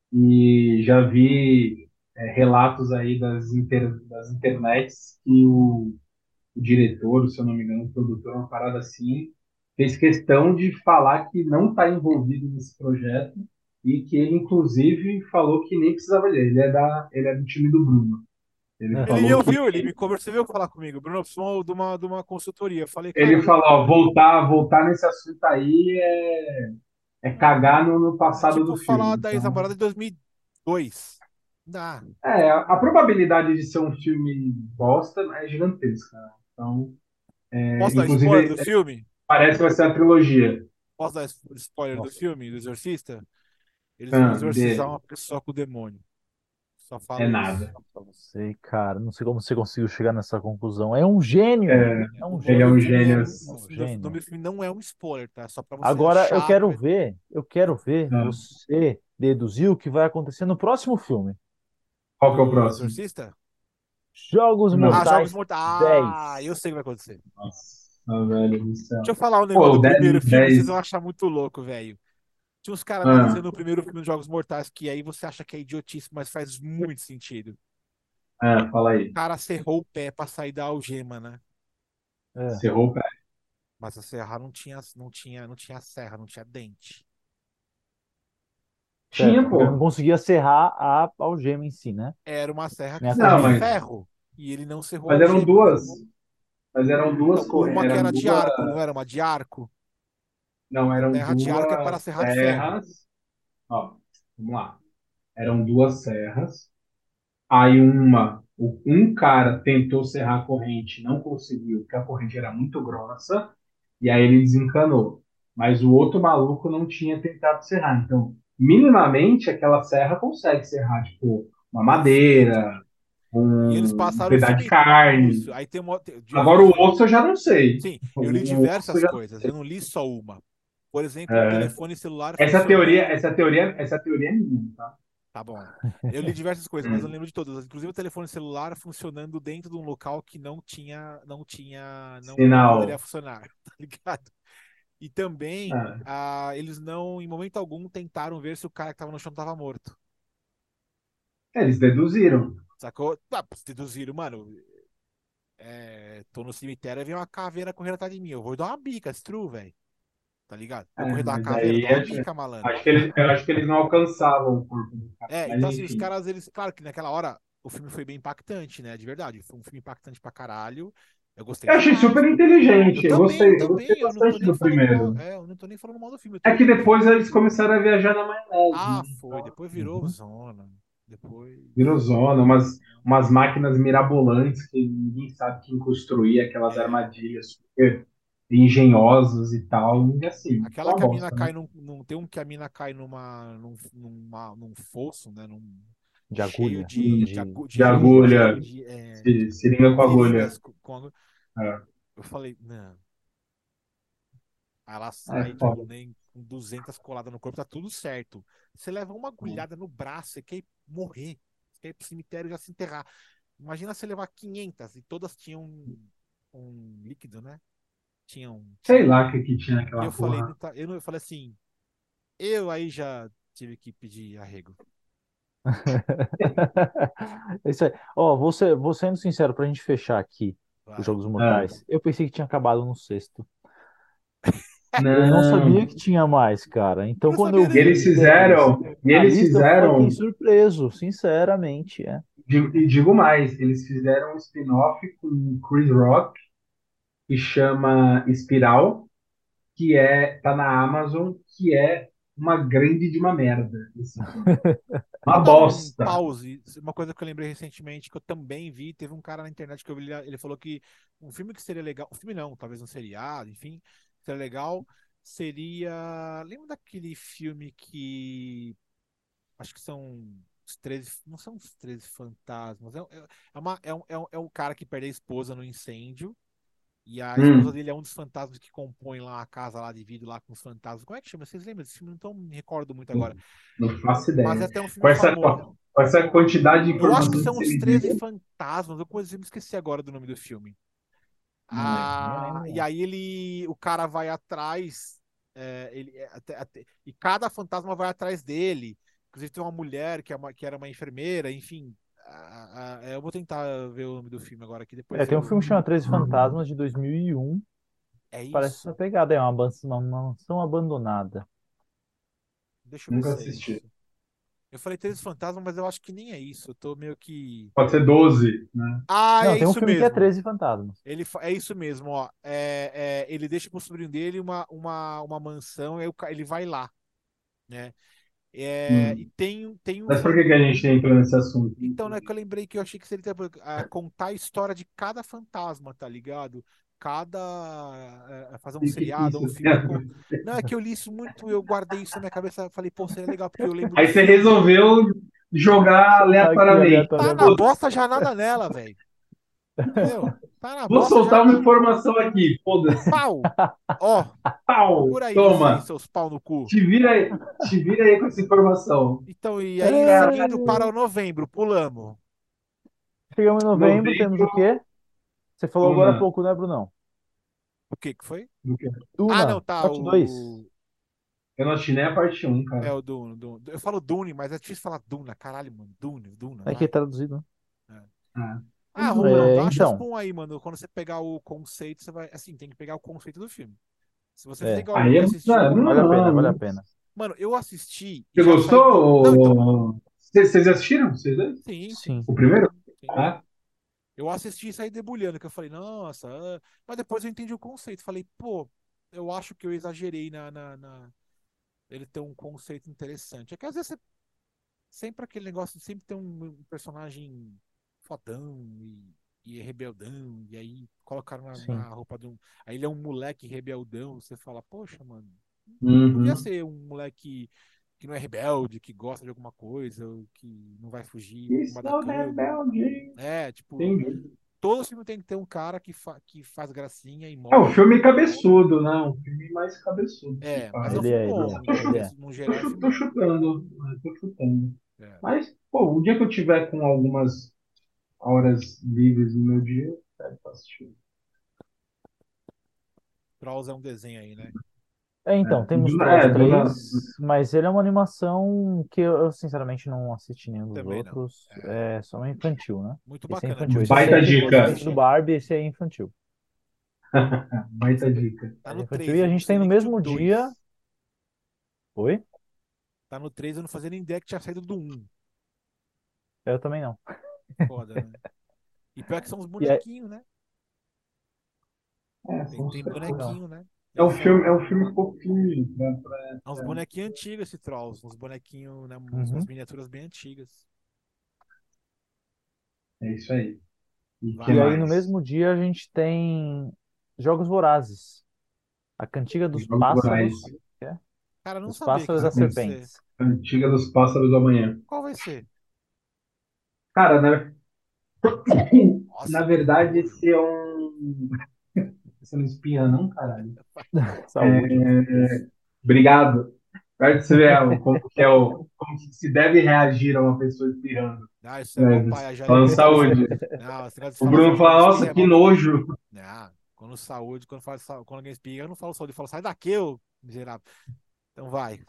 E já vi é, relatos aí das, inter, das internets que o, o diretor, se eu não me engano, o produtor, uma parada assim, fez questão de falar que não está envolvido nesse projeto e que ele, inclusive, falou que nem precisava dele. Ele é, da, ele é do time do Bruno. Ele Ele me falou que ouviu, ele me conversou, você veio falar comigo. Bruno, eu preciso de uma, de uma consultoria. Eu falei, cara, ele eu, falou, ó, voltar, voltar nesse assunto aí é, é cagar no, no é passado do tipo falar filme. da Então, ex-namorada de dois mil e dois. Dá. é, a, a probabilidade de ser um filme bosta é gigantesca. Né? Então, é, Posso dar spoiler inclusive, do filme? parece que vai ser a trilogia. Posso dar spoiler do Nossa, filme, do Exorcista? Eles vão Ah, exorcizar de, uma pessoa com o demônio. Só é falo isso. nada. não sei, cara. Não sei como você conseguiu chegar nessa conclusão. É um gênio. É, É O um ele é nome do um gênio. filme é, gênio. É o um filme do- o nome gênio. do filme não é um spoiler, tá? Só pra você Agora eu achar que quero vai. ver, eu quero ver Ah, você deduzir o que vai acontecer no próximo filme. qual que é o Do próximo? Exorcista? Jogos Não. Ah, Jogos Mortais Mortais. Ah, eu dez. sei o que vai acontecer. Nossa, velho do Deixa céu. eu falar um negócio Pô, o do primeiro dez, filme, vocês dez. vão achar muito louco, velho. Tinha uns caras Ah, analisando o primeiro filme dos Jogos Mortais, que aí você acha que é idiotice, mas faz muito sentido. ah, fala O aí. cara serrou o pé pra sair da algema, né? É, Cerrou o pé. Mas a serra não tinha, não tinha, não tinha serra, não tinha dente. certo. Tinha, Porque ele não pô. conseguia serrar a algema em si, né? Era uma serra Nem que a era Não, de mas, corrente. ferro. E ele não serrou a mas eram algema. duas. Mas eram duas Então, correntes. uma que Eram era de duas. arco, não era uma de arco? Não, eram Serra de arco é para duas serrar de ferro. serras. Ó, vamos lá. Eram duas serras. Aí uma, o- um cara tentou serrar a corrente, não conseguiu, porque a corrente era muito grossa, e aí ele desencanou. Mas o outro maluco não tinha tentado serrar. Então, minimamente, aquela serra consegue serrar, tipo, uma Perfeito. madeira, E eles um, um passaram o pedaço de filme. carne. Isso. Aí tem uma. Eu vi Agora, o diver- osso eu já não sei. Sim, eu li O, o osso eu diversas já não coisas. Eu sei. não li só uma. Por exemplo, o É, telefone celular essa teoria, funcionando. essa teoria, essa teoria é minha, tá? Tá bom. Eu li diversas coisas, mas eu não lembro de todas. Inclusive o telefone celular funcionando dentro de um local que não tinha, não tinha, não, não poderia Sinal. funcionar, tá ligado? E também, Ah, ah, eles não, em momento algum, tentaram ver se o cara que tava no chão tava morto. eles deduziram. Sacou? Ah, deduziram, mano. É, tô no cemitério e vem uma caveira correndo atrás de mim. Eu vou dar uma bica, it's true, velho. Tá ligado? Vou É, correr da mas caveira, aí dou uma acho, bica, malandro. acho que eles, eu acho que eles não alcançavam o corpo do cara. É, Mas então assim, os enfim. caras, eles, claro que naquela hora o filme foi bem impactante, né? De verdade. Foi um filme impactante pra caralho. Eu gostei Eu achei demais, super pô. Eu inteligente. Eu também, eu gostei, eu gostei também. Eu não tô bastante nem do falando mal. primeiro. É, eu não tô nem falando mal do filme. Eu tô É que dizendo que. depois eles começaram a viajar na maionese, Ah, né? foi. Então, Depois virou Uhum. zona. Depois. virou zona, umas, umas máquinas mirabolantes que ninguém sabe quem construir, aquelas É. armadilhas super engenhosas e tal. E assim, Aquela uma que a mina bosta, né? cai num, num- tem um que a mina cai numa, num, numa, num fosso, né? Num, De cheio agulha, de, de, de agu- De de, de, seringa. de, agulha, de, é, se- seringa com agulha. seringas com, com agulha. É, Eu falei, não. Aí ela é sai, tipo, foda. nem com duzentas coladas no corpo, tá tudo certo. Você leva uma agulhada no braço, você quer morrer. Você quer ir pro cemitério e já se enterrar. Imagina você levar quinhentas e todas tinham um, um líquido, né? Tinham, Sei tinham. lá o que, que tinha E naquela eu falei, porra. não tá, eu, não, eu falei assim, eu aí já tive que pedir arrego. É isso aí. Ó, vou ser, vou sendo sincero, pra gente fechar aqui os Vai. Jogos É. Mortais, eu pensei que tinha acabado no sexto. Eu não sabia Não. que tinha mais, cara. Eu Então, não quando sabia eu E vi eles nem. os dez fizeram, e na eles lista, eu fiquei fizeram, surpreso, sinceramente. É. digo- e digo mais, eles fizeram um spin-off com Chris Rock que chama Espiral, que é tá na Amazon, que é uma grande de uma merda esse filme. Vou Uma dar um bosta. pause. Uma coisa que eu lembrei recentemente, que eu também vi, teve um cara na internet que eu vi, ele ele falou que um filme que seria legal, um filme não, talvez um seriado, enfim, seria legal, seria. Lembra daquele filme que acho que são os treze, não são os treze fantasmas, é, é, é uma, é, um, é, um, é um cara que perde a esposa no incêndio. E a esposa Hum, dele é um dos fantasmas que compõe lá a casa lá de vidro lá com os fantasmas. Como é que chama? Vocês lembram desse filme? Não tão, me recordo muito agora. não faço Mas é ideia. até um filme Com essa, famoso. com essa quantidade de Eu acho que informação que são você os me treze deu, fantasmas. Eu quase me esqueci agora do nome do filme. não lembro. Nem Ah, lembro, e não. aí ele, o cara vai atrás, é, ele, é, até- até- e cada fantasma vai atrás dele. Inclusive tem uma mulher que, é uma- que era uma enfermeira, enfim. Ah, ah, eu vou tentar ver o nome do filme agora aqui, É, depois tem um eu. filme que chama treze Fantasmas, de dois mil e um. É Parece essa isso? pegada, é uma ban- uma mansão abandonada. Deixa eu ver Nunca se é assisti. isso. Eu falei treze fantasmas, mas eu acho que nem é isso. Eu tô meio que. Pode ser doze, né? Ah, Não, é tem um isso filme que é mesmo. treze Fantasmas. Ele fa- é isso mesmo, ó. É, é, ele deixa pro sobrinho dele uma, uma, uma mansão, aí o ca- ele vai lá, né? É, e Hum. tem, tem um Mas por fan... que que a gente entrou nesse assunto? Então, né, que eu lembrei que eu achei que seria ah, contar a história de cada fantasma, tá ligado? Cada. eh, fazer um E o que que seriado, um isso tem filme. a Com... ver? Não, é que eu li isso muito, eu guardei isso na minha cabeça, falei, pô, seria legal, porque eu lembro do Aí você filme. resolveu jogar Soltar aqui aleatoriamente. Tá na aleatoriamente. bosta já nada nela, velho. Entendeu? Tá na Vou bosta já soltar uma nada. informação aqui, foda-se. Pau! Ó, Pau! procura aí vocês, Toma! seus pau no cu. Te vira aí, te vira aí com essa informação. Então, e aí, seguindo para o É, novembro, pulamos. chegamos em novembro, temos Novembro, o quê? Você falou agora há Duna. pouco, né, Brunão? O que que foi? Do que? Ah, não, Duna, tá, parte dois. o... Eu não assisti nem a parte um, É cara. o Dune, Dune. Eu falo Dune, mas é difícil falar Duna, caralho, mano. Dune, Duna, Aqui é vai. traduzido, né? É. Ah, Ah, tudo bem. Rolando, É, acha os então, pum aí, mano. Quando você pegar o conceito, você vai. Assim, tem que pegar o conceito do filme. Se você fizer é, igual eu Aí que é. Não, assistiu. vale a pena, não, vale a não. pena. Mano, eu assisti e Você já saí. De... Não, então. gostou? Vocês vocês assistiram? Vocês dois? Sim, sim, Sim. O primeiro? sim, sim. Ah, Eu assisti e saí debulhando, que eu falei, nossa. ah. Mas depois eu entendi o conceito. Falei, pô, eu acho que eu exagerei na, na, na- ele ter um conceito interessante. É que às vezes você sempre aquele negócio de sempre ter um, um personagem fodão e, e rebeldão, e aí colocaram na, Sim. na roupa de um. Aí ele é um moleque rebeldão, você fala, poxa, mano, podia uhum. ser um moleque que não é rebelde, que gosta de alguma coisa, ou que não vai fugir pra cima da Estou cama. rebelde. É, tipo, Entendi. todo filme tem que ter um cara que, fa que faz gracinha e É um morre. filme cabeçudo, né? Um filme mais cabeçudo que É, mas é um faz. Ele filme é, ele bom. é, Tô, No, ele chu- é. no tô geral, é um chu- filme tô bom. chutando, né? Tô chutando. É. Mas, pô, o dia que eu tiver com algumas horas livres no meu dia, eu pego pra assistir. Trolls é um desenho aí, né? É, então, É, temos do, Trolls é, do, na- três, mas ele é uma animação que eu, eu, sinceramente não assisti nenhum dos Também não. outros. É, É só infantil, né? muito Esse é bacana. infantil. Inclusive, Esse esse você baita aí eu tem vou esse dica. filme do assistir. Barbie, esse é infantil. Baita Você vê. dica. Tá Esse é no infantil. três E a eu não gente sei tem no nem que tinha o mesmo dia. dois. Oi? Tá no três eu não fazia nem ideia que tinha saído do um. Eu também não. Foda, né? E pior que são os E é, bonequinhos, né? É, Tem, são tem super fofos. não. bonequinho, né? É um Eles filme, é são um filme fofinho, né? Pra- é uns bonequinhos antigos esse Trolls. Uns bonequinhos, né? Uns- Umas Uhum. miniaturas bem antigas. É isso aí. E que E Vai. aí no mais? mesmo dia a gente tem Jogos Vorazes. A Cantiga dos Jogos Vorazes. Pássaros. Que é? Cara, eu não Dos sabia que Pássaros esse A das filme ia ser. Serpentes. Antiga dos Pássaros do Amanhã. Qual vai ser? Cara, na, na Nossa, que verdade, nojo. esse é um. Você não espinha, não, caralho? Saúde. Obrigado. Pra você ver como que é o, como que se deve reagir a uma pessoa espirrando. Ah, isso é mó Né? paia já Falando esse negócio. saúde. Não, esse negócio de O falar Bruno saúde quando fala, espirra nossa, é que mó. nojo. Não, quando saúde, quando, fala, sa- quando alguém espirra, eu não falo saúde, eu falo, sai daqui, ô miserável. Então vai.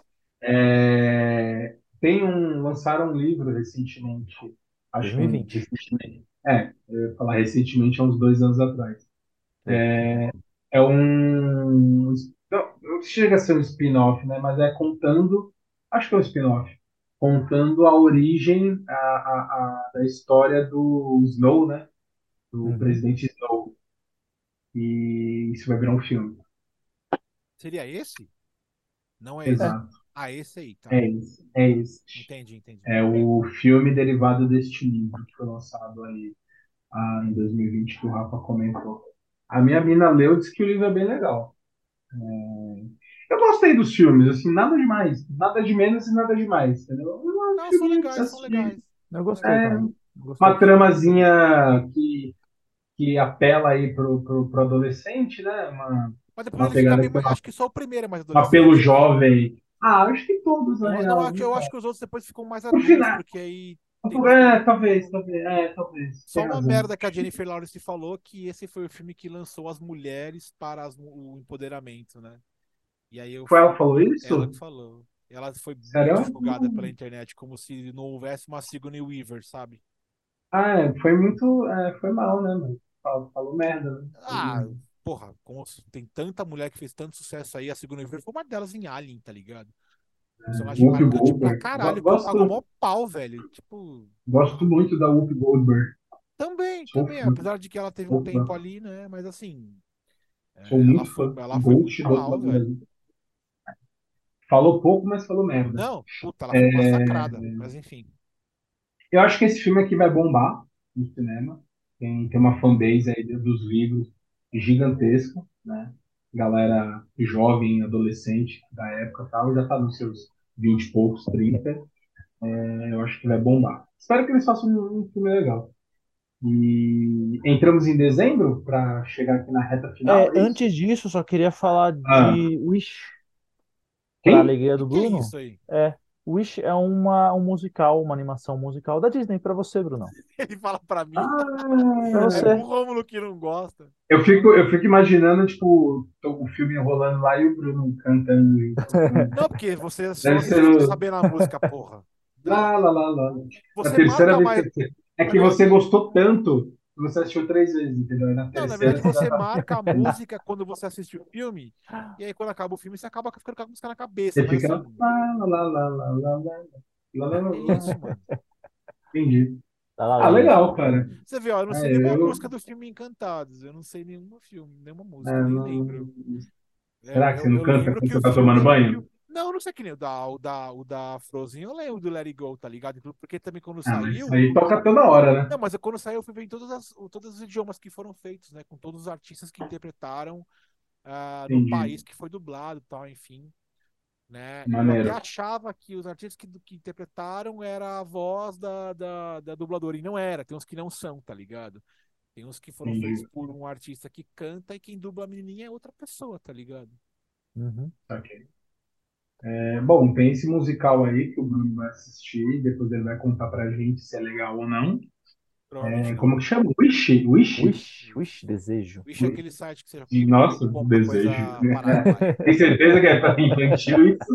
É, tem um, lançaram um livro recentemente, acho que um, dois mil e vinte. recentemente, é, eu ia falar recentemente, há uns dois anos atrás. Foi. É um, não, não chega a ser um spin-off, né, mas é contando, acho que é um spin-off, contando a origem a, a, a- da história do Snow, né, do Uhum. presidente Snow, e isso vai virar um filme. Seria esse? Não é esse. É. Exato, Ah, esse aí, tá. é isso, é isso. Entendi, entendi. É o filme derivado deste livro que foi lançado aí ah, em dois mil e vinte, que o Rafa comentou. A minha mina leu e disse que o livro é bem legal. Eu gostei dos filmes, assim, nada demais. Nada de menos e nada demais, entendeu? É um Não, são filminho pra você legais, são assistir. legais. Eu São gostei legais. É também. Gostei uma dos filmes. tramazinha que, que apela aí pro, pro, pro adolescente, né? Uma, Mas depois uma ele fica pegada bem. que tem mais- uma- Acho que só o primeiro é mais um apelo adolescente, né? jovem. Ah, acho que todos, na Eu não real, acho, viu, eu acho cara? que os outros depois ficam mais No adultos, final, porque aí tem uns. é, talvez, talvez, é, talvez. Tem Só uma razão. merda que a Jennifer Lawrence falou que esse foi o filme que lançou as mulheres para as mu- o empoderamento, né? E aí eu, Foi ela que falou ela que isso? falou. Ela foi muito Sério? julgada pela internet, como se não houvesse uma Sigourney Weaver, sabe? Ah, é, foi muito. É, foi mal, né, mano? Falou, falou merda, né? Falou Ah, merda. porra, como se- tem tanta mulher que fez tanto sucesso aí, a Sigourney Weaver foi uma delas em Alien, tá ligado? Personagem Whoopi marcante pra Goldberg. Go- caralho, que eu pago Gosto, mó pau, velho. Tipo, gosto muito da Whoopi Goldberg. também, Sou também, fã, apesar de que ela teve um sou fã. tempo ali, né? Mas assim, Sou é, ela muito foi, fã. ela foi Ghost muito do outro mal, lado do velho. Brasil. Falou pouco, mas falou merda. Não, puta, ela foi É, massacrada, mas enfim. eu acho que esse filme aqui vai bombar no cinema. Tem, tem uma fanbase aí dos livros gigantesca, né? Galera jovem, adolescente da época e tal, já tá nos seus vinte e poucos, trinta. É, eu acho que vai bombar. Espero que eles façam um, um filme legal. E entramos em dezembro para chegar aqui na reta É, final, é isso? antes disso, só queria falar Ah, de Wish, para quem? alegria E do que é Bruno. isso aí? É, Wish é uma, um musical, uma animação musical da Disney para você, Brunão. Ele fala pra mim, Para Ah, é pro você. Rômulo que não gosta. eu fico, eu fico imaginando, tipo, o filme rolando lá e o Bruno cantando. Tocando. Não, porque você só Deve ser assiste no... sabendo a música, porra. Dá- lá, lá, lá, lá. É a Você terceira marca vez que mais. eu... É Na que você verdade, gostou tanto que você assistiu três vezes, entendeu? E na não, na terceira verdade você já você tá... marca a música quando você assiste o filme, e aí quando acaba o filme você acaba ficando com a música na cabeça, Você mas fica assim, lá, lá, lá, lá, lá, lá, lá, lá, lá, lá, que lá. isso, mano. Entendi. Tá La Ah, Land. legal, cara. Você vê, ó, eu não sei É, nenhuma eu... música do filme Encantados, eu não sei nenhuma filme, nenhuma é, música, nem não... lembro. É, Eu, Será que você eu, não eu canta lembro quando que o você tá tomando filme. banho? Não, eu não sei que nem o da, o da, o da Frozen, eu lembro do Let It Go, tá ligado? Porque também quando Ah, mas isso saiu. aí toca toda hora, Não, né? mas quando saiu eu fui ver em todas as, o- todos os idiomas que foram feitos, né? Com todos os artistas que interpretaram ah, no Entendi. país que foi dublado e tal, enfim. Né? E eu até Maneiro. achava que os artistas que, que interpretaram era a voz da, da, da dubladora, e não era, tem uns que não são, tá ligado? Tem uns que foram feitos Entendi. por um artista que canta e quem dubla a menininha é outra pessoa, tá ligado? Uhum. Ok. É, bom, tem esse musical aí que o Bruno vai assistir, depois ele vai contar pra gente se é legal ou não. Provavelmente É, não. como que chama? Wish? Wish? Wish, Wish, desejo. Wish é aquele site que você Nossa, compra desejo. coisa Paraguai. Tem certeza que é para infantil isso?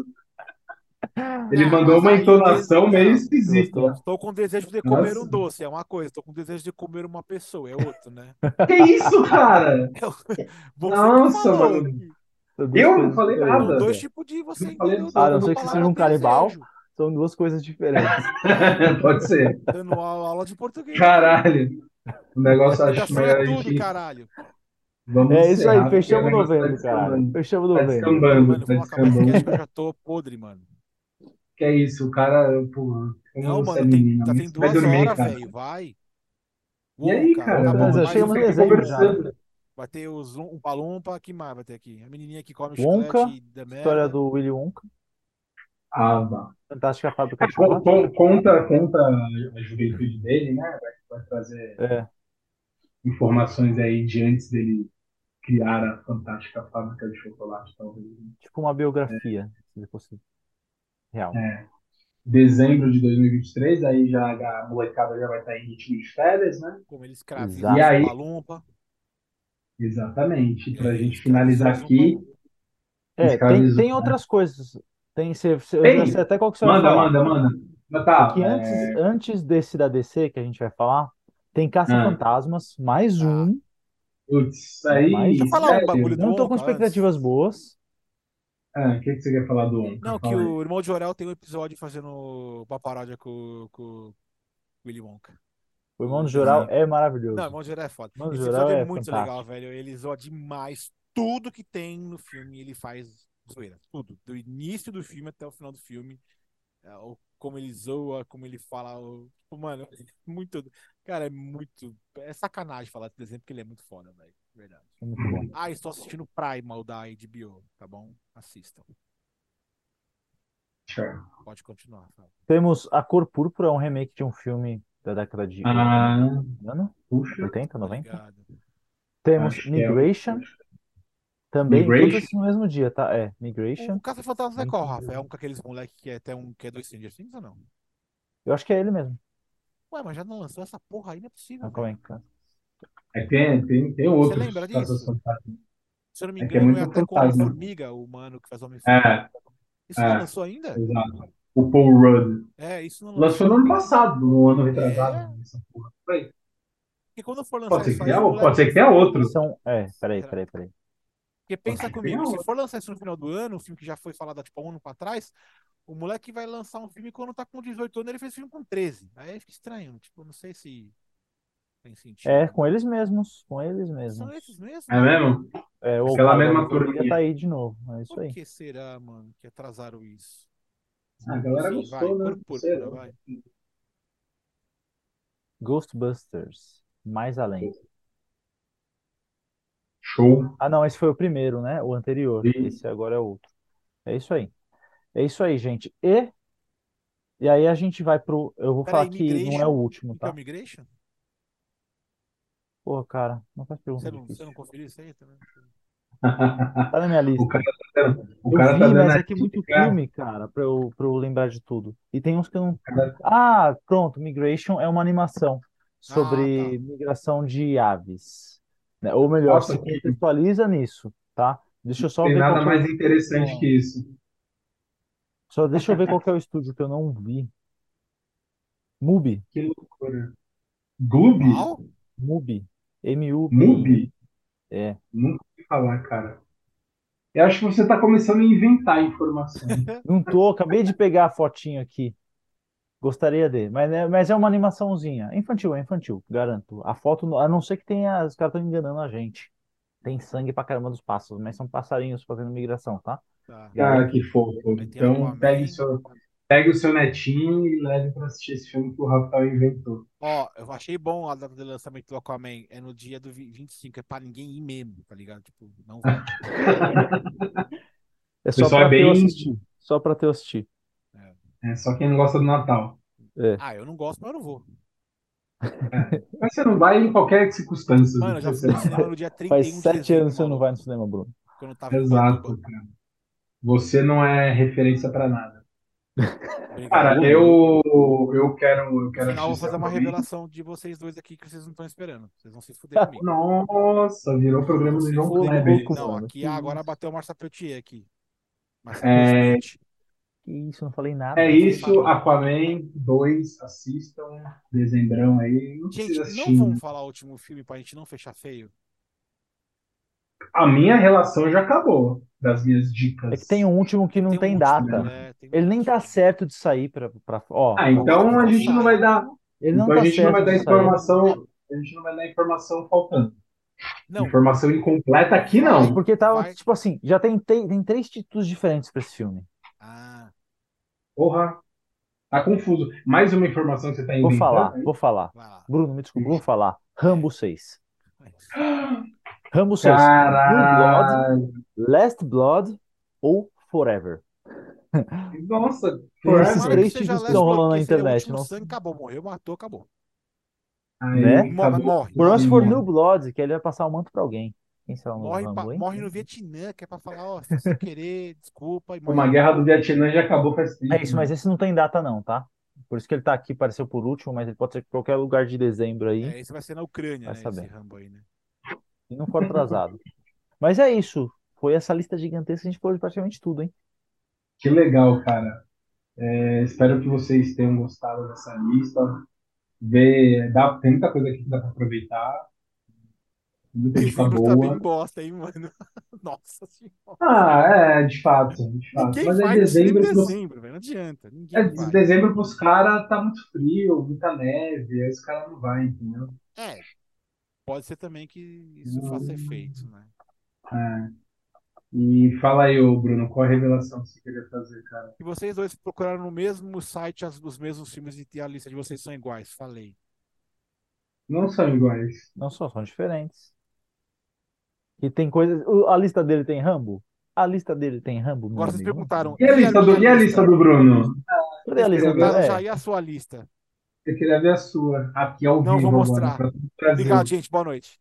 Ele Ah, mandou mas uma aí o de... entonação meio Não, Gostou? esquisita. estou com desejo de comer um Nossa, doce, é uma coisa. Estou com desejo de comer uma pessoa, é outro, né? que isso, cara? É o- Você que Nossa, falou mano. aqui. São duas Eu não coisas falei diferentes, São nada. dois cara. tipos de você Não falei entender o A do- não a ser que você seja palavra um canibal, desejo. são duas coisas diferentes. É, Pode ser. dando aula aula de português aqui. Caralho. O negócio, acho Interpretação é melhor a tudo, gente. caralho. Vamos É isso aí, encerrar, porque o fechamos negócio tá novembro, caralho. descambando. Fechamos Tá novembro. descambando, Mano, tá vamos acabar esse cast que eu descambando. já tô podre, mano. Que é isso, o cara, pô, como Não, você é mano, tem, menina, já tem mas você vai duas dormir, horas, cara. velho. Vai. E Uou, aí, cara. cara, Tá Mas bom. já Mais um chegamos em fica filme dezembro do. já, né? conversando. Vai ter os um, um Palumpa. Que mais vai ter aqui? A menininha que come chiclete Wonka, e dá história merda. do Willy Wonka, Ah, bah. Fantástica Fábrica de Con- Chocolate. con- Conta, conta a juventude dele, né? Vai, vai trazer É, informações aí de antes dele criar a fantástica fábrica de chocolate, talvez. tipo uma biografia, se fosse real. É. Dezembro de dois mil e vinte e três, aí já a molecada já vai estar em ritmo de férias, né? Como ele escraviza E os Exato. aí, Palumpa. exatamente, para a Ele gente finalizar escravizou os aqui, Umpa-Lumpa. É, tem, escravizou. tem outras coisas. Tem, cê- cê- eu já sei Tem! até qual que você vai Manda, falar. manda, manda. Mas É tá, que antes, é... antes desse da D C que a gente vai falar, tem ah, Caça-Fantasmas, mais Tá. um, putz, né? Deixa eu Mais aí, falar um. um bagulho sério. do Não tô com Onca antes. expectativas boas. Ah, o que, que você quer falar do Onca? Não, que Fala aí. o irmão de Orel tem um episódio fazendo uma paródia com, com o Willy Wonka. O Irmão O do Joral Ah, desenho. é Não, maravilhoso. irmão de Orel é foda. O Irmão do Esse Joral episódio é é muito legal, fantástico. velho. Ele zoa demais tudo que tem no filme. Ele faz zoeira. Tudo. Do início do filme até o final do filme. É, o- como ele zoa, como ele fala. O... Tipo, mano, muito. Cara, é muito. É sacanagem falar desse desenho porque ele é muito foda, velho. Verdade. É muito bom. Ah, estou assistindo Primal da H B O, tá bom? Assistam. sure. Pode continuar, Fábio. Temos A Cor Púrpura, um remake de um filme da década de oitenta, Ah, ano? puxa, oitenta, Tô noventa. ligado. Temos acho que é o Migration, também, todos Migration. esses no mesmo dia, tá? É, O, Migration. o Caça-Fantasmas é qual, vinte Rafa? É um com aqueles moleque que é até um que é dois Stranger Things ou não? Eu acho que é ele mesmo. Ué, mas já não lançou essa porra aí, não é possível, Ah, como velho. é que tá? É, tem, tem, tem Você outros lembra caças disso? fantásticos. Se eu não me É que é engano, é muito até com o fantasma. Homem-Formiga, o mano que faz Homem-Formiga. É, Isso não é, lançou ainda? exato. O Paul Rudd. É, isso não Lançou no lançou. ano passado, no ano É, retrasado. Essa porra. Foi. porque quando for Pode lançar ser que isso aí, tenha, o o- pode ser moleque. que tenha outro. São, é, peraí, Será? peraí, peraí. Porque Pode pensa ser que tenha comigo, se outro. for lançar isso no final do ano, um filme que já foi falado há tipo um ano pra trás, o moleque vai lançar um filme quando tá com dezoito anos, ele fez filme com treze. Aí fica estranho, tipo, não sei se tem É, sentido. com eles mesmos, com eles São esses mesmos. É mesmo? mesmo? É, o Aquela cara do mesma Homem-Formiga tá turminha. aí de novo, é isso Por aí. que será, mano, que atrasaram isso? Ah, a galera Enfim, vai, gostou, né? cor Sei púrpura, lá. vai. Ghostbusters, mais além. Show. Ah, não, esse foi o primeiro, né? O anterior. E, Esse agora é outro. É isso aí. É isso aí, gente. E, e aí a gente vai pro. Eu vou Pera falar aí, que não é o Migration. O último, que que é o tá? Migration? Porra, cara, não faz Você pergunta não, você difícil. não conferiu isso aí também? Tá na minha o cara lista. tá dando, o Eu cara tá vi, dando mas a é que é muito dica. filme, cara, pra eu, pra eu lembrar de tudo. E tem uns que eu não. O cara, Ah, pronto. Migration é uma animação Ah, tá. sobre migração de aves. Né? Ou melhor, nossa, se que contextualiza nisso, tá? Deixa eu só tem ver qual nada que é o mais interessante que estúdio. isso. Só deixa eu ver qual que é o estúdio que eu não vi. Mubi. Que loucura. Gloob? Qual? Mubi. M U B I. Mubi? É. Nunca ouvi falar, cara. Eu acho que você está começando a inventar informação. Não tô, acabei de pegar a fotinho aqui. Gostaria de, mas é, mas é uma animaçãozinha. É infantil, é infantil, garanto. A foto, a não ser que tenha, os caras estão enganando a gente. Tem sangue pra caramba dos pássaros, mas são passarinhos fazendo migração, tá? Tá. Ah, Garanto. que fofo. Aí tem Então, pegue, Aquaman. seu, pegue o seu netinho e leve para assistir esse filme que o Rafael inventou. Ó, eu achei bom a data de lançamento do Aquaman. É no dia do vi- vinte e cinco. É pra ninguém ir mesmo, tá ligado? Tipo, não vai. É O só pessoal é pra ter eu bem. assistir. Só pra ter eu assistir. É. É só quem não gosta do Natal. É. Ah, eu não gosto, mas eu não vou. É. Mas você não vai em qualquer circunstância. Mano, eu já Você fui no não cinema vai. no dia trinta Faz e um de sete dezembro, anos que você não vai maluco. no cinema, Bruno. Quando eu tava em Exato, Ubatuba. cara. Você não é referência pra nada. Obrigado. Cara, Ô, louco. eu, eu quero, eu No quero final, eu assistir vou esse fazer uma Aquaman. revelação de vocês dois aqui que vocês não estão esperando. Vocês vão se fuder comigo. Nossa, virou Vocês programa vão do se João Ô, fuder Kleber comigo. louco, isso. Não, mano. aqui Que agora isso? bateu o Marcelo Peltier aqui. Marcelo É, Smith. Que isso? Não falei é nada. Você isso, falou. Aquaman dois, assistam, dezembrão aí, não Gente, precisa não assistir. vamos Né? falar o último filme pra gente não fechar feio? A minha relação já acabou, das minhas É que tem dicas. um último É que que não tem um tem último. data. Né? É, tem um Ele nem tá último. certo de sair pra, pra, ó, Ah, pra Tomara que então a não gente não vai saia. dar, Ele não então a tá gente não vai certo de dar sair. informação, a gente não vai dar informação faltando. Não, Informação incompleta aqui É vai, não. porque tava, vai. tipo assim, já tem, tem, tem três títulos diferentes pra esse filme. Ah, Porra, tá confuso. Mais uma informação que você tá Vou inventando falar, aí? vou falar. vai lá. Bruno, me desculpa, vou falar. Rambo seis. Mas, Rambo seis. New Blood, Caralho. Last Blood ou Forever. Nossa, Tem esses tomara que Forever. três seja títulos que Last estão Blood, rolando porque na seria o internet, último não, sangue, acabou, morreu, matou, acabou. Aí né? Mo- acabou. morre, O problema é se for morre. New Blood, que ele vai passar o manto pra alguém. Quem será o novo Morre, pa- Rambo, hein? morre no Vietnã, que é pra falar, ó, foi sem querer, desculpa, e morre Uma lá. guerra do Vietnã já acabou faz É tempo, isso, né? mas esse não tem data não, tá? Por isso que ele tá aqui, apareceu por último, mas ele pode ser em qualquer lugar de dezembro aí, É, esse vai ser na Ucrânia, vai né? Esse saber. Rambo aí, né? E não for atrasado. Mas é isso. Foi essa lista gigantesca, a gente falou de praticamente tudo, hein? Que legal, cara. É, espero que vocês tenham gostado dessa lista. Vê, dá, tem muita coisa aqui que dá para aproveitar, muita dica Dezembro tá bem boa. bosta, hein, mano? Nossa senhora. Ah, é, de fato, de fato. Ninguém Mas é faz no cinema em dezembro pros, dezembro, velho. Não adianta. é Ninguém de- faz. dezembro pros caras tá muito frio, muita neve, aí os caras não vai, entendeu? É, pode ser também que isso faça Hum, efeito, né? é. E fala aí, ô Bruno, qual a revelação que você queria fazer, cara? E vocês dois procuraram no mesmo site as- os mesmos filmes e a lista de vocês são iguais, falei. Não são iguais. Não só, são diferentes. E tem coisas. o- A lista dele tem Rambo? A lista dele tem Rambo, meu Agora vocês amigo? Não perguntaram, tem. E a e a lista minha do, e a lista lista? do Bruno? Cadê a Vocês Eu lista queria do. ver, perguntaram já, É, e a sua lista? eu queria ver a sua, aqui ao Não vou vivo agora, mostrar. para todo o Obrigado, Brasil. gente. Boa noite.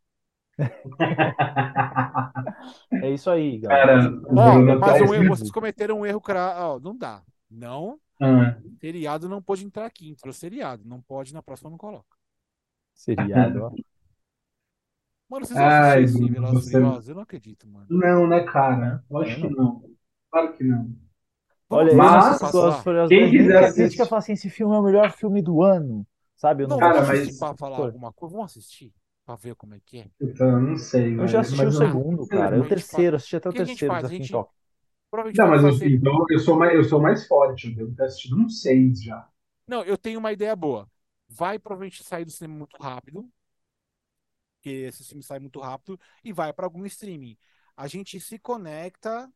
é isso aí, galera. Cara, Vocês o estão Ó, Bruno vendo mas ao traz. um erro, vocês vivo. cometeram um erro, cra... ó, não dá. Não, Ah, seriado não pode entrar aqui, entrou seriado. Não pode, na próxima não coloca. Seriado, ó. Mano, vocês vão assistir ai, esse Bruno, Velozes e você. Furiosos? Eu não acredito, mano. Não, né, Hã? cara? Também Lógico que não. não. Claro que não. Vamos Olha, eu não assistir esse assisto Mas, Velozes e Passear? Furiosos quem dez, nem quiser que a crítica assistir. fala assim, esse filme é o melhor filme do ano. Sabe? Eu não Não, vou vamos Cara, assistir assistir. mas. pra falar Pô, alguma coisa. Vamos assistir pra ver como é que é. Puta, eu não sei, eu já velho. assisti o Mas eu. Ah, segundo, depois cara. É o a gente fala. terceiro, O assisti até o que a gente terceiro, faz? A Desafio em gente Tóquio. provavelmente Não, vai mas eu, fazer. então, eu, sou mais, eu sou mais forte. Eu devo ter assistido uns seis já. Não, eu tenho uma ideia boa. Vai provavelmente sair do cinema muito rápido, porque esse filme sai muito rápido, e vai para algum streaming. A gente se conecta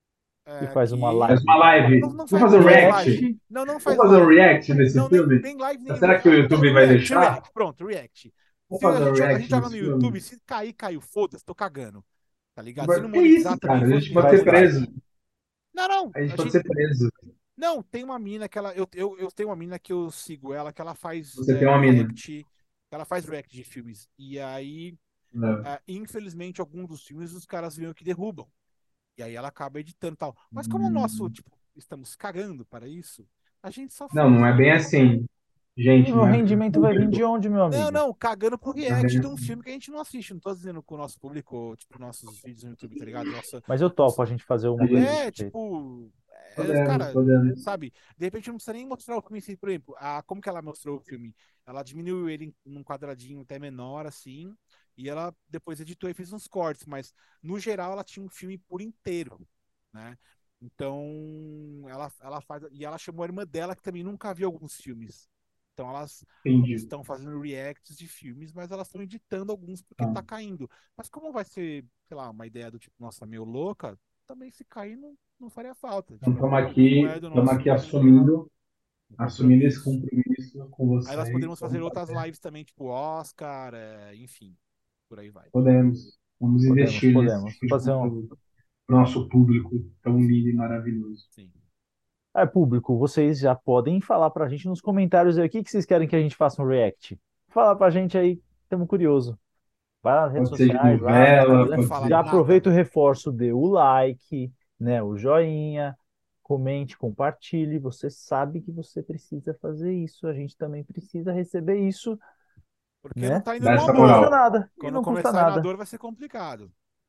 E é, faz uma aqui. Faz uma live. Não, live. não Vamos faz, fazer não um faz react? live. Não, não Vamos faz fazer um live. react desse Não, nem, filme? nem live, nem. Será que o Não, YouTube vai react, deixar? react. Pronto, react. Vamos Se a fazer um gente, joga- a gente react joga no desse filme? YouTube, se cair, caiu. Foda-se, tô cagando. Tá ligado? Se não Que monetizar isso, também, cara? A gente fode- pode Faz ser foda-se. preso. live. Não, não. A gente A pode gente, ser preso. não, tem uma mina que ela. Eu, eu, eu tenho uma mina que eu sigo ela, que ela faz Você é, tem uma mina. react. Ela faz react de filmes. E aí, Não. é, infelizmente, alguns dos filmes os caras viram que derrubam. E aí ela acaba editando e tal. Mas como o nosso, tipo, estamos cagando para isso, a gente só Não, não faz é um. bem assim. E Gente, o meu não é rendimento vai vir de público. onde, meu Não, amigo? não, cagando pro Não é bem react de um assim. filme que a gente não assiste. Não tô dizendo com o nosso público, tipo, nossos vídeos no YouTube, tá ligado? Nossa. Mas eu topo a gente fazer A uma coisa gente- desse É, jeito. tipo. É, Podemos, cara, podemos. sabe? De repente não precisa nem mostrar o filme em si, por exemplo. A, como que ela mostrou o filme? Ela diminuiu ele em- num quadradinho até menor, assim. E ela depois editou e fez uns cortes. Mas, no geral, ela tinha um filme por inteiro, né? Então, ela, ela faz. E ela chamou a irmã dela, que também nunca viu alguns filmes. Então, elas Entendi. estão fazendo reacts de filmes, mas elas estão editando alguns porque Tá. tá caindo. Mas como vai ser, sei lá, uma ideia do tipo, nossa, meio louca, também se cair não, não faria falta. Então, Tipo, estamos não aqui, é do estamos nosso aqui assumindo, assumindo esse compromisso. compromisso com Aí nós vocês. poderíamos fazer Vamos outras fazer. lives também, tipo Oscar, é, enfim, por aí vai. Podemos. Vamos Podemos, investir nesse podemos. tipo de Fazer um. conteúdo para o nosso público tão lindo e maravilhoso. Sim. É, público, vocês já podem falar pra gente nos comentários aí o que que vocês querem que a gente faça um react. Fala pra gente aí, estamos curiosos. Vai lá nas redes Pode ser de sociais, lá no Nada, não novela, Instagram. vamos pode falar ser. Já nada. aproveita o reforço, dê o like, né, o joinha, comente, compartilhe. Você sabe que você precisa fazer isso. A gente também precisa receber isso, Porque não né? tá indo Dá no E essa não custa amor. moral. nada. E Quando não custa começar a ir na nada. dor vai ser complicado.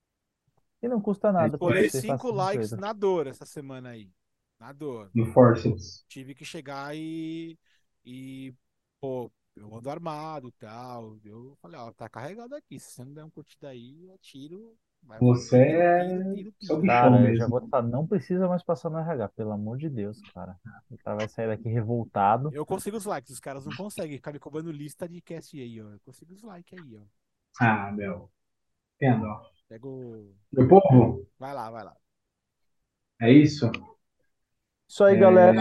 E não custa É nada isso para Colei aí. você cinco fazer essa likes coisa. na dor essa semana aí. Na dor. No Forceps. Tive que chegar e, e pô, eu ando armado e tal. Eu falei, ó, tá carregado aqui. Se você não der um curtida aí, eu tiro. Vai Você tiro, é tiro, tiro, seu tiro. bichão Cara, eu já mesmo. vou te falar, não precisa mais passar no R H, pelo amor de Deus, cara. O cara vai sair daqui revoltado. Eu consigo os likes, os caras não conseguem ficar me cobrando lista de cast aí, ó. Eu consigo os likes aí, ó. Ah, meu. Entendo, ó. Pego. Meu povo, Vai lá, vai lá. é isso. Isso aí, galera.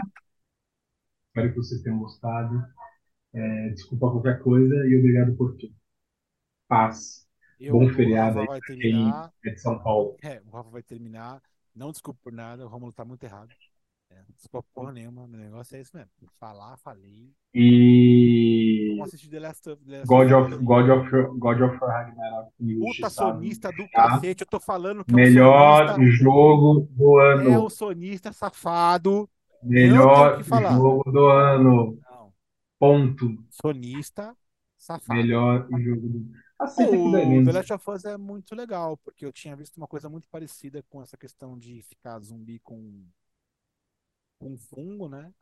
Espero que vocês tenham gostado. É, desculpa qualquer coisa e obrigado por tudo. Paz. Eu, Bom o feriado Rafa aí vai pra quem terminar. é de São Paulo. É, o Rafa vai terminar. Não desculpa por nada, o Romulo tá muito errado. É, desculpa porra nenhuma, meu negócio é isso mesmo. Falar, falei. Vamos E assistir The Last of, The Last of God Us of, aí. God of, God of War Ragnarok Puta injustiçado no sonista do G T A. cacete, eu tô falando que é um Melhor sonista. jogo do É um ano. sonista safado. Não tenho o que Melhor falar. jogo do ano. Não. Ponto. Sonista safado. Melhor jogo do ano. Aceita que dói Pô, o The menos. Last of Us é muito legal, porque eu tinha visto uma coisa muito parecida com essa questão de ficar zumbi com, com fungo, né?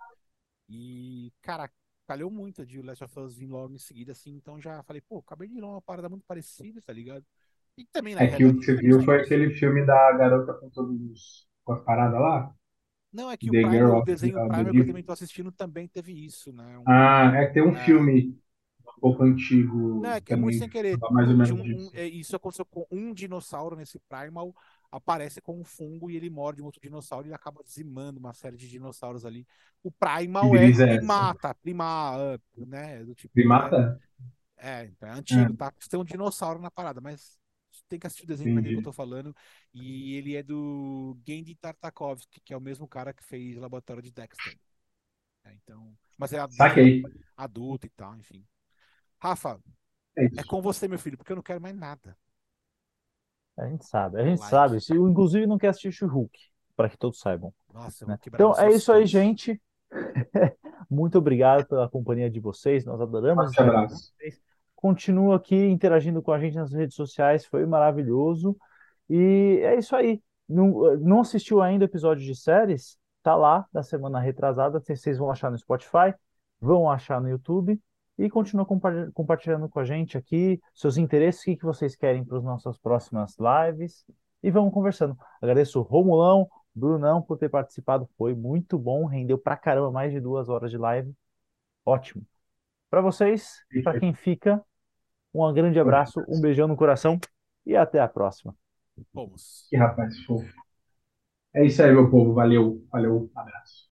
E, cara, calhou muito de o Last of Us vir logo em seguida, assim, então já falei, pô, acabei de ir uma parada muito parecida, tá ligado? E também, na É que o realidade, que você os viu foi tiros. aquele filme da garota com todos os, com as paradas lá? Não, é que o The Girl Primal, o of the, desenho of the Primal que eu Deep. também tô assistindo também teve isso, né? Um, Ah, é que tem um é, filme um pouco não, antigo é, que é muito também, sem que querer. fala mais ou De menos um, um- disso. é, isso aconteceu com um dinossauro nesse Primal, aparece com um fungo e ele morde um outro dinossauro e acaba dizimando uma série de dinossauros ali. O Que Primal é do brisa é essa? primata, prima, up, né? Do tipo, então é, Primata? é, então é É, antigo, tá? Tem um dinossauro na parada, mas tem que assistir o desenho pra entender o que eu entendi. tô falando. E ele é do Genndy Tartakovsky, que é o mesmo cara que fez Laboratório de Dexter. Né? Então, mas é desenho Saquei. adulto e tal, enfim. Rafa, É é isso. com você, meu filho, porque eu não quero mais nada. A gente sabe, a O gente like. sabe. Se, inclusive não quer assistir o Hulk, para que todos saibam, Nossa, eu vou né? quebrar Então os é ossos isso aí, todos. gente. Muito obrigado pela companhia de vocês. Nós adoramos Forte estar com abraço. vocês. Continua aqui interagindo com a gente nas redes sociais, foi maravilhoso. E é isso aí. Não, não assistiu ainda o episódio de séries? Tá lá da semana retrasada. Vocês vão achar no Spotify, vão achar no YouTube. E continua compa- compartilhando com a gente aqui seus interesses, o que que vocês querem para as nossas próximas lives. E vamos conversando. Agradeço o Romulão, Brunão, por ter participado. Foi muito bom, rendeu pra caramba mais de duas horas de live. Ótimo. Para vocês, para quem fica, um grande Forte abraço, um abraço. beijão no coração e até a próxima. Fomos. Que rapaz fofo. É isso aí, meu povo. Valeu. Valeu. Abraço.